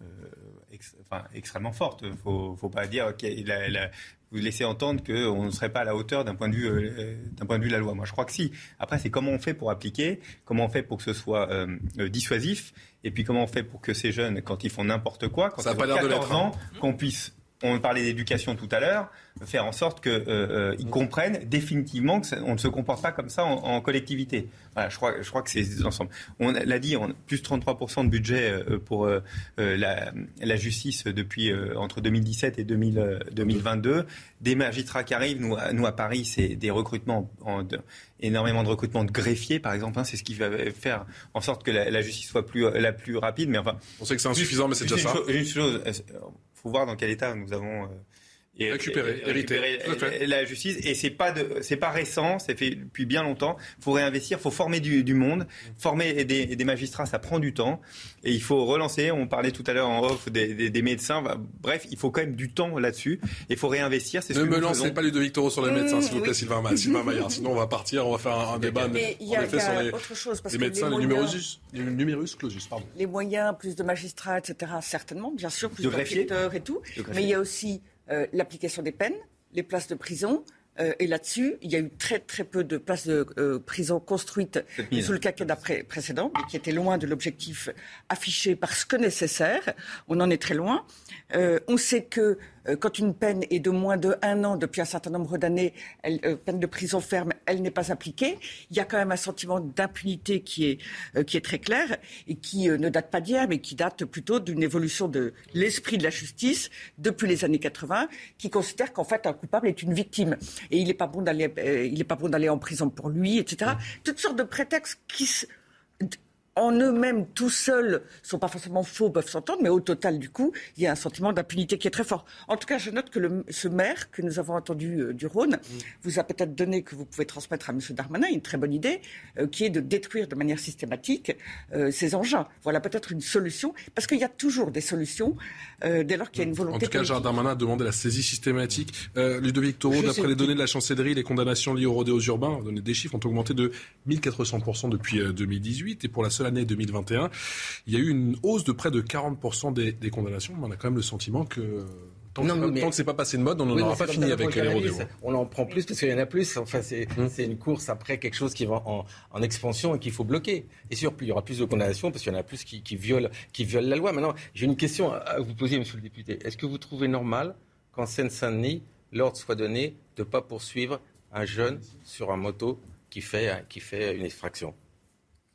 extrêmement forte. Faut pas dire vous laissez entendre qu'on ne serait pas à la hauteur d'un point de vue de la loi. Moi, je crois que si. Après, c'est comment on fait pour appliquer, comment on fait pour que ce soit dissuasif, et puis comment on fait pour que ces jeunes, quand ils font n'importe quoi, quand ils ont 14 ans, qu'on puisse, on parlait d'éducation tout à l'heure, faire en sorte qu'ils comprennent définitivement qu'on ne se comporte pas comme ça en collectivité. Voilà, je crois que c'est l'ensemble. On l'a dit, plus 33% de budget pour la justice depuis entre 2017 et 2022. Des magistrats qui arrivent, nous à Paris, c'est des recrutements, énormément de recrutements de greffiers, par exemple. C'est ce qui va faire en sorte que la justice soit la plus rapide. Mais enfin, on sait que c'est insuffisant, mais c'est déjà ça. Une chose, faut voir dans quel état nous avons récupéré la justice, et c'est pas récent, c'est fait depuis bien longtemps. Il faut réinvestir, il faut former du monde, former des magistrats, ça prend du temps, et il faut relancer. On parlait tout à l'heure en off des médecins. Bref, il faut quand même du temps là-dessus. Il faut réinvestir. Ne me lancez pas Ludovic Toro sur les médecins, s'il vous plaît, Sylvain Maillard. Sinon, on va partir, on va faire un débat. Mais il y a autre chose, parce les que médecins, les numerus clausus, pardon. Les moyens, plus de magistrats, etc. Certainement, bien sûr, plus d'enquêteurs et tout. Mais il y a aussi l'application des peines, les places de prison. Et là-dessus, il y a eu très très peu de places de prison construites sous le quinquennat précédent, mais qui étaient loin de l'objectif affiché parce que nécessaire. On en est très loin. On sait que quand une peine est de moins de 1 an depuis un certain nombre d'années, peine de prison ferme, elle n'est pas appliquée. Il y a quand même un sentiment d'impunité qui est très clair et qui ne date pas d'hier, mais qui date plutôt d'une évolution de l'esprit de la justice depuis les années 80, qui considère qu'en fait un coupable est une victime et il n'est pas bon d'aller en prison pour lui, etc. Toutes sortes de prétextes qui en eux-mêmes, tout seuls, sont pas forcément faux, peuvent s'entendre, mais au total, du coup, il y a un sentiment d'impunité qui est très fort. En tout cas, je note que ce maire que nous avons entendu du Rhône vous a peut-être donné, que vous pouvez transmettre à M. Darmanin, une très bonne idée, qui est de détruire de manière systématique ces engins. Voilà peut-être une solution, parce qu'il y a toujours des solutions dès lors qu'il y a une volonté politique. En tout cas, Gérald Darmanin a demandé la saisie systématique. Ludovic Toro, d'après les données de la chancellerie, les condamnations liées aux rodéos urbains, on a donné des chiffres, ont augmenté de 1400% depuis 2018, et pour la seule année 2021, il y a eu une hausse de près de 40% des condamnations. Mais on a quand même le sentiment que tant que c'est pas passé de mode, on n'en aura pas fini avec les rodéos. On en prend plus parce qu'il y en a plus. Enfin, c'est une course après quelque chose qui va en expansion et qu'il faut bloquer. Et sûr, il y aura plus de condamnations parce qu'il y en a plus qui violent la loi. Maintenant, j'ai une question à vous poser, monsieur le député. Est-ce que vous trouvez normal qu'en Seine-Saint-Denis, l'ordre soit donné de ne pas poursuivre un jeune sur un moto qui fait une effraction ?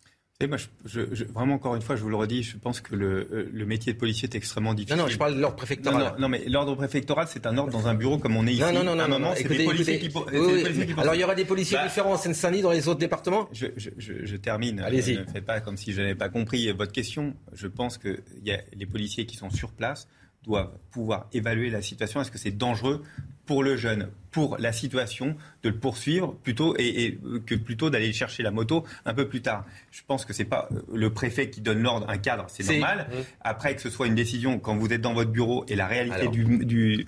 Moi, vraiment, encore une fois, je vous le redis, je pense que le métier de policier est extrêmement difficile. Non, je parle de l'ordre préfectoral. Non, mais l'ordre préfectoral, c'est un ordre dans un bureau comme on est ici. Non. Écoutez, alors, il y aura des policiers différents en Seine-Saint-Denis dans les autres départements ? Je termine. Allez-y. Ne faites pas comme si je n'avais pas compris votre question. Je pense que les policiers qui sont sur place doivent pouvoir évaluer la situation. Est-ce que c'est dangereux pour le jeune, pour la situation, de le poursuivre plutôt que plutôt d'aller chercher la moto un peu plus tard. Je pense que c'est pas le préfet qui donne l'ordre, un cadre, c'est normal. Après que ce soit une décision quand vous êtes dans votre bureau et la réalité de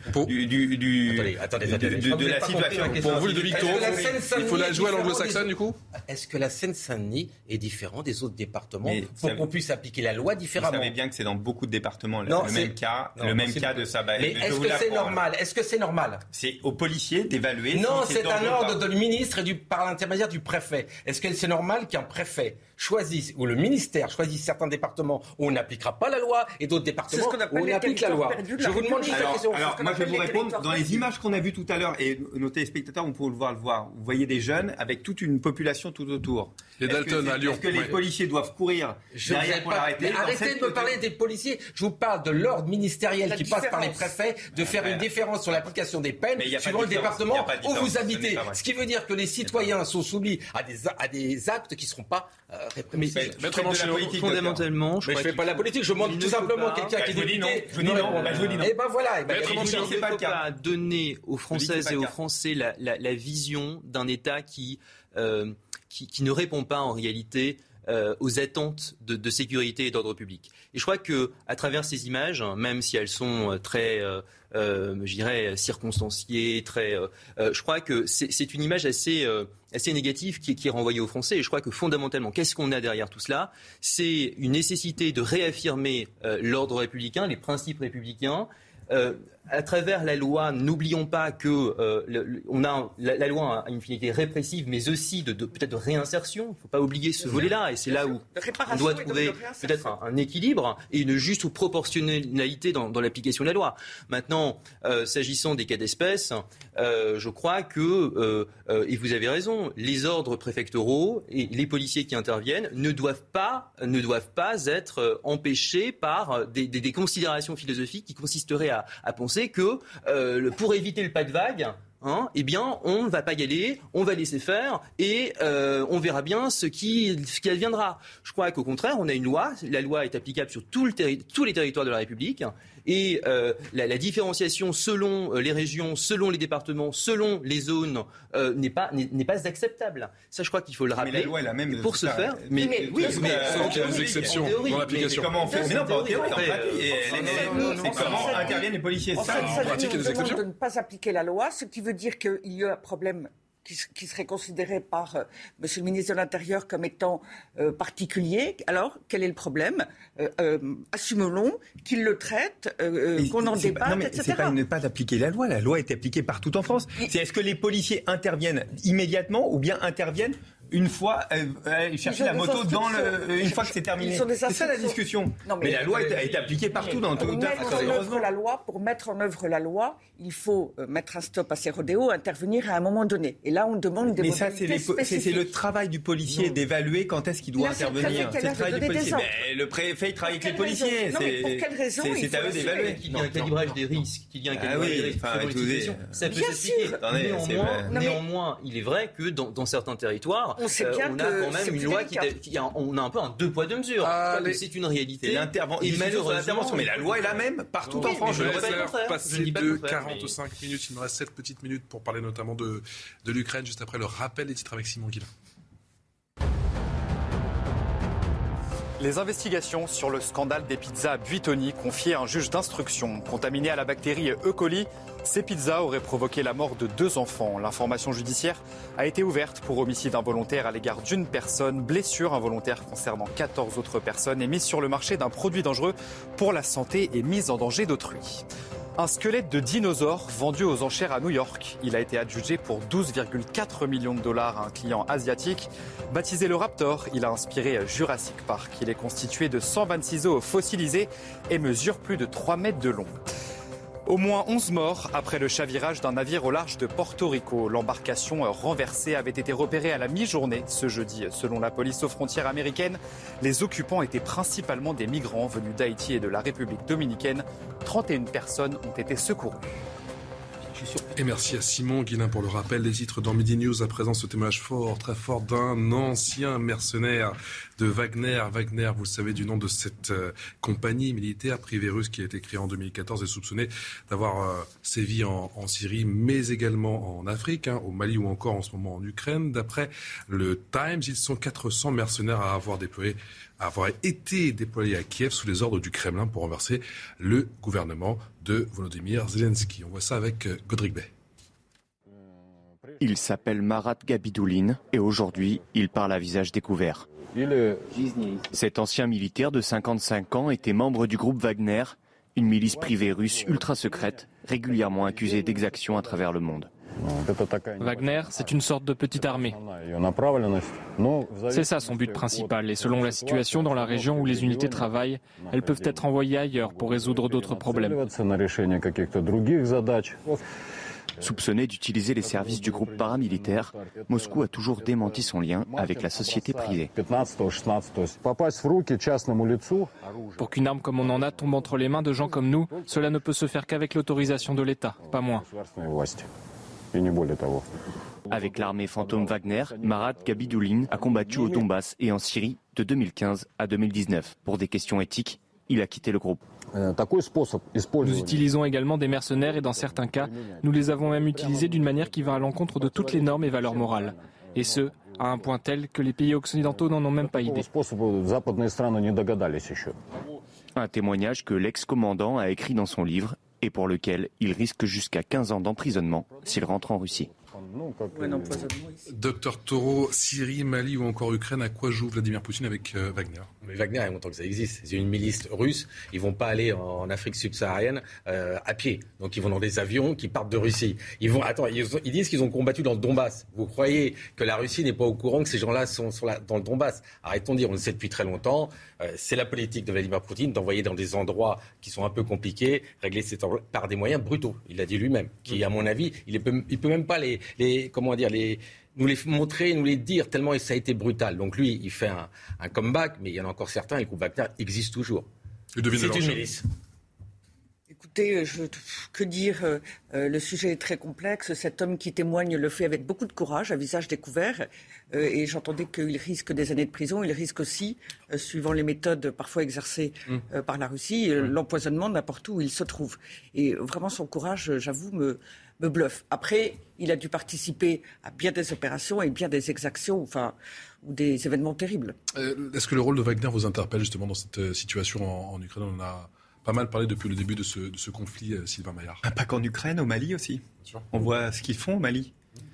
la situation. Pour vous, le demi-tour, il faut la jouer à l'anglo-saxonne du coup. Est-ce que la Seine-Saint-Denis est différente des autres départements pour qu'on puisse appliquer la loi différemment? Vous savez bien que c'est dans beaucoup de départements le même cas de ça. Mais est-ce que c'est normal? Est-ce que c'est normal? C'est aux policiers d'évaluer. Non, c'est un ordre de ministre et par l'intermédiaire du préfet. Est-ce que c'est normal qu'un préfet choisisse, ou le ministère choisisse certains départements où on n'appliquera pas la loi et d'autres départements où on applique la loi? Je vous demande juste la question. Alors, moi, je vais vous répondre. Dans les images qu'on a vues tout à l'heure, et nos téléspectateurs vont pouvoir le voir, vous voyez des jeunes avec toute une population tout autour. Les Dalton à Lyon. Est-ce que les policiers doivent courir derrière pour l'arrêter? Arrêtez de me parler des policiers. Je vous parle de l'ordre ministériel qui passe par les préfets de faire une différence sur l'application des peines suivant le département où vous habitez. Ce qui veut dire que les citoyens sont soumis à des actes qui ne seront pas réprimés. Fondamentalement, je ne fais pas la politique, je demande tout simplement quelqu'un qui est député. Je vous dis non. Et ben voilà. Il ne faut pas donner aux Françaises et aux Français la vision d'un État qui ne répond pas en réalité aux attentes de sécurité et d'ordre public. Et je crois qu'à travers ces images, même si elles sont très, je dirais, circonstanciées, je crois que c'est une image assez négative qui est renvoyée aux Français. Et je crois que fondamentalement, qu'est-ce qu'on a derrière tout cela? C'est une nécessité de réaffirmer l'ordre républicain, les principes républicains. À travers la loi, n'oublions pas que la loi a une finalité répressive, mais aussi peut-être de réinsertion. Il ne faut pas oublier ce volet-là. Et c'est là où on doit trouver peut-être un équilibre et une juste proportionnalité dans l'application de la loi. Maintenant, s'agissant des cas d'espèce, je crois que, et vous avez raison, les ordres préfectoraux et les policiers qui interviennent ne doivent pas être empêchés par des considérations philosophiques qui consisteraient à penser que pour éviter le pas de vague, eh bien, on ne va pas y aller, on va laisser faire et on verra bien ce qui adviendra. Je crois qu'au contraire, on a une loi. La loi est applicable sur tous les territoires de la République. Et la différenciation selon les régions, selon les départements, selon les zones n'est pas acceptable. Ça, je crois qu'il faut le rappeler. Mais la loi est la même pour ce faire. Mais il y a des exceptions dans l'application. Mais comment on fait? Mais non, pas en théorie, en pratique. C'est comment interviennent les policiers. En pratique, il y a des exceptions. De ne pas appliquer la loi, ce qui veut dire qu'il y a un problème qui serait considéré par Monsieur le ministre de l'Intérieur comme étant particulier. Alors, quel est le problème? Assumons-le, qu'il le traite, qu'on en débatte, etc. C'est pas ne pas appliquer la loi. La loi est appliquée partout en France. C'est est-ce que les policiers interviennent immédiatement ou bien interviennent une fois chercher la moto une fois que c'est terminé. C'est ça la discussion. Non, mais la loi est appliquée partout dans tout. Pour mettre en œuvre la loi, il faut mettre un stop à ces rodéos, intervenir à un moment donné. Et là, on demande des modalités spécifiques. C'est le travail du policier d'évaluer quand est-ce qu'il doit intervenir. C'est le travail du policier. Mais le préfet, il travaille avec les policiers. Non, mais pour quelle raison? C'est à eux d'évaluer. Qu'il y a un calibrage des risques, qu'il y a un calibrage des risques. Ça peut s'expliquer. Néanmoins, il est vrai que dans certains territoires, on a quand même une loi on a un peu un deux poids deux mesures. C'est une réalité. Et malheureusement, mais la loi est la même partout en France. Je ne laisse pas passer de 45 minutes. Il me reste 7 petites minutes pour parler notamment de l'Ukraine, juste après le rappel des titres avec Simon Guillain. Les investigations sur le scandale des pizzas Buitoni confiées à un juge d'instruction. Contaminées à la bactérie E. coli, ces pizzas auraient provoqué la mort de 2 enfants. L'information judiciaire a été ouverte pour homicide involontaire à l'égard d'une personne, blessure involontaire concernant 14 autres personnes et mise sur le marché d'un produit dangereux pour la santé et mise en danger d'autrui. Un squelette de dinosaure vendu aux enchères à New York. Il a été adjugé pour 12,4 millions de dollars à un client asiatique. Baptisé le Raptor, il a inspiré Jurassic Park. Il est constitué de 126 os fossilisés et mesure plus de 3 mètres de long. Au moins 11 morts après le chavirage d'un navire au large de Porto Rico. L'embarcation renversée avait été repérée à la mi-journée ce jeudi. Selon la police aux frontières américaines, les occupants étaient principalement des migrants venus d'Haïti et de la République dominicaine. 31 personnes ont été secourues. Et merci à Simon Guillain pour le rappel des titres dans Midi News. À présent, ce témoignage fort, très fort d'un ancien mercenaire de Wagner. Wagner, vous le savez, du nom de cette compagnie militaire privée russe qui a été créée en 2014 et soupçonnée d'avoir sévi en Syrie, mais également en Afrique, au Mali ou encore en ce moment en Ukraine. D'après le Times, ils sont 400 mercenaires à avoir été déployés à Kiev sous les ordres du Kremlin pour renverser le gouvernement de Volodymyr Zelensky. On voit ça avec Godric Bay. Il s'appelle Marat Gabidoulin et aujourd'hui, il parle à visage découvert. Cet ancien militaire de 55 ans était membre du groupe Wagner, une milice privée russe ultra secrète, régulièrement accusée d'exactions à travers le monde. Wagner, c'est une sorte de petite armée. C'est ça son but principal et selon la situation dans la région où les unités travaillent, elles peuvent être envoyées ailleurs pour résoudre d'autres problèmes. Soupçonné d'utiliser les services du groupe paramilitaire, Moscou a toujours démenti son lien avec la société privée. Pour qu'une arme comme on en a tombe entre les mains de gens comme nous, cela ne peut se faire qu'avec l'autorisation de l'État, pas moins. Avec l'armée fantôme Wagner, Marat Gabidoulin a combattu au Donbass et en Syrie de 2015 à 2019. Pour des questions éthiques, il a quitté le groupe. Nous utilisons également des mercenaires et dans certains cas, nous les avons même utilisés d'une manière qui va à l'encontre de toutes les normes et valeurs morales. Et ce, à un point tel que les pays occidentaux n'en ont même pas idée. Un témoignage que l'ex-commandant a écrit dans son livre et pour lequel il risque jusqu'à 15 ans d'emprisonnement s'il rentre en Russie. Docteur Taureau, Syrie, Mali ou encore Ukraine, à quoi joue Vladimir Poutine avec Wagner ? Mais Wagner, il y a longtemps que ça existe. C'est une milice russe. Ils vont pas aller en Afrique subsaharienne à pied. Donc ils vont dans des avions qui partent de Russie. Ils disent qu'ils ont combattu dans le Donbass. Vous croyez que la Russie n'est pas au courant que ces gens-là sont dans le Donbass ? Arrêtons de dire, on le sait depuis très longtemps. C'est la politique de Vladimir Poutine d'envoyer dans des endroits qui sont un peu compliqués, régler par des moyens brutaux. Il l'a dit lui-même. Qui, à mon avis, il peut même pas nous les montrer, nous les dire, tellement ça a été brutal. Donc lui, il fait un comeback, mais il y en a encore certains, et le groupe Wagner existe toujours. C'est une milice. Écoutez, que dire, le sujet est très complexe. Cet homme qui témoigne le fait avec beaucoup de courage, à visage découvert. Et j'entendais qu'il risque des années de prison. Il risque aussi, suivant les méthodes parfois exercées par la Russie, l'empoisonnement n'importe où il se trouve. Et vraiment, son courage, j'avoue, me bluffe. Après, il a dû participer à bien des opérations et bien des exactions, ou des événements terribles. Est-ce que le rôle de Wagner vous interpelle justement dans cette situation en Ukraine ? On en a pas mal parlé depuis le début de ce conflit, Sylvain Maillard. Pas qu'en Ukraine, au Mali aussi. On voit ce qu'ils font au Mali.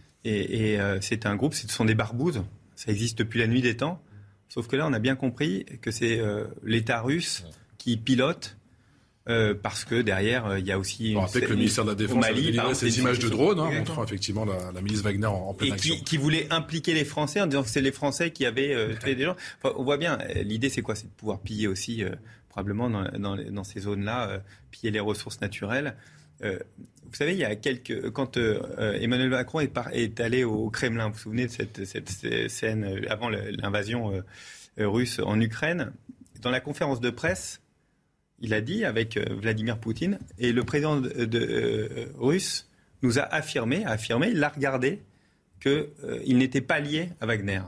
Et c'est un groupe, ce sont des barbouzes. Ça existe depuis la nuit des temps. Sauf que là, on a bien compris que c'est l'État russe qui pilote. Parce que derrière, il y a aussi... On rappelle que le ministère de la Défense a délivré ces images de drones montrant effectivement la milice Wagner en pleine action. Et qui voulait impliquer les Français en disant que c'est les Français qui avaient tué des gens. Enfin, on voit bien, l'idée c'est quoi ? C'est de pouvoir piller aussi, probablement dans ces zones-là, piller les ressources naturelles. Vous savez, il y a quand Emmanuel Macron est allé au Kremlin, vous vous souvenez de cette scène avant l'invasion russe en Ukraine, dans la conférence de presse, il a dit avec Vladimir Poutine, et le président russe nous a affirmé, il l'a regardé, qu'il n'était pas lié à Wagner.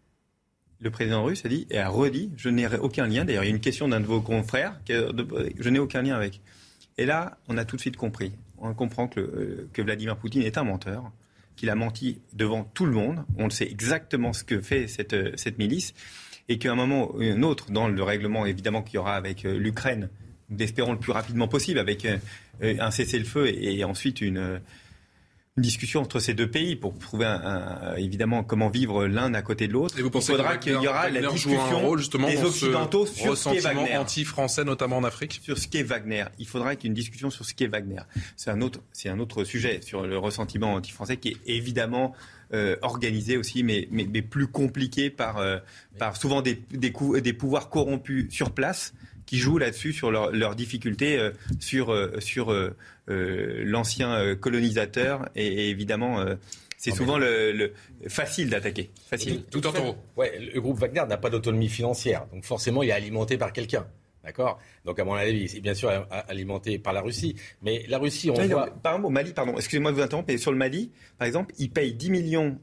Le président russe a dit et a redit, je n'ai aucun lien, d'ailleurs il y a une question d'un de vos confrères, je n'ai aucun lien avec. Et là, on a tout de suite compris. On comprend que Vladimir Poutine est un menteur, qu'il a menti devant tout le monde, on sait exactement ce que fait cette milice, et qu'à un moment ou un autre, dans le règlement évidemment qu'il y aura avec l'Ukraine, nous espérons le plus rapidement possible, avec un cessez-le-feu et ensuite une discussion entre ces deux pays pour trouver évidemment comment vivre l'un à côté de l'autre. Et vous pensez qu'il y aura la discussion des Occidentaux sur ce qu'est Wagner, anti-français notamment en Afrique, sur ce qu'est Wagner. Il faudra qu'il y ait une discussion sur ce qu'est Wagner. C'est un autre sujet sur le ressentiment anti-français qui est évidemment organisé aussi, mais plus compliqué par souvent des pouvoirs corrompus sur place qui jouent là-dessus sur leurs difficultés sur l'ancien colonisateur et évidemment c'est souvent le facile d'attaquer. Facile. Tout en haut. Ouais, le groupe Wagner n'a pas d'autonomie financière, donc forcément il est alimenté par quelqu'un. D'accord. Donc, à mon avis, c'est bien sûr alimenté par la Russie. Mais la Russie, on voit... Par exemple, au Mali, excusez-moi de vous interrompre, mais sur le Mali, par exemple, ils payent 10 millions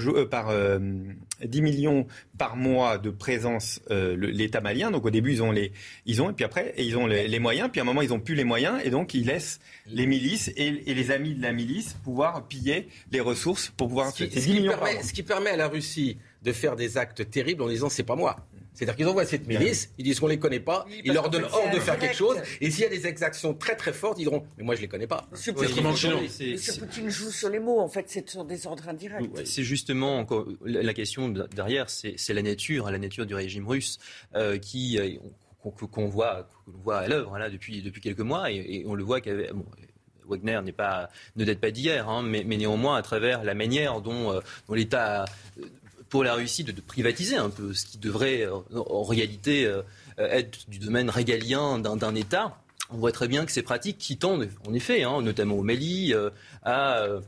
10 millions par mois de présence l'État malien. Donc au début et puis après ils ont les moyens. Puis à un moment ils n'ont plus les moyens et donc ils laissent les milices et les amis de la milice pouvoir piller les ressources pour pouvoir. Ce qui permet à la Russie de faire des actes terribles en disant c'est pas moi. C'est-à-dire qu'ils envoient cette milice, ils disent qu'on ne les connaît pas, ils leur donnent ordre de faire quelque chose, et s'il y a des exactions très très fortes, ils diront « mais moi je ne les connais pas ». Monsieur Poutine joue sur les mots, en fait, c'est sur des ordres indirects. C'est justement encore la question derrière, c'est la nature du régime russe qu'on voit à l'œuvre là, depuis quelques mois, et on le voit qu'avec... Wagner ne date pas d'hier, hein, mais néanmoins à travers la manière dont l'État... pour la Russie de privatiser un peu ce qui devrait en réalité être du domaine régalien d'un État. On voit très bien que ces pratiques qui tendent, en effet, notamment au Mali, à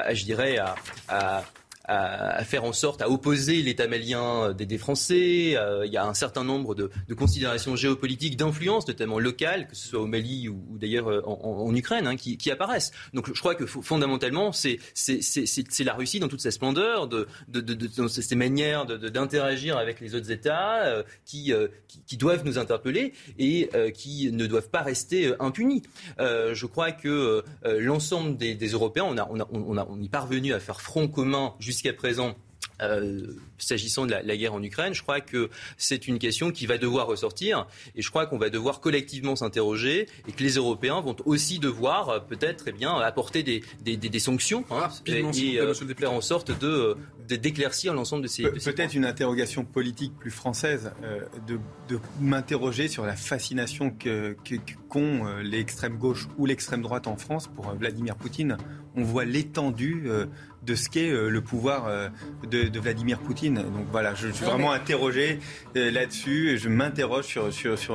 faire en sorte, à opposer l'État malien des Français. Il y a un certain nombre de considérations géopolitiques, d'influence, notamment locales, que ce soit au Mali ou d'ailleurs en Ukraine, qui apparaissent. Donc je crois que fondamentalement, c'est la Russie dans toute sa splendeur, dans ses manières d'interagir avec les autres États, qui doivent nous interpeller et qui ne doivent pas rester impunis. Je crois que l'ensemble des Européens, on est parvenu à faire front commun jusqu'à présent, s'agissant de la guerre en Ukraine. Je crois que c'est une question qui va devoir ressortir et je crois qu'on va devoir collectivement s'interroger et que les Européens vont aussi devoir peut-être apporter des sanctions et faire en sorte d'éclaircir l'ensemble de ces peut-être une interrogation politique plus française, de m'interroger sur la fascination qu'ont l'extrême gauche ou l'extrême droite en France pour Vladimir Poutine. On voit l'étendue de ce qu'est le pouvoir de Vladimir Poutine. Donc voilà, je suis vraiment interrogé là-dessus et je m'interroge sur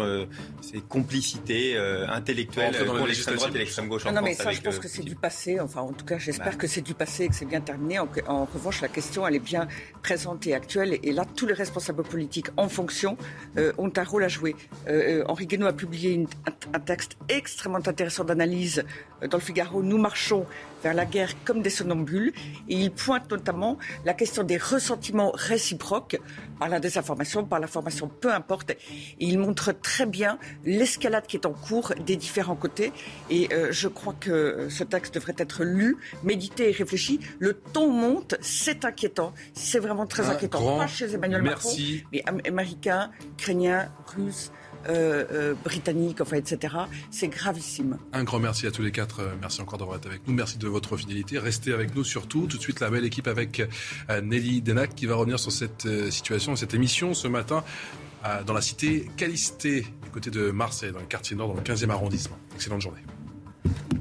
ces complicités intellectuelles pour l'extrême droite et l'extrême gauche en France. Non mais ça, je pense que c'est du passé. Enfin, en tout cas, j'espère que c'est du passé et que c'est bien terminé. En revanche, la question, elle est bien présente et actuelle. Et là, tous les responsables politiques en fonction ont un rôle à jouer. Henri Guénaud a publié un texte extrêmement intéressant d'analyse dans le Figaro. Nous marchons vers la guerre comme des somnambules. Et il pointe notamment la question des ressentiments réciproques par la désinformation, par l'information, peu importe. Et il montre très bien l'escalade qui est en cours des différents côtés. Et je crois que ce texte devrait être lu, médité et réfléchi. Le ton monte, c'est inquiétant. C'est vraiment très inquiétant. Pas chez Emmanuel Macron, mais américains, ukrainiens, russes, britanniques, etc. C'est gravissime. Un grand merci à tous les quatre. Merci encore d'avoir été avec nous. Merci de votre fidélité. Restez avec nous surtout. Tout de suite, la belle équipe avec Nelly Denac qui va revenir sur cette situation, cette émission ce matin dans la cité Calisté, du côté de Marseille, dans le quartier nord, dans le 15e arrondissement. Excellente journée.